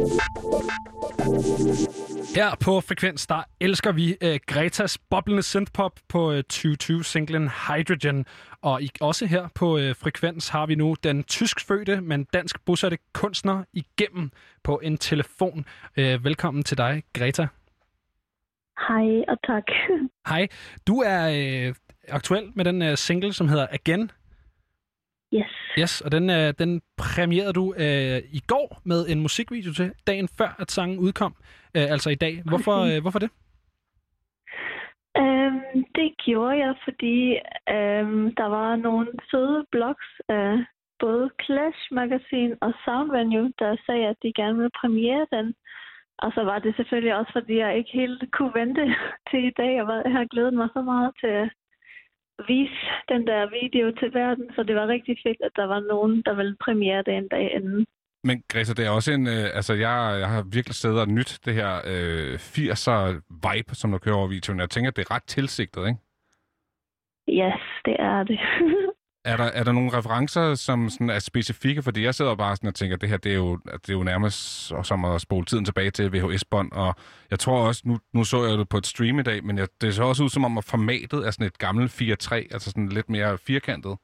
Her på Frekvens, der elsker vi uh, Gretas boblende synthpop på uh, tyve tyve-singlen Hydrogen. Og i, også her på uh, Frekvens har vi nu den tyskfødte, men dansk bosatte kunstner igennem på en telefon. Uh, velkommen til dig, Greta. Hej og tak. Hej. Du er uh, aktuel med den uh, single, som hedder Again. Yes. Yes, og den, uh, den premierede du uh, i går med en musikvideo til, dagen før, at sangen udkom. Uh, altså i dag. Hvorfor, uh, hvorfor det? Um, det gjorde jeg, fordi um, der var nogle søde blogs af både Clash Magazine og Sound Venue, der sagde, at de gerne ville premiere den. Og så var det selvfølgelig også, fordi jeg ikke helt kunne vente til i dag. Jeg, var, jeg har glædet mig så meget til at vise den der video til verden, så det var rigtig fedt, at der var nogen, der ville premiere det en dag inden. Men Greta, det er også en... Øh, altså, jeg, jeg har virkelig siddet og nyt det her øh, firser-vibe, som der kører over videoen. Jeg tænker, at det er ret tilsigtet, ikke? Yes, det er det. er, der, er der nogle referencer, som sådan er specifikke? Fordi jeg sidder bare sådan og tænker, at det her det er, jo, det er jo nærmest som at spole tiden tilbage til V H S-bånd. Og jeg tror også, nu, nu så jeg det på et stream i dag, men jeg, det ser også ud som om, at formatet er sådan et gammelt fire tre, altså sådan lidt mere firkantet.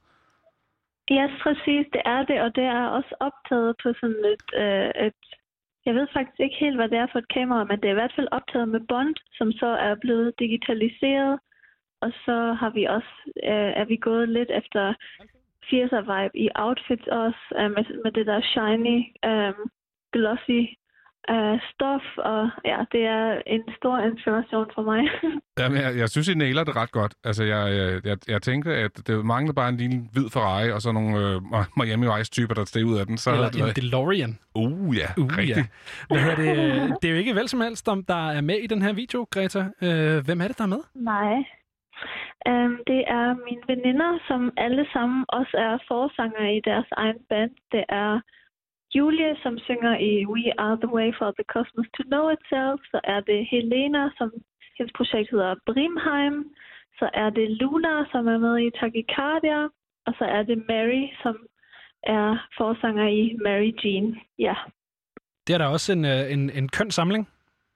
Ja, yes, præcis. Det er det, og det er også optaget på sådan et, øh, et... Jeg ved faktisk ikke helt, hvad det er for et kamera, men det er i hvert fald optaget med bånd, som så er blevet digitaliseret. Og så har vi også, øh, er vi gået lidt efter firser-vibe i outfits også, øh, med, med det der shiny, øh, glossy øh, stof. Og ja, det er en stor inspiration for mig. Jamen, jeg, jeg synes, I nailer det ret godt. Altså, jeg, jeg, jeg tænkte, at det manglede bare en lille hvid Ferrari, og så nogle øh, Miami Vice-typer, der steg ud af den. Så Eller det en været... DeLorean. Uh, ja, uh, rigtigt. Ja. Hvad det? Det er jo ikke vel som helst, der er med i den her video, Greta. Øh, hvem er det, der er med? Nej. Um, det er mine veninder, som alle sammen også er forsanger i deres egen band. Det er Julie, som synger i We Are The Way For The Cosmos To Know Itself. Så er det Helena, som hendes projekt hedder Brimheim. Så er det Luna, som er med i Tachycardia. Og så er det Mary, som er forsanger i Mary Jean. Ja. Det er da også en, en, en køn samling.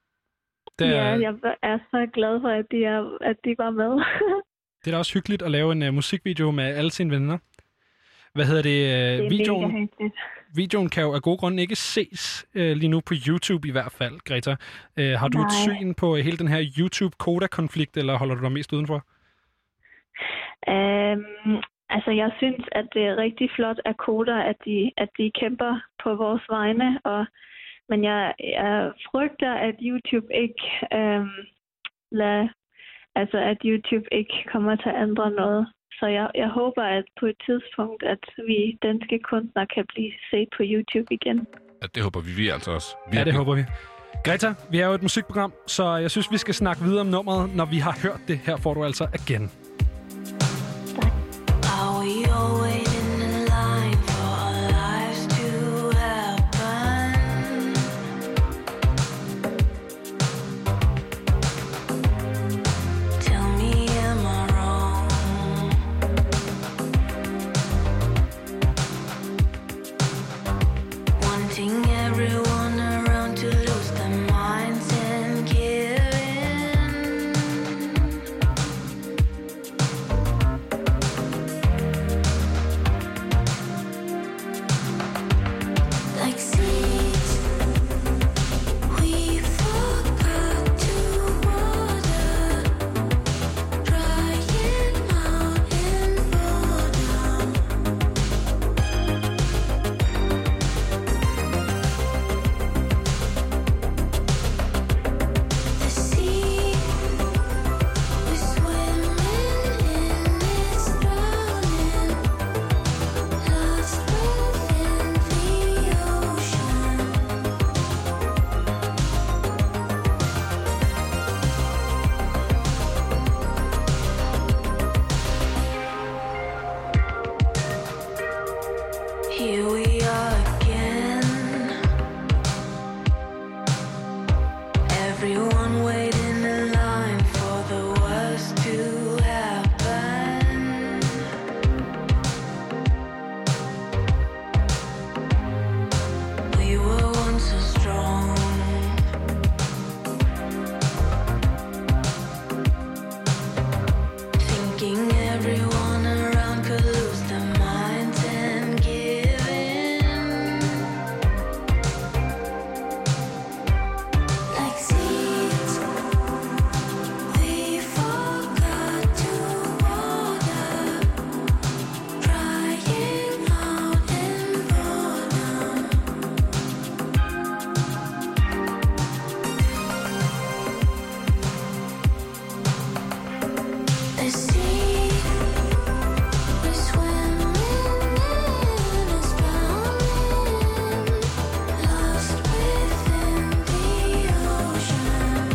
Det er... Ja, jeg er så glad for, at de, er, at de var med. Det er da også hyggeligt at lave en uh, musikvideo med alle sine venner. Hvad hedder det? Uh, det videoen, videoen kan jo af gode grunde ikke ses uh, lige nu på YouTube i hvert fald, Greta. Uh, har du Nej. et syn på uh, hele den her YouTube-Koda-konflikt, eller holder du dig mest udenfor? Um, altså, jeg synes, at det er rigtig flot af Koda, at de, at de kæmper på vores vegne, og men jeg, jeg frygter, at YouTube ikke øhm, lad, altså at YouTube ikke kommer til at ændre noget. Så jeg, jeg håber, at på et tidspunkt, at vi danske kunstnere kan blive set på YouTube igen. Ja, det håber vi, vi altså også. Virkelig. Ja, det håber vi. Greta, vi er jo et musikprogram, så jeg synes, vi skal snakke videre om nummeret. Når vi har hørt det, her får du altså Again. Tak. Oh, we all waiting in line for our lives to happen? Tell me, am I wrong? Wanting everyone around to lose their minds and give in. Like seeds, we forgot to water, drying out in boredom. The sea, we swimming in its drowning, lost within the ocean. Here we are again. Everyone waiting in line for the worst to happen. We were once so strong. Thinking everyone around could lose their minds and give in. Like seeds, we forgot to water, drying out in boredom. The sea, we swimming in its drowning, lost within the ocean.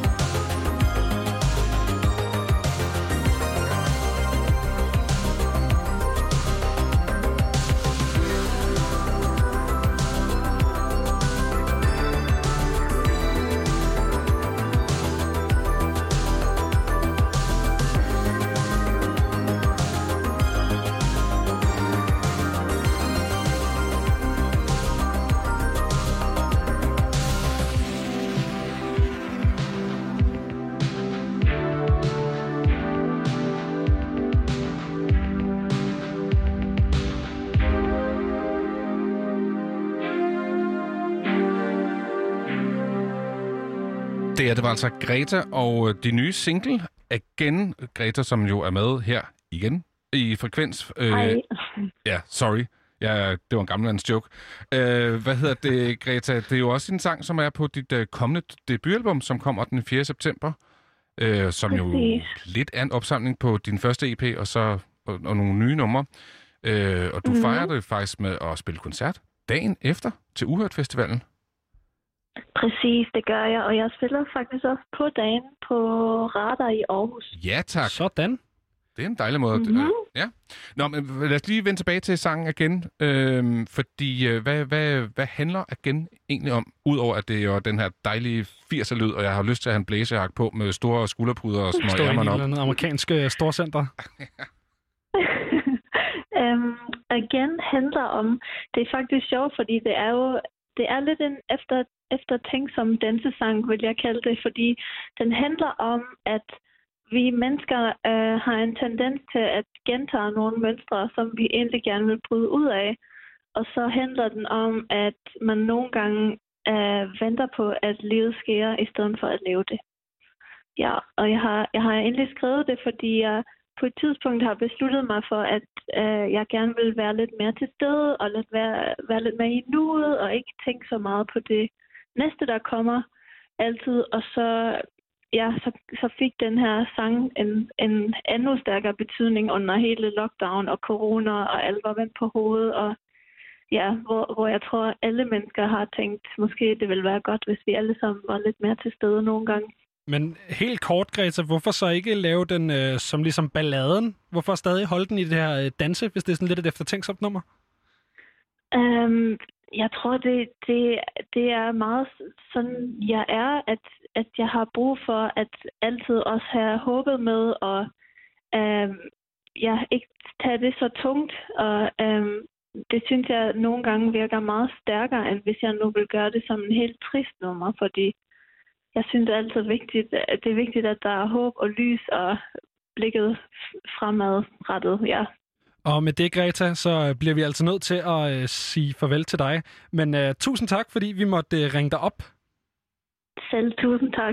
Det er det var altså Greta og de nye single Again. Greta, som jo er med her igen i Frekvens. Øh, Hej. Ja, sorry. Ja, det var en gammelmands joke. Øh, hvad hedder det, Greta? Det er jo også en sang, som er på dit uh, kommende debutalbum, som kommer den fjerde september. Øh, som jo Præcis. lidt er en opsamling på din første E P, og så og, og nogle nye numre. Øh, og du Mhm. fejrer det faktisk med at spille koncert dagen efter til Uhørt Festivalen. Præcis, det gør jeg, og jeg spiller faktisk også på dagen på Radar i Aarhus. Ja, tak. Sådan. Det er en dejlig måde. Mhm. Øh, ja. Nå, men lad os lige vende tilbage til sangen igen. Øhm, fordi, øh, hvad, hvad, hvad handler Again egentlig om? Udover at det er jo den her dejlige firser-lyd, og jeg har lyst til at have en blæsejakke på med store skulderpuder og Står små i et ærmerne op. eller andet amerikansk øh, storcenter. um, Again handler om, det er faktisk sjovt, fordi det er jo det er lidt en efter, eftertænksom dansesang, vil jeg kalde det, fordi den handler om, at vi mennesker øh, har en tendens til at gentage nogle mønstre, som vi egentlig gerne vil bryde ud af. Og så handler den om, at man nogle gange øh, venter på, at livet sker, i stedet for at leve det. Ja, og jeg har, jeg har egentlig skrevet det, fordi jeg på et tidspunkt har besluttet mig for, at øh, jeg gerne vil være lidt mere til stede, og lidt være, være lidt mere i nuet, og ikke tænke så meget på det næste, der kommer altid. Og så, ja, så, så fik den her sang en, en endnu stærkere betydning under hele lockdown og corona, og alt var vendt på hovedet, og ja, hvor, hvor jeg tror, alle mennesker har tænkt, måske det ville være godt, hvis vi alle sammen var lidt mere til stede nogle gange. Men helt kort, Greta, hvorfor så ikke lave den øh, som ligesom balladen? Hvorfor stadig holde den i det her øh, danse, hvis det er sådan lidt et eftertænksomt nummer? Um, jeg tror, det, det, det er meget sådan, jeg er, at, at jeg har brug for at altid også have håbet med, og um, jeg ikke tage det så tungt, og um, det synes jeg nogle gange virker meget stærkere, end hvis jeg nu vil gøre det som en helt trist nummer, fordi jeg synes det er altid vigtigt, at det er vigtigt, at der er håb og lys og blikket fremadrettet, ja. Og med det, Greta, så bliver vi altså nødt til at øh, sige farvel til dig. Men øh, tusind tak, fordi vi måtte øh, ringe dig op. Selv tusind tak.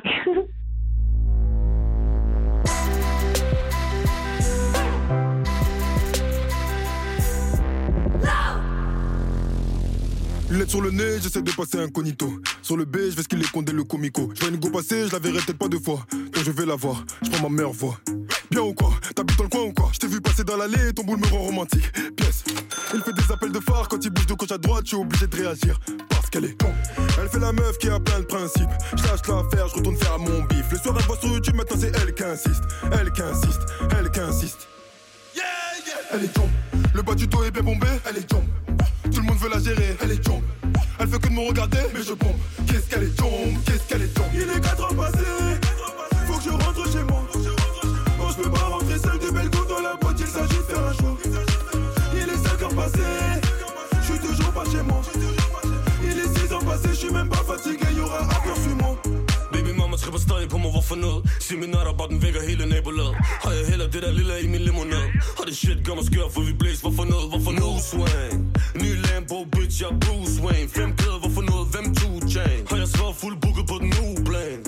Lunettes sur le nez, j'essaie de passer incognito. Sur le B, je vais skiller condé le comico. Je vais une go passer, je la verrai peut-être pas deux fois. Donc je vais la voir, je prends ma meilleure voix. Bien ou quoi? T'habites dans le coin ou quoi? Je t'ai vu passer dans l'allée, ton boule me rend romantique. Pièce. Il fait des appels de phare quand il bouge de gauche à droite, je suis obligé de réagir. Parce qu'elle est con. Elle fait la meuf qui a plein de principes. Je lâche l'affaire, je retourne faire mon bif. Le soir elle voit sur YouTube, maintenant c'est elle qui insiste. Elle qui insiste, elle qui insiste. Yeah, yeah. Elle est jombe. Le bas du dos est bien bombé, elle est jombe. Tout le monde veut la gérer, elle est jombe. Elle fait que de me regarder, mais je bombe. Qu'est-ce qu'elle est jombe, qu'est-ce qu'elle est jombe. Il est quatre ans passés, faut que je rentre chez moi. Bon, je peux pas rentrer seul, des belles go dans la boîte, il s'agit de faire un choix. Il est cinq ans passés, je suis toujours pas chez moi. Il est six ans passés, je suis même pas fatigué, y'aura aperçu-moi. Baby mama skriver stadig på mig, hvorfor noget. Sig min natter, bare den vækker hele nabolaget. Har jeg heller det der lille i min limonade. Og det shit gør mig skør, for vi blæs, hvorfor noget, hvorfor noget swing. Ny Lambo, bitch, jeg er Bruce Wayne. Fem kæder, hvorfor noget, hvem to chain. Har jeg svaret fuld booket på den nye plan.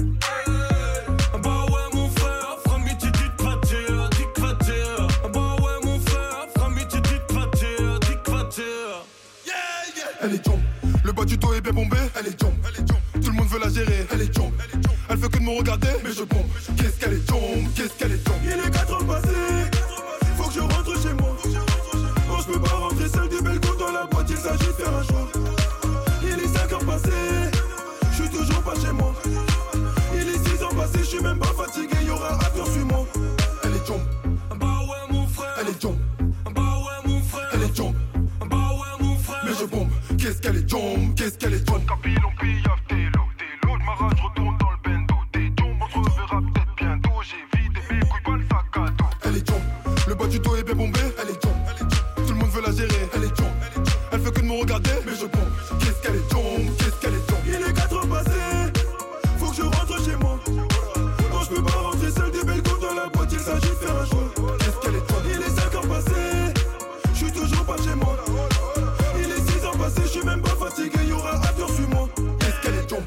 Bare où est mon frère, fra mit til dit kvarter, dit kvarter. Bare où est mon frère, fra mit til dit kvarter, dit kvarter. Yeah, yeah. Elle est jombe. Le bas du dos est bien bombé, elle est jombe. Tout le monde veut la gérer, elle est jombe. Elle fait que de me regarder, mais je bombe. Qu'est-ce qu'elle est jombe, qu'est-ce qu'elle est jombe. Il est quatre ans passés, faut que je rentre chez moi. Bon, je peux pas rentrer seul, des belles go dans la boîte, il s'agit de faire un choix. Il est cinq ans passés, je suis toujours pas chez moi. Il est six ans passés, je suis même pas fatigué, y'aura aperçu-moi. Elle est jombe. Bah ouais mon frère. Elle est jombe. Bah ouais mon frère. Elle est jombe. Bah ouais mon frère. Mais je bombe. Qu'est-ce qu'elle est jombe, qu'est-ce qu'elle est jombe. Capille, on pillave tes lots, tes lots de marage, je retourne dans le bendo. T'es jombe, on se reverra peut-être bientôt. J'ai vidé mes couilles, pas le sac à dos. Elle est jombe. Le bas du dos est bien bombé, elle est jombe. Tout le monde veut la gérer, elle est jombe. Elle fait que de me regarder, mais je bombe. Qu'est-ce qu'elle est jombe, qu'est-ce qu'elle est jombe. Il est quatre ans passés, faut que je rentre chez moi. Non, je peux pas rentrer seul, des belles go dans la boîte, il s'agit de faire un choix. Qu'est-ce qu'elle est jombe. Il est cinq ans passés, je suis toujours pas chez moi. Il est six ans passés, je suis même pas fatigué, y'aura aperçu-moi. Qu'est-ce qu'elle est jombe.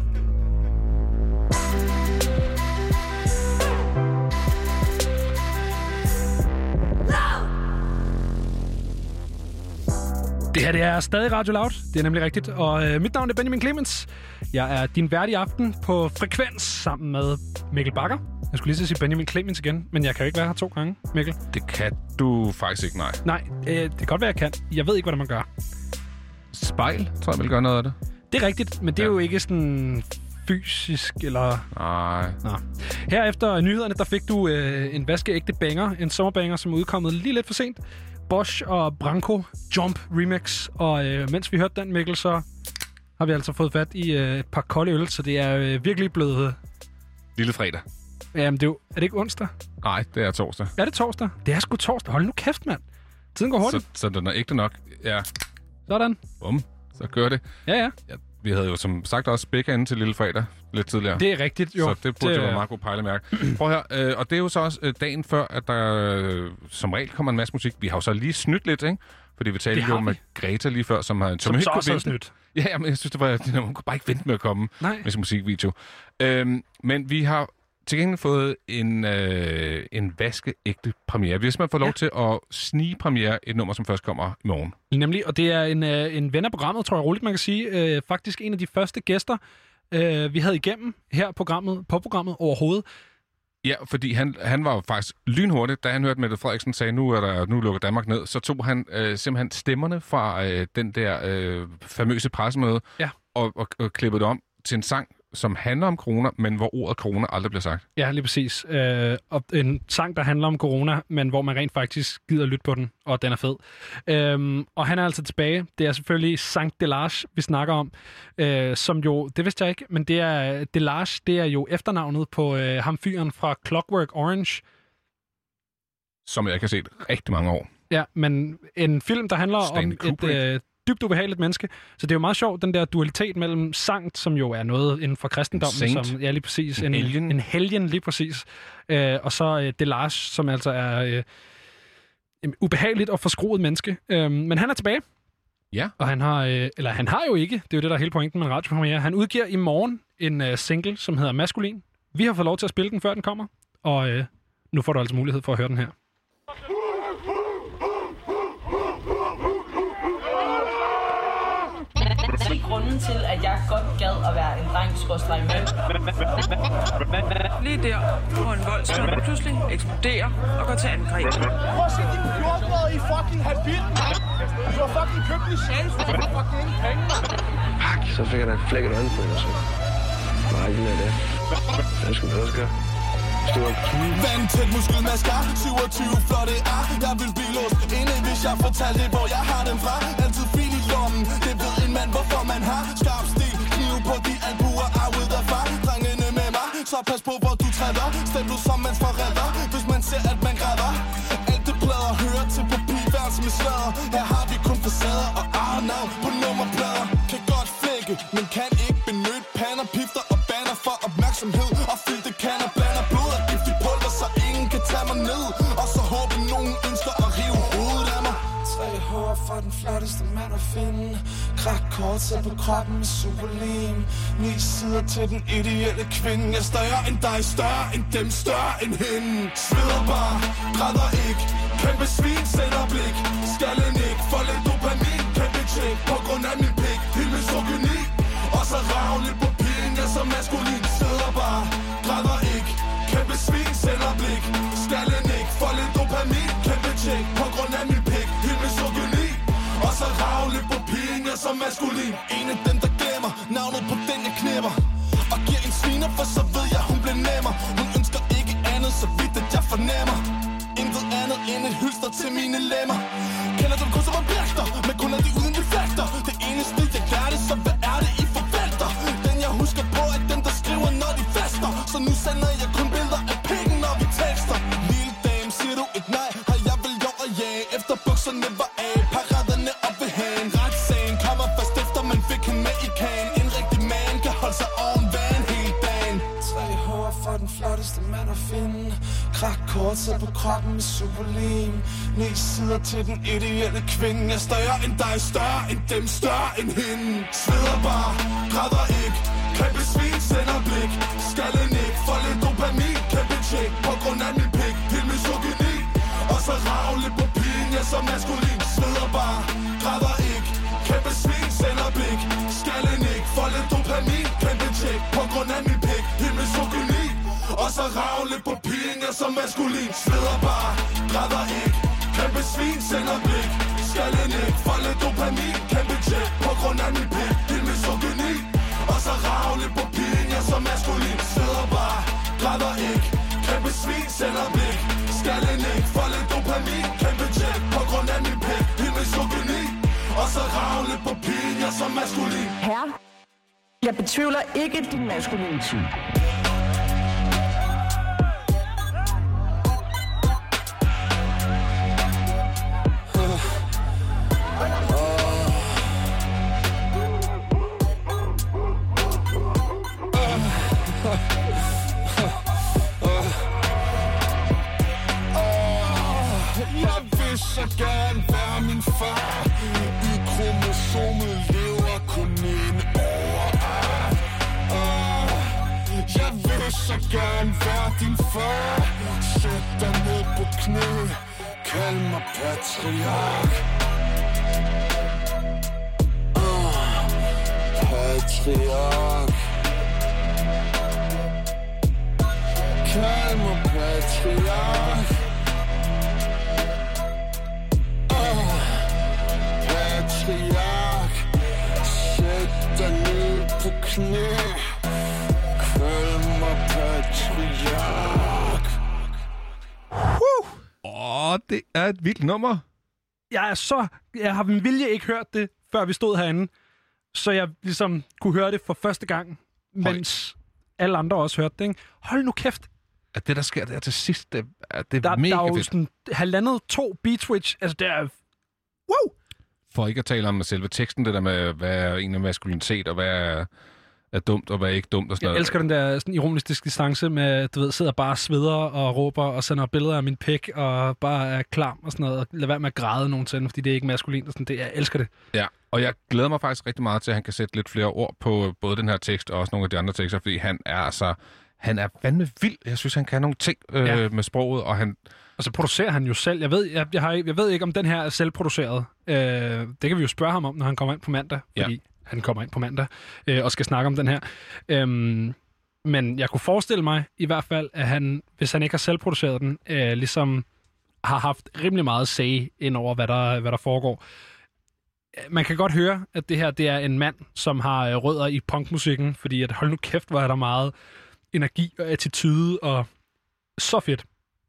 Det her det er stadig Radio Loud. Det er nemlig rigtigt. Og øh, mit navn er Benjamin Clemens. Jeg er din vært i aften på Frekvens sammen med Mikkel Bakker. Jeg skulle lige så sige Benjamin Clemens igen, men jeg kan jo ikke være her to gange, Mikkel. Det kan du faktisk ikke, nej. Nej, øh, det kan godt være, jeg kan. Jeg ved ikke, hvordan man gør. Spejl, tror jeg, vil gøre noget af det. Det er rigtigt, men det er ja. jo ikke sådan fysisk, eller... Nej. Nå. Her efter nyhederne, der fik du øh, en vaskeægte banger. En sommerbanger, som er udkommet lige lidt for sent. Bosch og Branko Jump Remix. Og øh, mens vi hørte den, Mikkel, så har vi altså fået fat i øh, et par kolde øl, så det er øh, virkelig blevet... Øh... Lille fredag. Jamen, det er, jo, er det ikke onsdag? Nej, det er torsdag. Er det torsdag? Det er sgu torsdag. Hold nu kæft, mand. Tiden går hurtigt. Så, så den er ægte nok. Ja. Sådan. Bum. Så gør det. Ja, ja. ja vi havde jo som sagt også spækker inde til Lille Fredag lidt tidligere. Det er rigtigt, jo. Så det burde det... jo være meget god pejlemærke. Prøv her, øh, og det er jo så også øh, dagen før, at der øh, som regel kommer en masse musik. Vi har jo så lige snydt lidt, ikke? Fordi vi talte jo med Greta lige før, som har... Som, som så også snydt. Ja, men jeg synes, det var... Hun kunne bare ikke vente med at komme Nej. med sin musikvideo. Øhm, men vi har til gengæld fået en, øh, en vaskeægte premiere. Vi har simpelthen fået lov ja. til at snige premiere et nummer, som først kommer i morgen. Nemlig, og det er en, øh, en ven af programmet, tror jeg roligt, man kan sige. Øh, faktisk en af de første gæster, øh, vi havde igennem her programmet, på programmet overhovedet. Ja, fordi han, han var jo faktisk lynhurtigt, da han hørte Mette Frederiksen sige, nu er der nu lukker Danmark ned, så tog han øh, simpelthen stemmerne fra øh, den der øh, famøse pressemøde ja. og, og, og klippede det om til en sang, som handler om corona, men hvor ordet corona aldrig bliver sagt. Ja, lige præcis. Øh, og en sang, der handler om corona, men hvor man rent faktisk gider lytte på den, og den er fed. Øhm, og han er altså tilbage. Det er selvfølgelig Sankt Delage, vi snakker om, øh, som jo, det vidste jeg ikke, men det er Delage, det er jo efternavnet på øh, ham fyren fra Clockwork Orange. Som jeg ikke har set rigtig mange år. Ja, men en film, der handler Stanley om Kubrick. et... Øh, dybt ubehageligt menneske. Så det er jo meget sjovt, den der dualitet mellem sankt, som jo er noget inden for kristendommen, som ja, lige præcis, en, en helgen, en helgen lige præcis, øh, og så øh, Delage, som altså er øh, ubehageligt og forskruet menneske. Øh, men han er tilbage. Ja. Og han har, øh, eller han har jo ikke, det er jo det, der er hele pointen med en radiopremiere. Han udgiver i morgen en øh, single, som hedder Maskulin. Vi har fået lov til at spille den, før den kommer, og øh, nu får du altså mulighed for at høre den her. Det er grunden til, at jeg godt gad at være en dreng, skråstreg mand. Lige der, hvor en voldstød pludselig eksploderer og går til angreb. Prøv at se din jordbrød i fucking habit. Du har fucking købt en sjæl, for du har fucking ingen penge. Fuck, så fik jeg da et flækket øjne på, så. Nej, ikke mere det. Det skulle jeg også gøre. Vandtæt muskelmasker, syvogtyve flotte ar. Jeg vil blive låst inde, hvis jeg fortalte, hvor jeg har dem fra. Altid fil i lommen, det ved en mand, hvorfor man har. Skarp stil, kniv på de albuer, er ud af far. Drengene med mig, så pas på, hvor du træder. Stem du som mands forræder, hvis man ser, at man græder. Alt det plader hører til papirværelse med sladder. Her har vi kun facader og arnavn på nummerplader. Kan godt flække, men kan ikke benytte pander, pifter og banner for opmærksomhed. Og fyldte kander blander blod og giftig pulver, så ingen kan tage mig ned. Og så håber nogen ønsker at rive hovedet af mig. Tre hår for den flotteste mand at finde. Krak kort selv på kroppen med superlim. Ni sider til den ideelle kvinde. Jeg er større end dig, større end dem, større end hende. Sveder bare, græder ikke. Kæmpe svin, sender blik. Skallen ikke, for lidt dopamin. Kæmpe tjek på grund af min pik. Helt misogyni. Og så ravligt på pigen, jeg så maskulin. Sidder bare, græder ikke. Kæmpe svin, sender blik. Skallen ikke, for lidt dopamin. Kæmpe tjek på grund af min pik. Helt misogyni. Og så ravligt på pigen, jeg så maskulin. En af dem, der glemmer navnet på den, jeg knæpper. Og giver en sviner, for så ved jeg, hun bliver nemmer. Hun ønsker ikke andet, så vidt at jeg fornemmer. Intet andet end et hylster til mine lemmer. Kender dem kun som objekter, men kun er de uden defekter. Det eneste jeg gør det, så hvad er det I forventer? Den jeg husker på er den der skriver når de fester. Så nu sender jeg kun billeder af pikken når vi tekster. Lille dame, siger du et nej, har jeg vel gjort at jage. Efter bukserne var af, paraderne op ved hagen. Retssagen kommer først efter man fik hende med i kagen. En rigtig man kan holde sig oven vand hele dagen. Tre hår for den flotteste mand at finde. Krak kort selv på kroppen med superlim. Ni sider til den ideelle kvinde. Jeg er større end dig, større end dem, større end hende. Sveder bare, græder ikke. Kæmpe svin, sender blik. Skallen ikke, for lidt dopamin. Kæmpe tjek på grund af min pik. Helt misogyni. Og så ravligt på pigen, jeg så maskulin. Sveder bare, græder ikke. Kæmpe svin, sender blik. Skallen ikke, for lidt dopamin. Kæmpe tjek på grund af min pik. Helt misogyni. Og så ravligt på pigen, jeg så maskulin. Sveder bare, græder ikke. Kæmpe svin, sender blik. Skallen ikke, for lidt dopamin. Kæmpe tjek på grund af min pik. Helt misogyni. Og så ravligt på pigen, jeg så maskulin. Sveder bare, græder ikke. Kæmpe svin, sender blik. Skallen ikke, for lidt dopamin. Kæmpe tjek på grund af min pik. Helt misogyni. Og så ravligt på pigen, jeg så maskulin. Herre, jeg betvivler ikke din maskulinitet. Så gerne være min far. I kromosomet lever kun en over. uh, Jeg vil så gerne være din far. Sæt dig ned på knæ. Kald mig patriark. uh, Patriark. Kald mig patriark. Patriark, sæt dig ned på knæ. Og det er et vildt nummer. Jeg er så... Jeg har med vilje ikke hørt det, før vi stod herinde. Så jeg ligesom kunne høre det for første gang, mens Hold. alle andre også hørte det, ikke? Hold nu kæft. At det, der sker der til sidst, det er, det er der, mega der er jo fedt. sådan halvandet, to beat switch. Altså, det er... Wow! For ikke at tale om selve teksten, det der med, hvad er egentlig maskulinitet, og hvad er, er dumt, og hvad er ikke dumt, og sådan Jeg noget. elsker den der sådan ironiske distance med, du ved, sidder bare og sveder og råber og sender billeder af min pik og bare er klam og sådan noget, og lad være med at græde nogensinde, fordi det er ikke maskulint og sådan det. Jeg elsker det. Ja, og jeg glæder mig faktisk rigtig meget til, at han kan sætte lidt flere ord på både den her tekst og også nogle af de andre tekster, fordi han er altså, han er fandme vild. Jeg synes, han kan nogle ting øh, ja. med sproget, og han... Og så producerer han jo selv. Jeg ved, jeg, jeg, har, jeg ved ikke, om den her er selvproduceret. Øh, det kan vi jo spørge ham om, når han kommer ind på mandag, fordi ja. han kommer ind på mandag øh, og skal snakke om den her. Øhm, men jeg kunne forestille mig i hvert fald, at han, hvis han ikke har selvproduceret den, øh, ligesom har haft rimelig meget say ind over, hvad der, hvad der foregår. Man kan godt høre, at det her det er en mand, som har rødder i punkmusikken, fordi at hold nu kæft, hvor er der meget energi og attitude, og så fedt.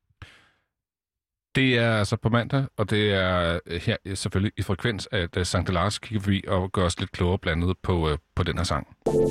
Det er altså på mandag, og det er her selvfølgelig i Frekvens, at uh, Sankt Lars kigger forbi og gør os lidt klogere blandet på, uh, på den her sang.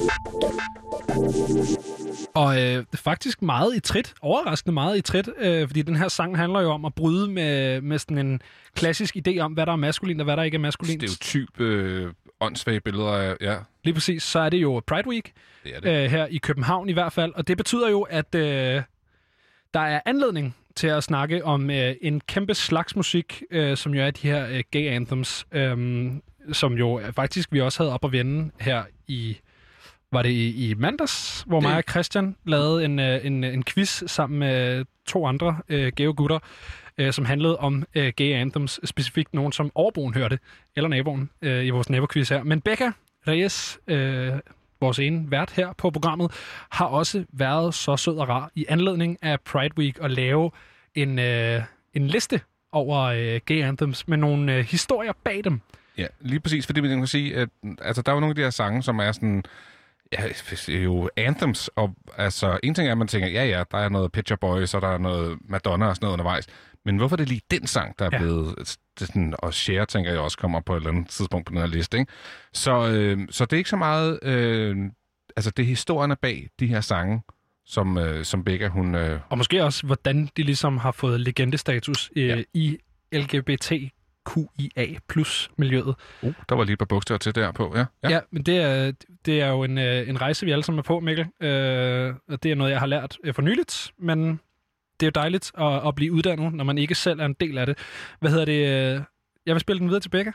Og øh, det er faktisk meget i trit, overraskende meget i trit, øh, fordi den her sang handler jo om at bryde med, med sådan en klassisk idé om, hvad der er maskulint og hvad der ikke er maskulint. Stereotyp, øh, åndssvage billeder af, ja. Lige præcis, så er det jo Pride Week, det er det. Øh, her i København i hvert fald, og det betyder jo, at øh, der er anledning til at snakke om øh, en kæmpe slags musik, øh, som jo er de her øh, gay anthems, øh, som jo faktisk vi også havde op at vende her i, var det i, i mandags, hvor det... mig og Christian lavede en, øh, en, en quiz sammen med to andre øh, gay gutter, øh, som handlede om øh, gay anthems, specifikt nogen, som overboen hørte, eller naboen øh, i vores naboquiz her. Men Becca Reyes, øh, vores ene vært her på programmet, har også været så sød og rar i anledning af Pride Week at lave en, øh, en liste over øh, gay anthems med nogle øh, historier bag dem. Ja, lige præcis, fordi man kan sige, at altså, der er jo nogle af de her sange, som er sådan, ja, det er jo anthems, og altså, en ting er, at man tænker, ja ja, der er noget Pet Shop Boys, og der er noget Madonna og sådan noget undervejs, men hvorfor er det lige den sang, der er ja. blevet, det sådan, og Cher, tænker jeg også, kommer på et eller andet tidspunkt på den her liste, ikke? Så, øh, så det er ikke så meget, øh, altså det er historierne bag de her sange, som, øh, som Becca, hun... Øh... Og måske også, hvordan de ligesom har fået legendestatus øh, ja. i L G B T Q I A plus miljøet. Uh, der var lige et par bogstaver til derpå, ja. Ja, ja men det er, det er jo en, en rejse, vi alle sammen er på, Mikkel. Øh, og det er noget, jeg har lært for nyligt, men det er jo dejligt at, at blive uddannet, når man ikke selv er en del af det. Hvad hedder det? Jeg vil spille den videre til Becca.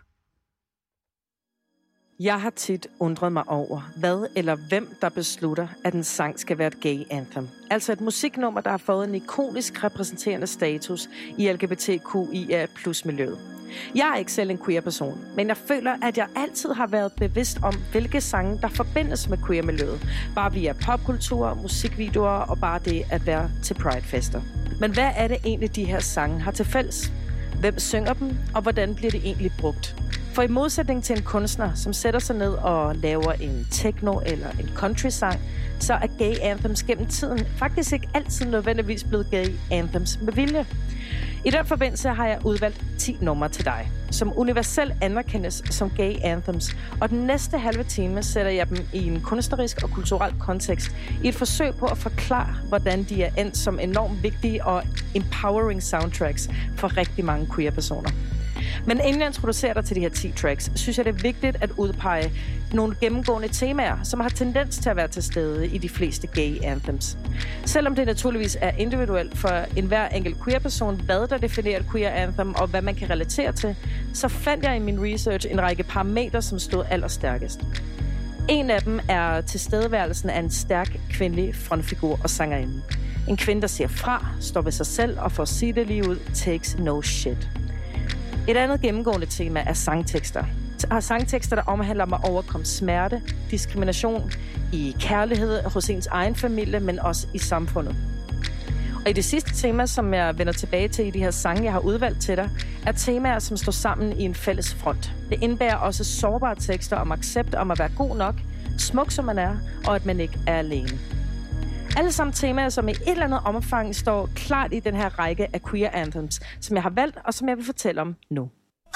Jeg har tit undret mig over, hvad eller hvem, der beslutter, at en sang skal være et gay anthem. Altså et musiknummer, der har fået en ikonisk repræsenterende status i L G B T Q I A plus miljøet. Jeg er ikke selv en queer-person, men jeg føler, at jeg altid har været bevidst om, hvilke sange, der forbindes med queer-miljøet. Bare via popkultur, musikvideoer og bare det at være til Pride-fester. Men hvad er det egentlig, de her sange har til fælles? Hvem synger dem, og hvordan bliver det egentlig brugt? For i modsætning til en kunstner, som sætter sig ned og laver en techno eller en country-sang, så er gay anthems gennem tiden faktisk ikke altid nødvendigvis blevet gay anthems med vilje. I den forbindelse har jeg udvalgt ti numre til dig, som universelt anerkendes som gay anthems, og den næste halve time sætter jeg dem i en kunstnerisk og kulturel kontekst, i et forsøg på at forklare, hvordan de er endt som enormt vigtige og empowering soundtracks for rigtig mange queer-personer. Men inden jeg introducerer dig til de her ti tracks, synes jeg, det er vigtigt at udpege nogle gennemgående temaer, som har tendens til at være til stede i de fleste gay anthems. Selvom det naturligvis er individuelt for enhver enkelt queer-person, hvad der definerer et queer anthem og hvad man kan relatere til, så fandt jeg i min research en række parametre, som stod allerstærkest. En af dem er tilstedeværelsen af en stærk kvindelig frontfigur og sangerinde. En kvinde, der siger fra, står ved sig selv og for at sige det lige ud, takes no shit. Et andet gennemgående tema er sangtekster. Sangtekster, der omhandler om at overkomme smerte, diskrimination i kærlighed hos ens egen familie, men også i samfundet. Og i det sidste tema, som jeg vender tilbage til i de her sange, jeg har udvalgt til dig, er temaer, som står sammen i en fælles front. Det indebærer også sårbare tekster om accept om at være god nok, smuk som man er, og at man ikke er alene. Alle sammen temaer, som i et eller andet omfang står klart i den her række af queer anthems, som jeg har valgt, og som jeg vil fortælle om nu.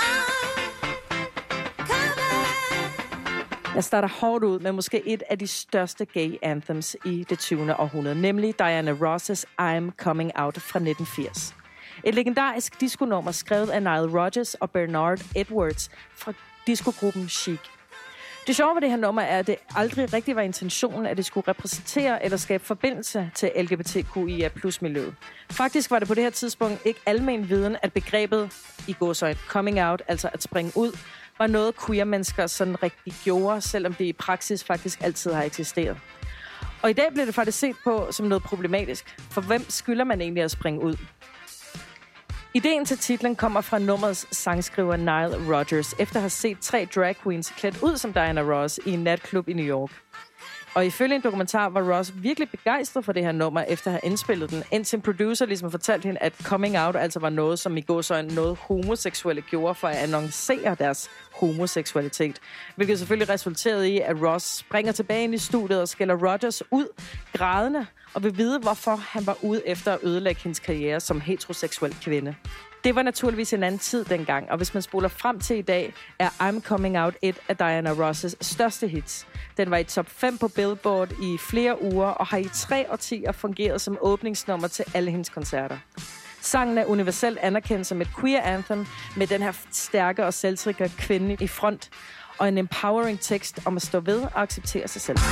Jeg starter hårdt ud med måske et af de største gay anthems i det tyvende århundrede, nemlig Diana Ross's I'm Coming Out fra nitten firs. Et legendarisk diskonummer skrevet af Nile Rodgers og Bernard Edwards fra diskogruppen Chic. Det sjove ved det her nummer er, at det aldrig rigtig var intentionen, at det skulle repræsentere eller skabe forbindelse til L G B T Q I A plus miljøet. Faktisk var det på det her tidspunkt ikke almen viden, at begrebet i gåseøjne coming out, altså at springe ud, var noget queer-mennesker sådan rigtig gjorde, selvom det i praksis faktisk altid har eksisteret. Og i dag bliver det faktisk set på som noget problematisk. For hvem skylder man egentlig at springe ud? Ideen til titlen kommer fra nummerets sangskriver Nile Rodgers, efter at have set tre drag queens klædt ud som Diana Ross i en natklub i New York. Og ifølge en dokumentar var Ross virkelig begejstret for det her nummer, efter at have indspillet den, indtil en producer ligesom fortalte hende, at coming out altså var noget, som i gåseøjne noget homoseksuelle gjorde for at annoncere deres homoseksualitet. Hvilket selvfølgelig resulterede i, at Ross springer tilbage ind i studiet og skælder Rodgers ud grædende, og vil vide, hvorfor han var ude efter at ødelægge hendes karriere som heteroseksuel kvinde. Det var naturligvis en anden tid dengang, og hvis man spoler frem til i dag, er I'm Coming Out et af Diana Ross' største hits. Den var i top fem på Billboard i flere uger, og har i tre årtier fungeret som åbningsnummer til alle hendes koncerter. Sangen er universelt anerkendt som et queer anthem, med den her stærke og selvsikre kvinde i front, og en empowering tekst om at stå ved og acceptere sig selv.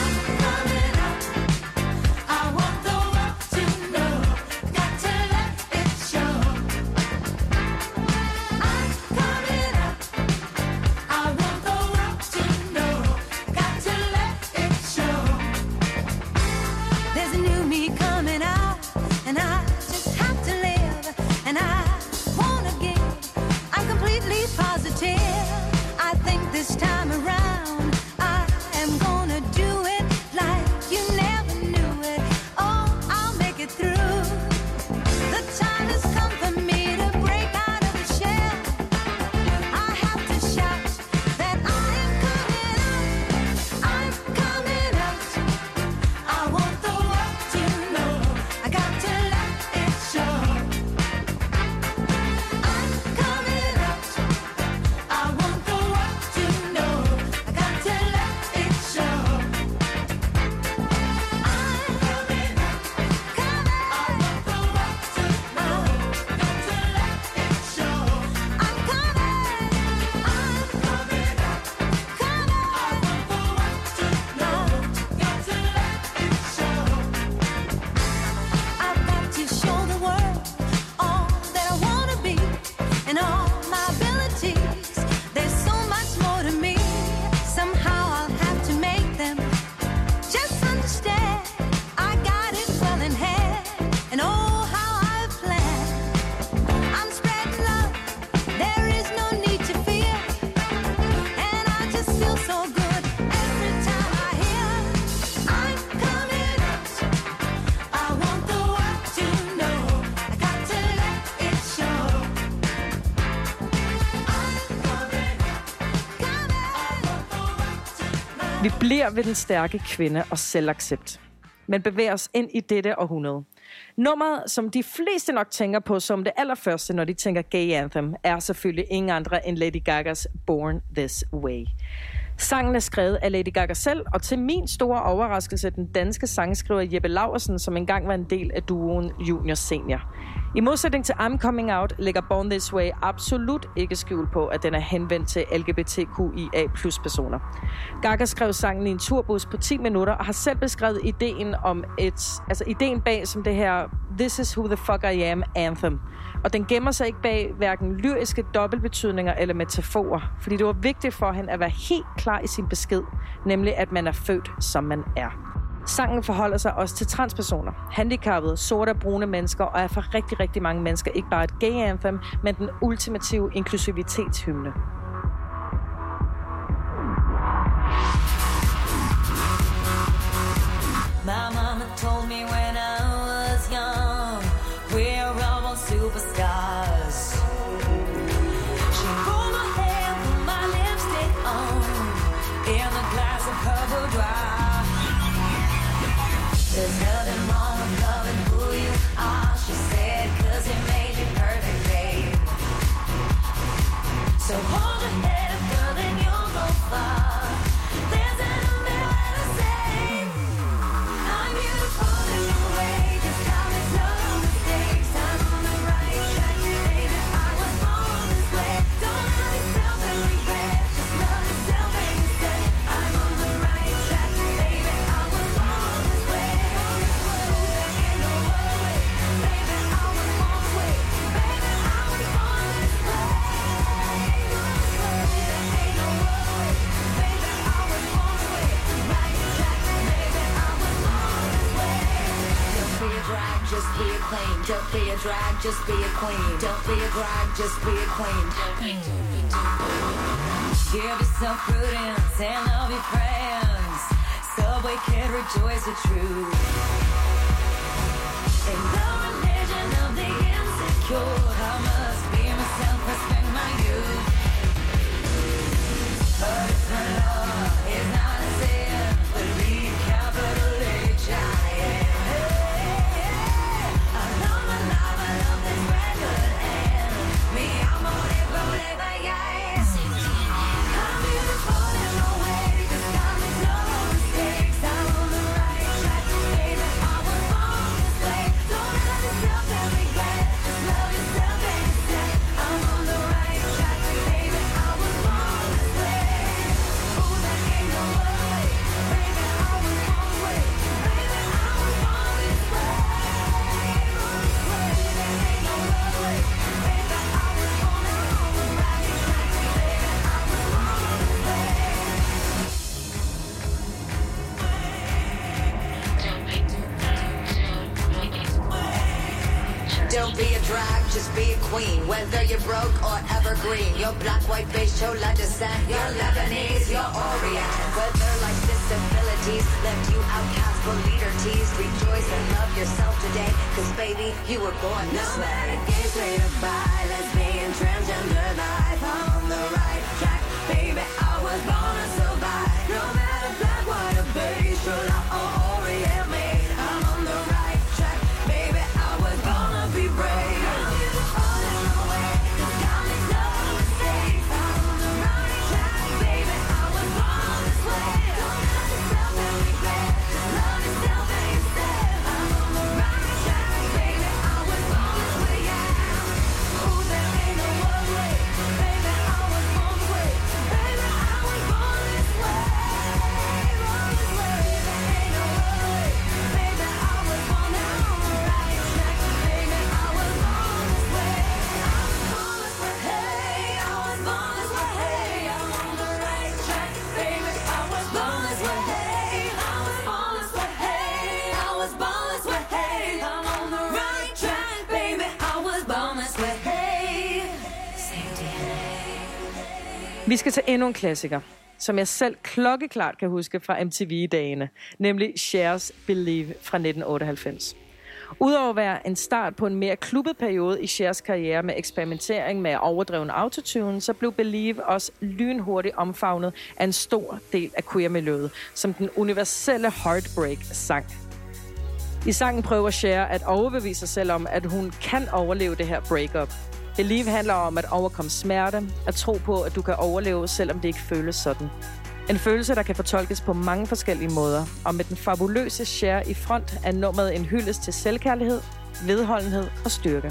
Vi bliver ved den stærke kvinde og selvaccept, men bevæger os ind i dette århundrede. Nummeret, som de fleste nok tænker på som det allerførste, når de tænker gay anthem, er selvfølgelig ingen andre end Lady Gagas Born This Way. Sangen er skrevet af Lady Gaga selv, og til min store overraskelse den danske sangskriver Jeppe Laursen, som engang var en del af duoen Junior Senior. I modsætning til I'm Coming Out lægger Born This Way absolut ikke skjul på, at den er henvendt til L G B T Q I A plus personer. Gaga skrev sangen i en turbus på ti minutter og har selv beskrevet ideen om et, altså ideen bag som det her This is who the fuck I am anthem. Og den gemmer sig ikke bag hverken lyriske dobbeltbetydninger eller metaforer, fordi det var vigtigt for hende at være helt klar i sin besked, nemlig at man er født, som man er. Sangen forholder sig også til transpersoner, handicappede, sorte og brune mennesker, og er for rigtig, rigtig mange mennesker ikke bare et gay anthem, men den ultimative inklusivitetshymne. My mama told me when I was young, we're all superstars. She pulled my hair, put my lipstick on, in a glass of purple dry. There's nothing wrong. drag, just be a queen. Don't be a drag, just be a queen. Give yourself prudence and love your friends. Subway kid, rejoice the truth. In the religion of the insecure, I must be myself, respect my youth. But if my love is not a sin, believe capital H I M. I love my love, I love this record, and me amore voleva, yes. I'm beautiful in no way, this got me no mistakes. I'm on the right track, baby, I was born this way. Don't love yourself and regret, just love yourself and instead. I'm on the right track, baby, I was born this way. Ooh, that ain't no way, baby, I was born this way. Baby, I was born this way. Born this way, that ain't no way, baby, I was born on the right track, baby, I was born this way. Don't be a drag, just be a queen. Whether you're broke or evergreen, you're black, white, beige, chola descent, you're Lebanese, you're Orient. Whether life's disabilities left you outcast for leader teased, rejoice and love yourself today, cause baby, you were born this way. No matter gay, straight or bi, lesbian, transgender life, I'm on the right track, baby, I was born to survive. No matter black, white or beige, chola or Orient, made, I'm on the right track, baby, I was born to be brave. I'm beautiful in no way, this got me no mistakes. I'm on the right track, baby, I was born this way. Don't love yourself and regret, just love yourself and instead. I'm on the right track, baby, I was born this way, yeah. Ooh, there ain't no other way, baby, I was born this way. Baby, I was born this way, born this way. There ain't no other way, baby, I was born on the right track, baby, I was born this way. I was born this way, hey, I was born this way, hey, I'm on the right track, baby, I was born this way, hey, I was born this way, hey, I was born this way, hey, I'm on the right track, baby, I was born this way, hey. Same D N A. Vi skal til endnu en klassiker, som jeg selv klokkeklart kan huske fra M T V-dagene, nemlig Cher's Believe fra nitten otteoghalvfems. Udover at være en start på en mere klubbet periode i Chers karriere med eksperimentering med overdreven autotune, så blev Believe også lynhurtigt omfavnet af en stor del af queer-miljøet, som den universelle heartbreak-sang. I sangen prøver Cher at overbevise sig selv om, at hun kan overleve det her breakup. Believe handler om at overkomme smerte, at tro på, at du kan overleve, selvom det ikke føles sådan. En følelse, der kan fortolkes på mange forskellige måder, og med den fabuløse Cher i front er nummeret en hyldest til selvkærlighed, vedholdenhed og styrke.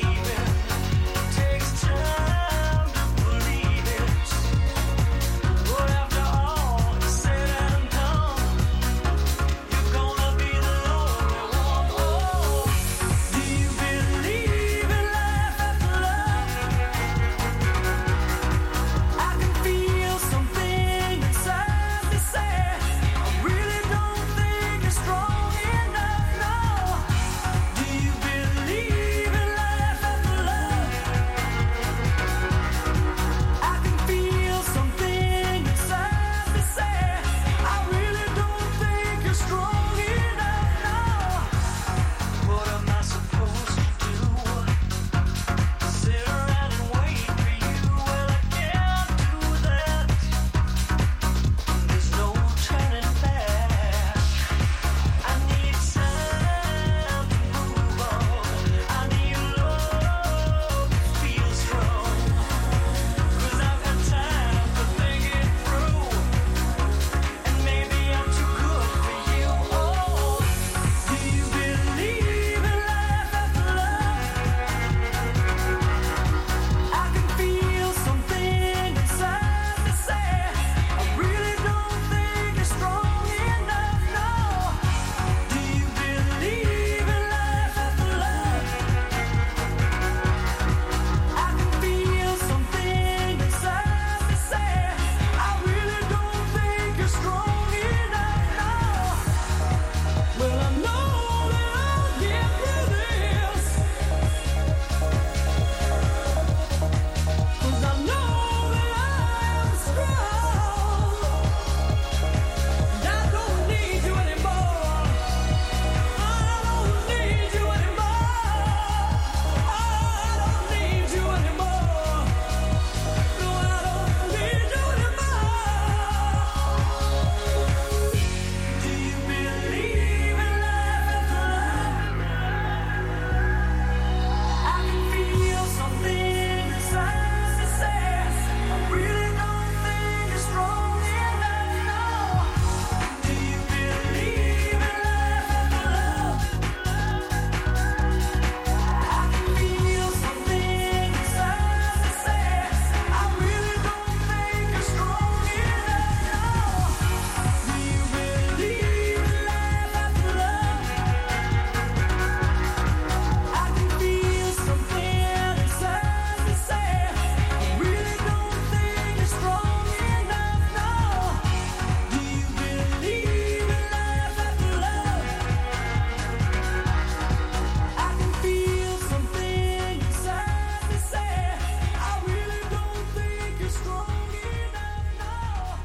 Takes time to believe it.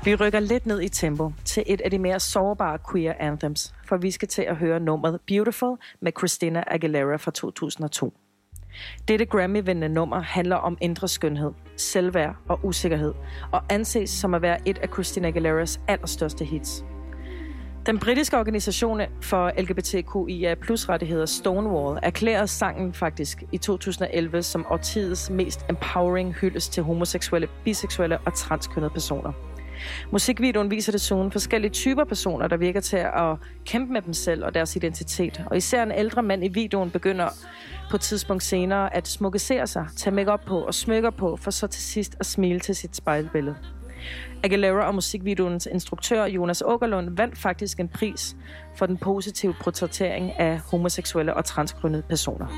Vi rykker lidt ned i tempo til et af de mere sårbare queer anthems, for vi skal til at høre nummeret Beautiful med Christina Aguilera fra to tusind og to. Dette Grammy-vindende nummer handler om indre skønhed, selvværd og usikkerhed, og anses som at være et af Christina Aguileras allerstørste hits. Den britiske organisation for L G B T Q I A plus rettigheder Stonewall erklærede sangen faktisk i to tusind og elleve som årtidets mest empowering hyldest til homoseksuelle, biseksuelle og transkønnede personer. Musikvideoen viser desuden forskellige typer personer, der virker til at kæmpe med dem selv og deres identitet. Og især en ældre mand i videoen begynder på et tidspunkt senere at smukkesere sig, tage make-up på og smykker på, for så til sidst at smile til sit spejlbillede. Aguilera og musikvideoens instruktør Jonas Åkerlund vandt faktisk en pris for den positive portrættering af homoseksuelle og transkønnede personer.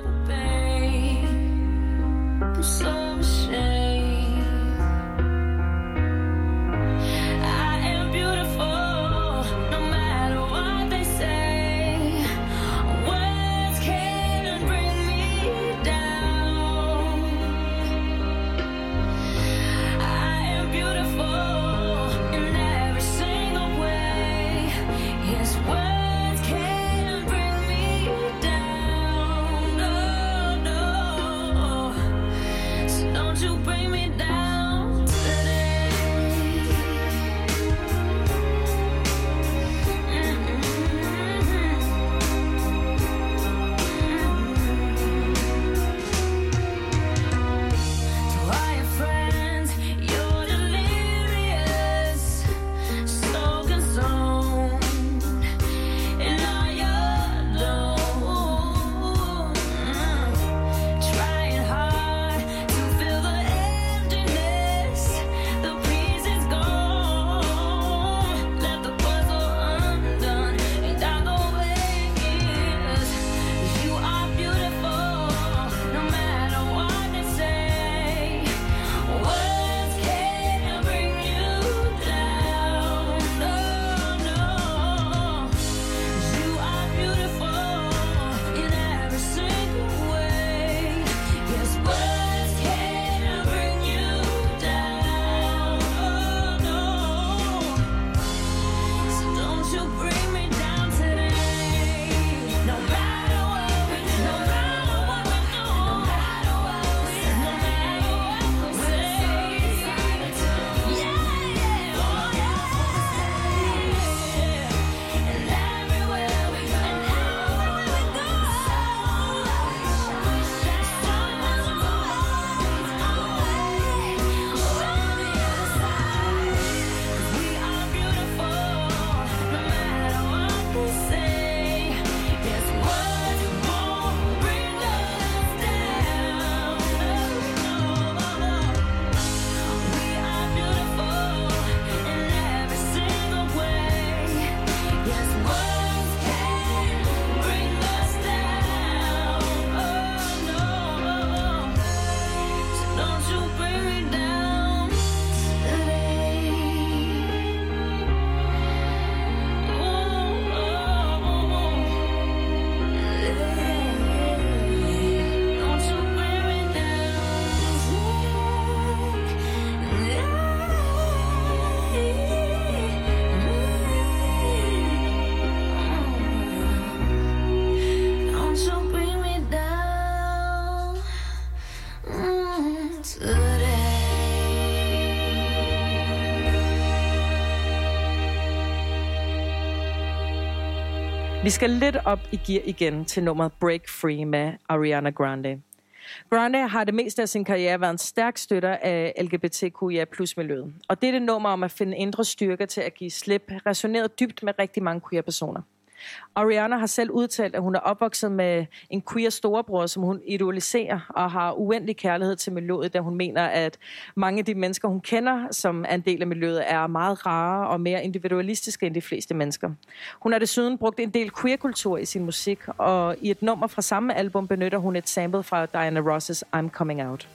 Vi skal lidt op i gear igen til nummeret Break Free med Ariana Grande. Grande har det meste af sin karriere været en stærk støtter af L G B T Q I A plus miljøet. Og dette nummer om at finde indre styrke til at give slip resonerede dybt med rigtig mange queer personer. Ariana har selv udtalt, at hun er opvokset med en queer storebror, som hun idoliserer og har uendelig kærlighed til miljøet, da hun mener, at mange af de mennesker, hun kender, som er en del af miljøet, er meget rare og mere individualistiske end de fleste mennesker. Hun har desuden brugt en del queer-kultur i sin musik, og i et nummer fra samme album benytter hun et sample fra Diana Ross's I'm Coming Out.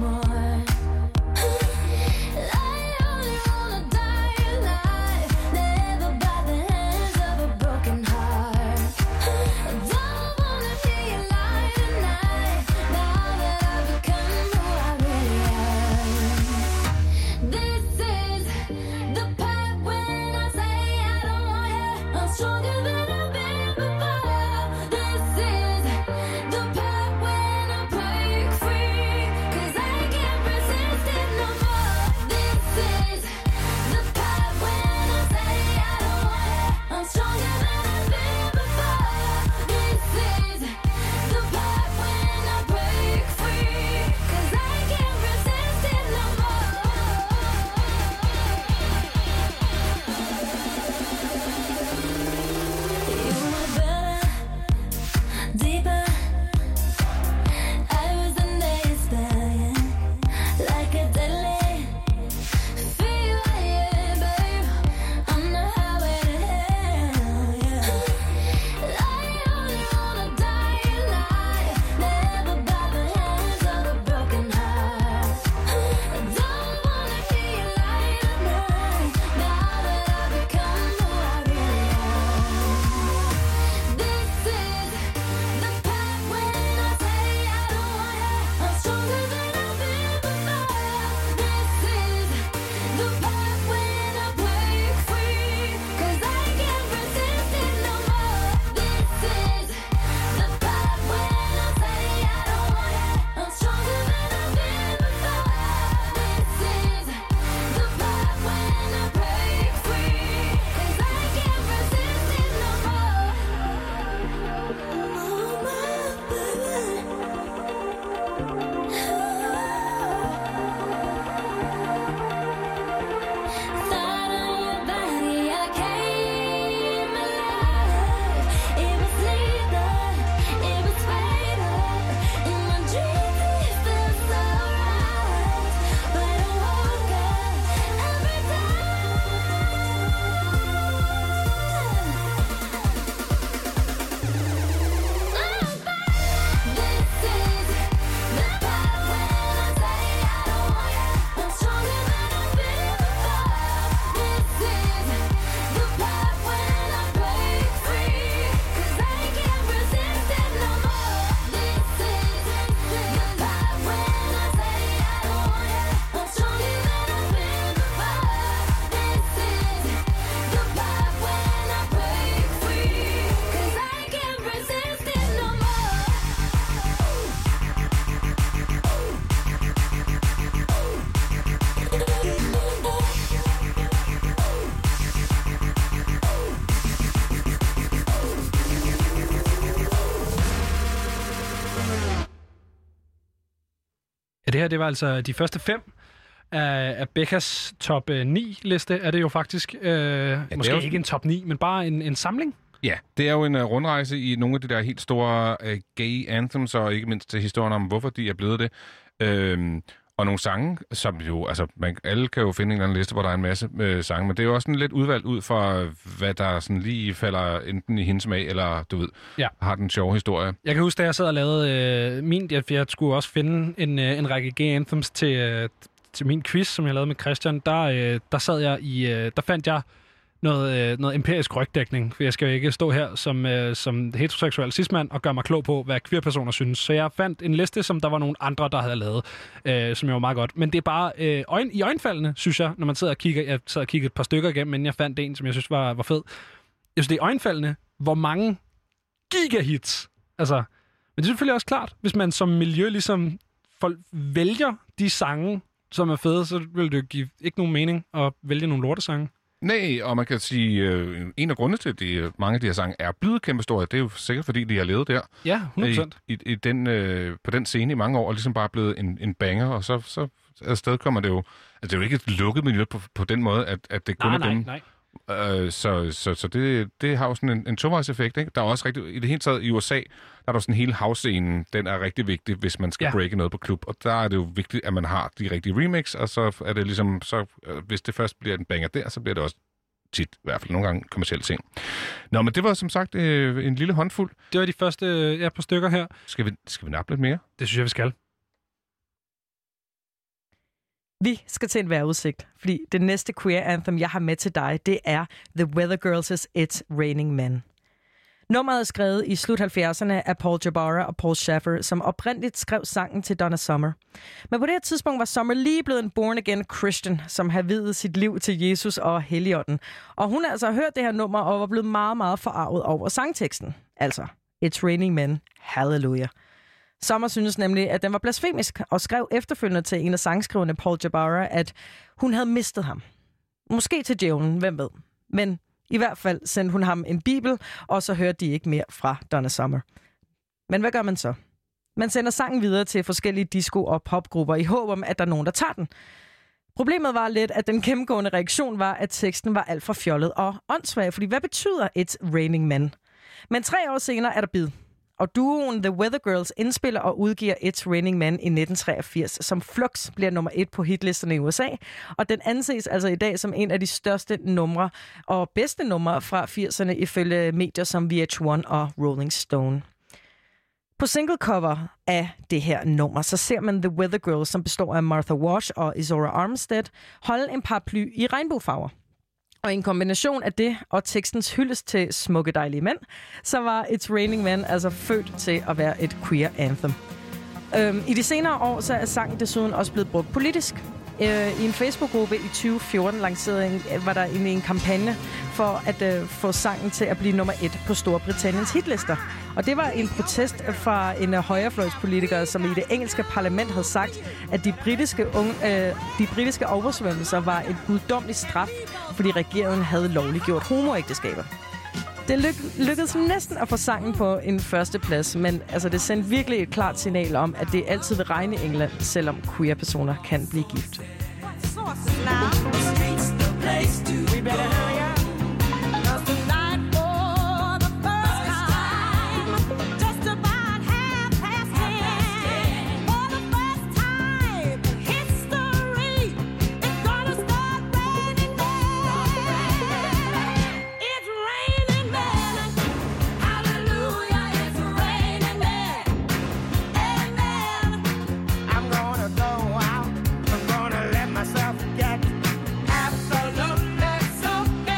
Lie, only wanna die alive. det her, det var altså de første fem af, af Beccas top ni liste, er det jo faktisk. Øh, ja, måske jo... ikke en top ni, men bare en, en samling. Ja, det er jo en uh, rundrejse i nogle af de der helt store uh, gay anthems, og ikke mindst til historien om, hvorfor de er blevet det. Øhm, og nogle sange, som jo, altså, man, alle kan jo finde en eller anden liste, hvor der er en masse øh, sange, men det er jo også sådan lidt udvalgt ud fra, hvad der sådan lige falder enten i hendes smag, eller du ved, ja. har den sjove historie. Jeg kan huske, da jeg sad og lavede øh, min, jeg, jeg skulle også finde en, øh, en række gay anthems til, øh, til min quiz, som jeg lavede med Christian, der, øh, der sad jeg i, øh, der fandt jeg noget, øh, noget empirisk rygdækning, for jeg skal jo ikke stå her som, øh, som heteroseksuel cis-mand og gøre mig klog på, hvad queer-personer synes. Så jeg fandt en liste, som der var nogle andre, der havde lavet, øh, som jeg var meget godt. Men det er bare øh, øjen, i øjenfaldene, synes jeg, når man sidder og kigger, jeg sad og kiggede et par stykker igennem, men jeg fandt en, som jeg synes var, var fed. Jeg synes, det er øjenfaldene, hvor mange gigahits, altså, men det er selvfølgelig også klart, hvis man som miljø ligesom folk vælger de sange, som er fede, så vil det jo give ikke nogen mening at vælge nogle lortesange. Nej, og man kan sige, øh, en af grundene til, at de, mange af de her sange er blevet kæmpestore, det er jo sikkert, fordi de har levet der. Ja, hundrede procent. I, i, i den, øh, på den scene i mange år, og ligesom bare blevet en, en banger, og så, så afsted kommer det jo... Altså, det er jo ikke et lukket miljø på, på den måde, at, at det kun nej, er dem. Nej, øh, Så, så, så det, det har jo sådan en, en tovejseffekt, ikke? Der er også rigtig... I det hele taget i U S A, der er der sådan hele house-scenen, den er rigtig vigtig, hvis man skal ja. breake noget på klub. Og der er det jo vigtigt, at man har de rigtige remix, og så er det ligesom... Så, øh, hvis det først bliver en banger der, så bliver det også tit, i hvert fald nogle gange, kommercielle ting. Nå, men det var som sagt øh, en lille håndfuld. Det var de første ja, par stykker her. Skal vi, skal vi nappe lidt mere? Det synes jeg, vi skal. Vi skal til en vejrudsigt, fordi det næste queer anthem, jeg har med til dig, det er The Weather Girls' It's Raining Men. Nummeret er skrevet i slut halvfjerdserne af Paul Jabara og Paul Shaffer, som oprindeligt skrev sangen til Donna Summer. Men på det her tidspunkt var Summer lige blevet en born-again Christian, som havde videt sit liv til Jesus og Helligånden. Og hun har altså hørt det her nummer og var blevet meget, meget forarvet over sangteksten. Altså, It's Raining Men, Hallelujah. Summer synes nemlig, at den var blasfemisk, og skrev efterfølgende til en af sangskriverne, Paul Jabara, at hun havde mistet ham. Måske til djævlen, hvem ved. Men i hvert fald sendte hun ham en bibel, og så hørte de ikke mere fra Donna Summer. Men hvad gør man så? Man sender sangen videre til forskellige disco- og popgrupper i håb om, at der er nogen, der tager den. Problemet var lidt, at den gennemgående reaktion var, at teksten var alt for fjollet og åndssvag, fordi hvad betyder It's Raining Men? Men tre år senere er der bid. Og duoen The Weather Girls indspiller og udgiver It's Raining Men i nitten treogfirs, som flux bliver nummer et på hitlisterne i U S A, og den anses altså i dag som en af de største numre og bedste numre fra firserne ifølge medier som V H one og Rolling Stone. På singlecover af det her nummer, så ser man The Weather Girls, som består af Martha Wash og Izora Armstead, holde en paraply i regnbuefarver. Og i en kombination af det og tekstens hyldest til smukke dejlige mænd, så var It's Raining Men altså født til at være et queer anthem. Øhm, I de senere år så er sangen desuden også blevet brugt politisk. Øh, I en Facebook-gruppe i tyve fjorten lancerede en, var der en, en kampagne for at øh, få sangen til at blive nummer et på Storbritanniens hitlister. Og det var en protest fra en uh, højrefløjspolitiker, som i det engelske parlament havde sagt, at de britiske, unge, øh, de britiske oversvømmelser var en guddommelig straf, fordi regeringen havde lovliggjort homoægteskaber. Det lyk- lykkedes næsten at få sangen på en førsteplads, men altså, det sendte virkelig et klart signal om, at det altid vil regne i England, selvom queer-personer kan blive gift. Absolutely so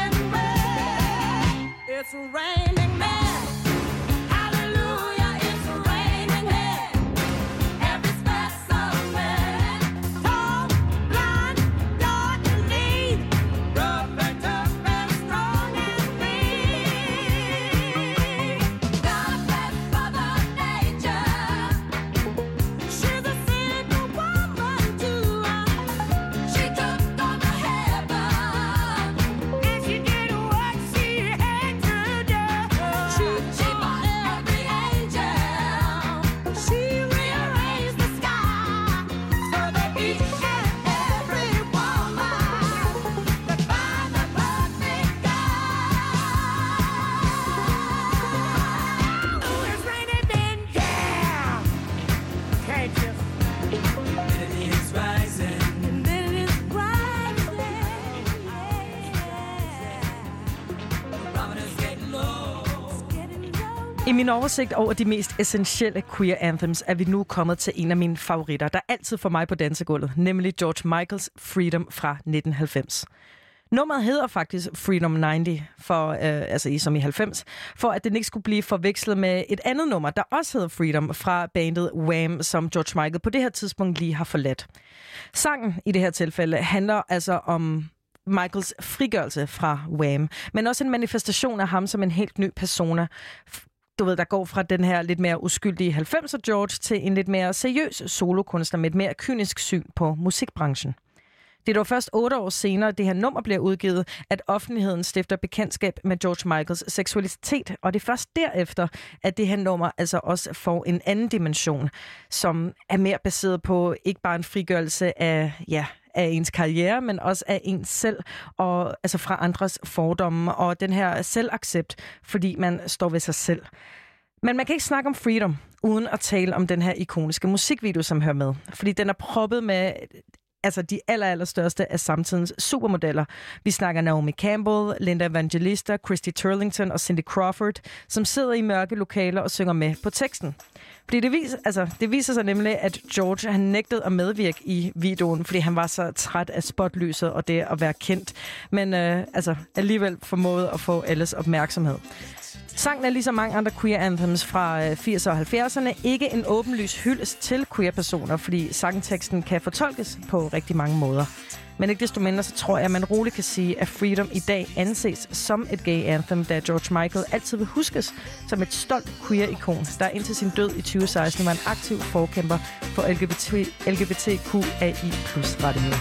I min oversigt over de mest essentielle queer anthems er vi nu kommet til en af mine favoritter, der altid får mig på dansegulvet, nemlig George Michaels Freedom fra nitten halvfems. Nummeret hedder faktisk Freedom halvfems, for, øh, altså i som i halvfems, for at den ikke skulle blive forvekslet med et andet nummer, der også hedder Freedom fra bandet Wham, som George Michael på det her tidspunkt lige har forladt. Sangen i det her tilfælde handler altså om Michaels frigørelse fra Wham, men også en manifestation af ham som en helt ny persona. Du ved, der går fra den her lidt mere uskyldige halvfemser George til en lidt mere seriøs solokunstner med et mere kynisk syn på musikbranchen. Det er dog først otte år senere, det her nummer bliver udgivet, at offentligheden stifter bekendtskab med George Michaels seksualitet, og det er først derefter, at det her nummer altså også får en anden dimension, som er mere baseret på ikke bare en frigørelse af, ja, af ens karriere, men også af ens selv, og altså fra andres fordomme, og den her selvaccept, fordi man står ved sig selv. Men man kan ikke snakke om Freedom, uden at tale om den her ikoniske musikvideo, som hører med, fordi den er proppet med altså de aller, aller største af samtidens supermodeller. Vi snakker Naomi Campbell, Linda Evangelista, Christy Turlington og Cindy Crawford, som sidder i mørke lokaler og synger med på teksten. Fordi det viser, altså, det viser sig nemlig, at George han nægtede at medvirke i videoen, fordi han var så træt af spotlyset og det at være kendt, men øh, altså, alligevel formåede at få alles opmærksomhed. Sangen er ligesom mange andre queer anthems fra firserne og halvfjerdserne ikke en åbenlys hyldest til queer-personer, fordi sangteksten kan fortolkes på rigtig mange måder. Men ikke desto mindre, så tror jeg, at man roligt kan sige, at Freedom i dag anses som et gay anthem, da George Michael altid vil huskes som et stolt queer-ikon, der indtil sin død i tyve seksten var en aktiv forkæmper for L G B T Q A I plus rettigheder.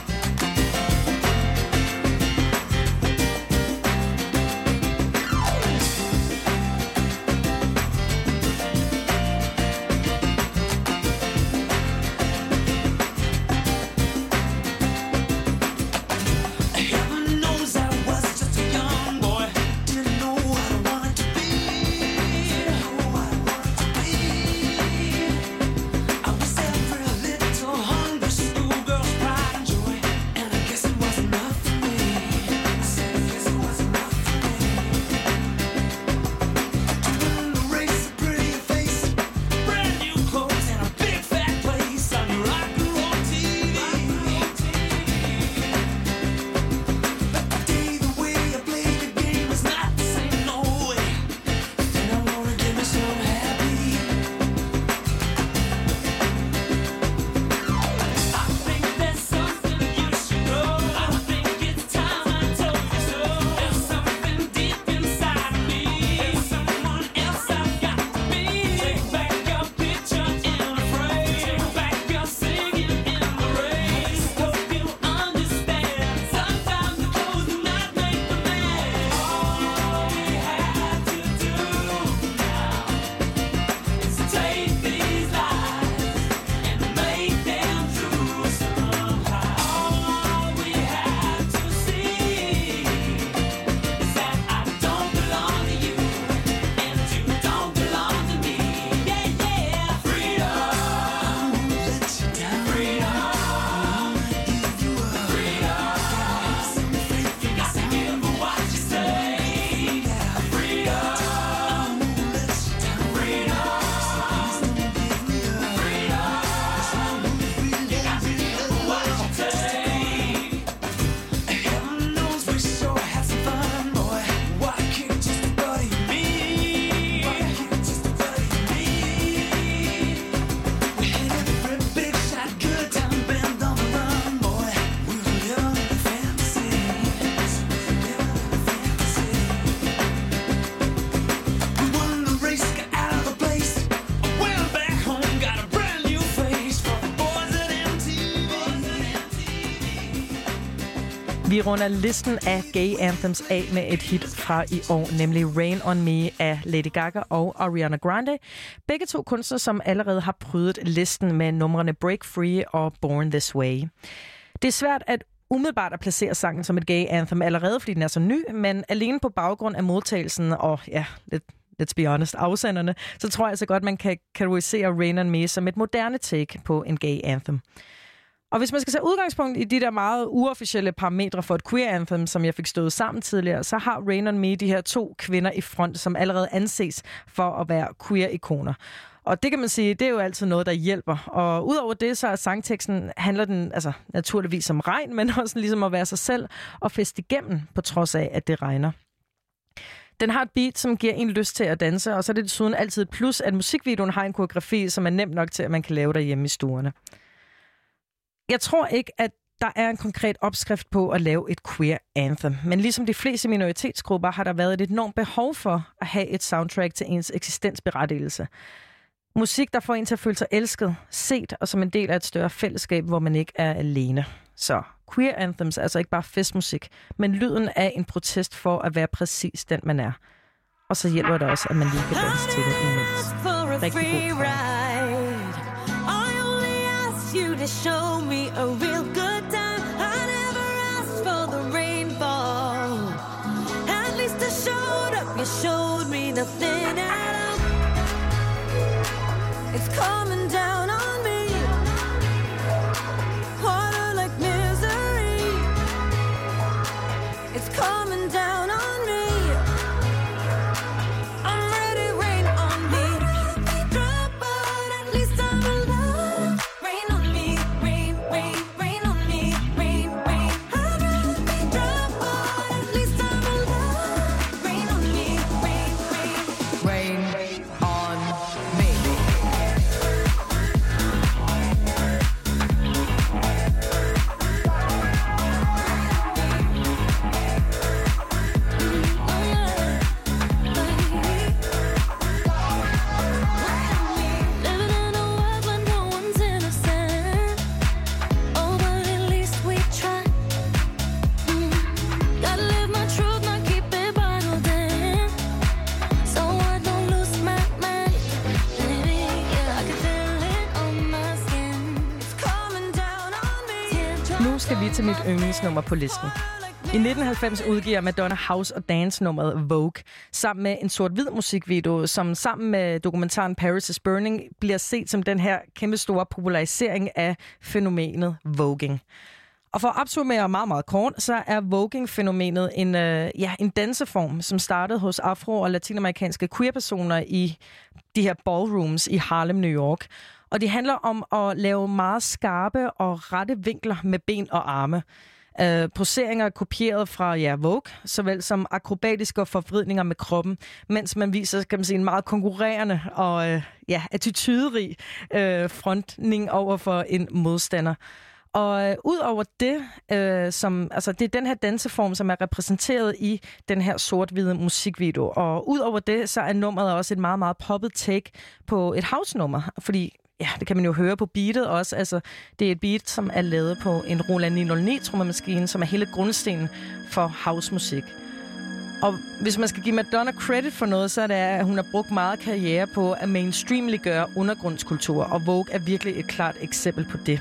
Vi runder listen af gay anthems af med et hit fra i år, nemlig Rain on Me af Lady Gaga og Ariana Grande. Begge to kunstnere, som allerede har prydet listen med numrene Break Free og Born This Way. Det er svært at umiddelbart at placere sangen som et gay anthem allerede, fordi den er så ny, men alene på baggrund af modtagelsen og, ja, lidt let's be honest, afsenderne, så tror jeg så godt, man kan kategorisere Rain on Me som et moderne take på en gay anthem. Og hvis man skal tage udgangspunkt i de der meget uofficielle parametre for et queer anthem, som jeg fik stået sammen tidligere, så har Rain On Me de her to kvinder i front, som allerede anses for at være queer-ikoner. Og det kan man sige, det er jo altid noget, der hjælper. Og udover det, så er sangteksten, handler den altså naturligvis om regn, men også ligesom at være sig selv og feste igennem, på trods af, at det regner. Den har et beat, som giver en lyst til at danse, og så er det desuden altid et plus, at musikvideoen har en koreografi, som er nemt nok til, at man kan lave derhjemme i stuerne. Jeg tror ikke, at der er en konkret opskrift på at lave et queer anthem, men ligesom de fleste minoritetsgrupper har der været et enormt behov for at have et soundtrack til ens eksistensberettigelse. Musik, der får en til at føle sig elsket, set og som en del af et større fællesskab, hvor man ikke er alene. Så queer anthems er altså ikke bare festmusik, men lyden af en protest for at være præcis den, man er. Og så hjælper det også, at man lige kan danse til det imens. Rigtig god you to show me a real good time. I never asked for the rainfall. At least I showed up. You showed me nothing at all. It's coming down on me. Harder like misery. It's coming down on me. I'm ready, rain on me. Drop out, at least I'm alive. Rain on me. til mit yndlingsnummer på listen. I nitten halvfems udgiver Madonna house- og dance-nummeret Vogue sammen med en sort-hvid musikvideo, som sammen med dokumentaren Paris is Burning bliver set som den her kæmpe store popularisering af fænomenet voging. Og for at opsummere meget, meget kort, så er voging-fænomenet en, øh, ja, en danseform, som startede hos afro- og latinamerikanske queer-personer i de her ballrooms i Harlem, New York. Og det handler om at lave meget skarpe og rette vinkler med ben og arme. Uh, poseringer kopieret fra ja, Vogue, såvel som akrobatiske forvridninger med kroppen, mens man viser, kan man sige, en meget konkurrerende og uh, ja, attituderig uh, frontning over for en modstander. Og uh, ud over det, uh, som, altså, det er den her danseform, som er repræsenteret i den her sort-hvide musikvideo. Og ud over det, så er nummeret også et meget, meget poppet take på et house-nummer, fordi ja, det kan man jo høre på beatet også. Altså, det er et beat, som er lavet på en Roland ni nul ni trommemaskine, som er hele grundstenen for housemusik. Og hvis man skal give Madonna credit for noget, så er det, at hun har brugt meget karriere på at mainstreamliggøre undergrundskultur, og Vogue er virkelig et klart eksempel på det.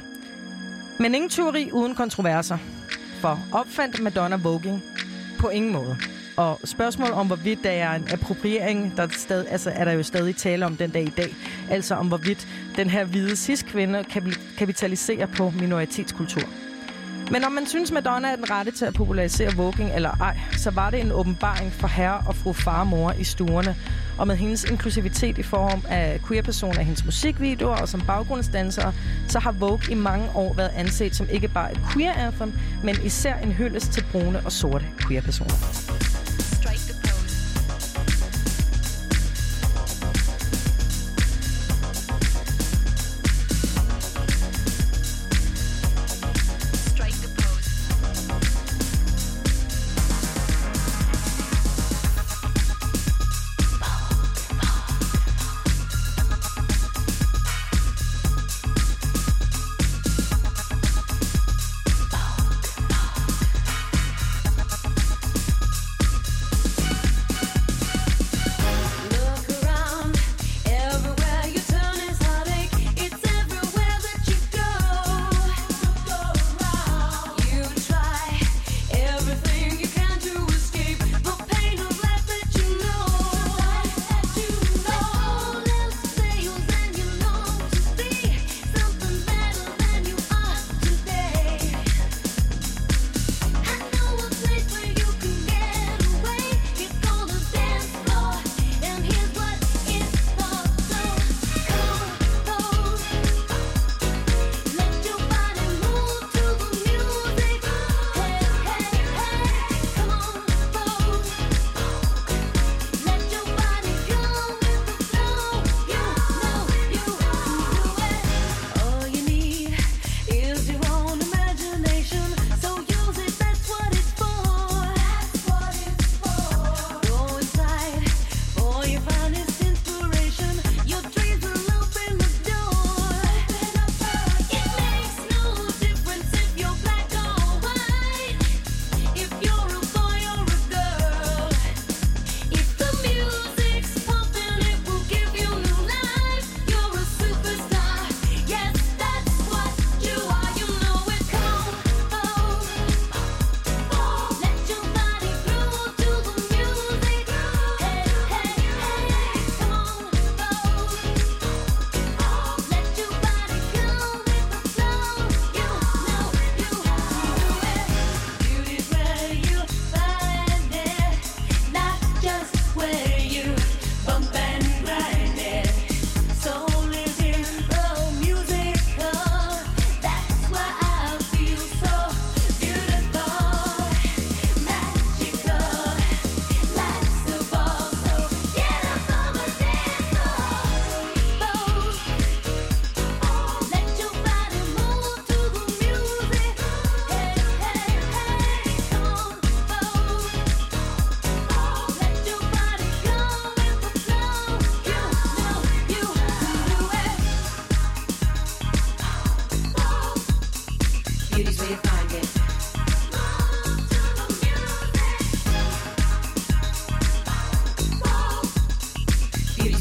Men ingen teori uden kontroverser. For opfandt Madonna voging? På ingen måde. Og spørgsmål om, hvorvidt der er en appropriering, der stadig, altså er der jo stadig tale om den dag i dag. Altså om, hvorvidt den her hvide cis-kvinde kapitaliserer på minoritetskultur. Men om man synes, Madonna er den rette til at popularisere voging eller ej, så var det en åbenbaring for herre og fru farmor i stuerne. Og med hendes inklusivitet i form af queer-personer i hendes musikvideoer og som baggrundsdansere, så har Vogue i mange år været anset som ikke bare et queer-anthem, men især en hyldest til brune og sorte queer-personer.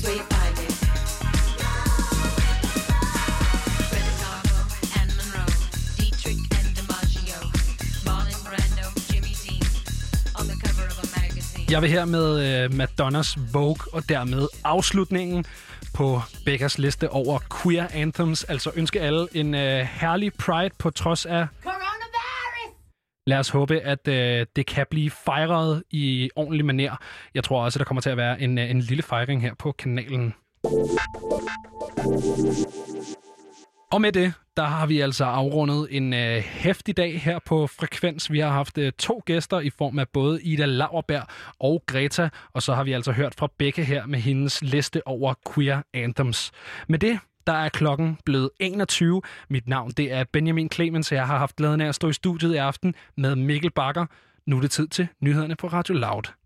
where you find it. Greta Garbo, Anne Monroe, Dietrich and DiMaggio, Marlon Brando, Jimmy Dean, on the cover of a magazine. Jeg vil her med øh, Madonnas Vogue, og dermed afslutningen på Beckers liste over queer anthems. Altså ønske alle en øh, herlig Pride på trods af Coronavirus! Lad os håbe, at øh, det kan blive fejret i ordentlig manér. Jeg tror også, at der kommer til at være en, en lille fejring her på kanalen. Og med det, der har vi altså afrundet en øh, heftig dag her på Frekvens. Vi har haft øh, to gæster i form af både Ida Lauerberg og Greta, og så har vi altså hørt fra Becca her med hendes liste over queer anthems. Med det, der er klokken blevet enogtyve. Mit navn, det er Benjamin Clemens, og jeg har haft glæden af at stå i studiet i aften med Mikkel Bakker. Nu er det tid til nyhederne på Radio Loud.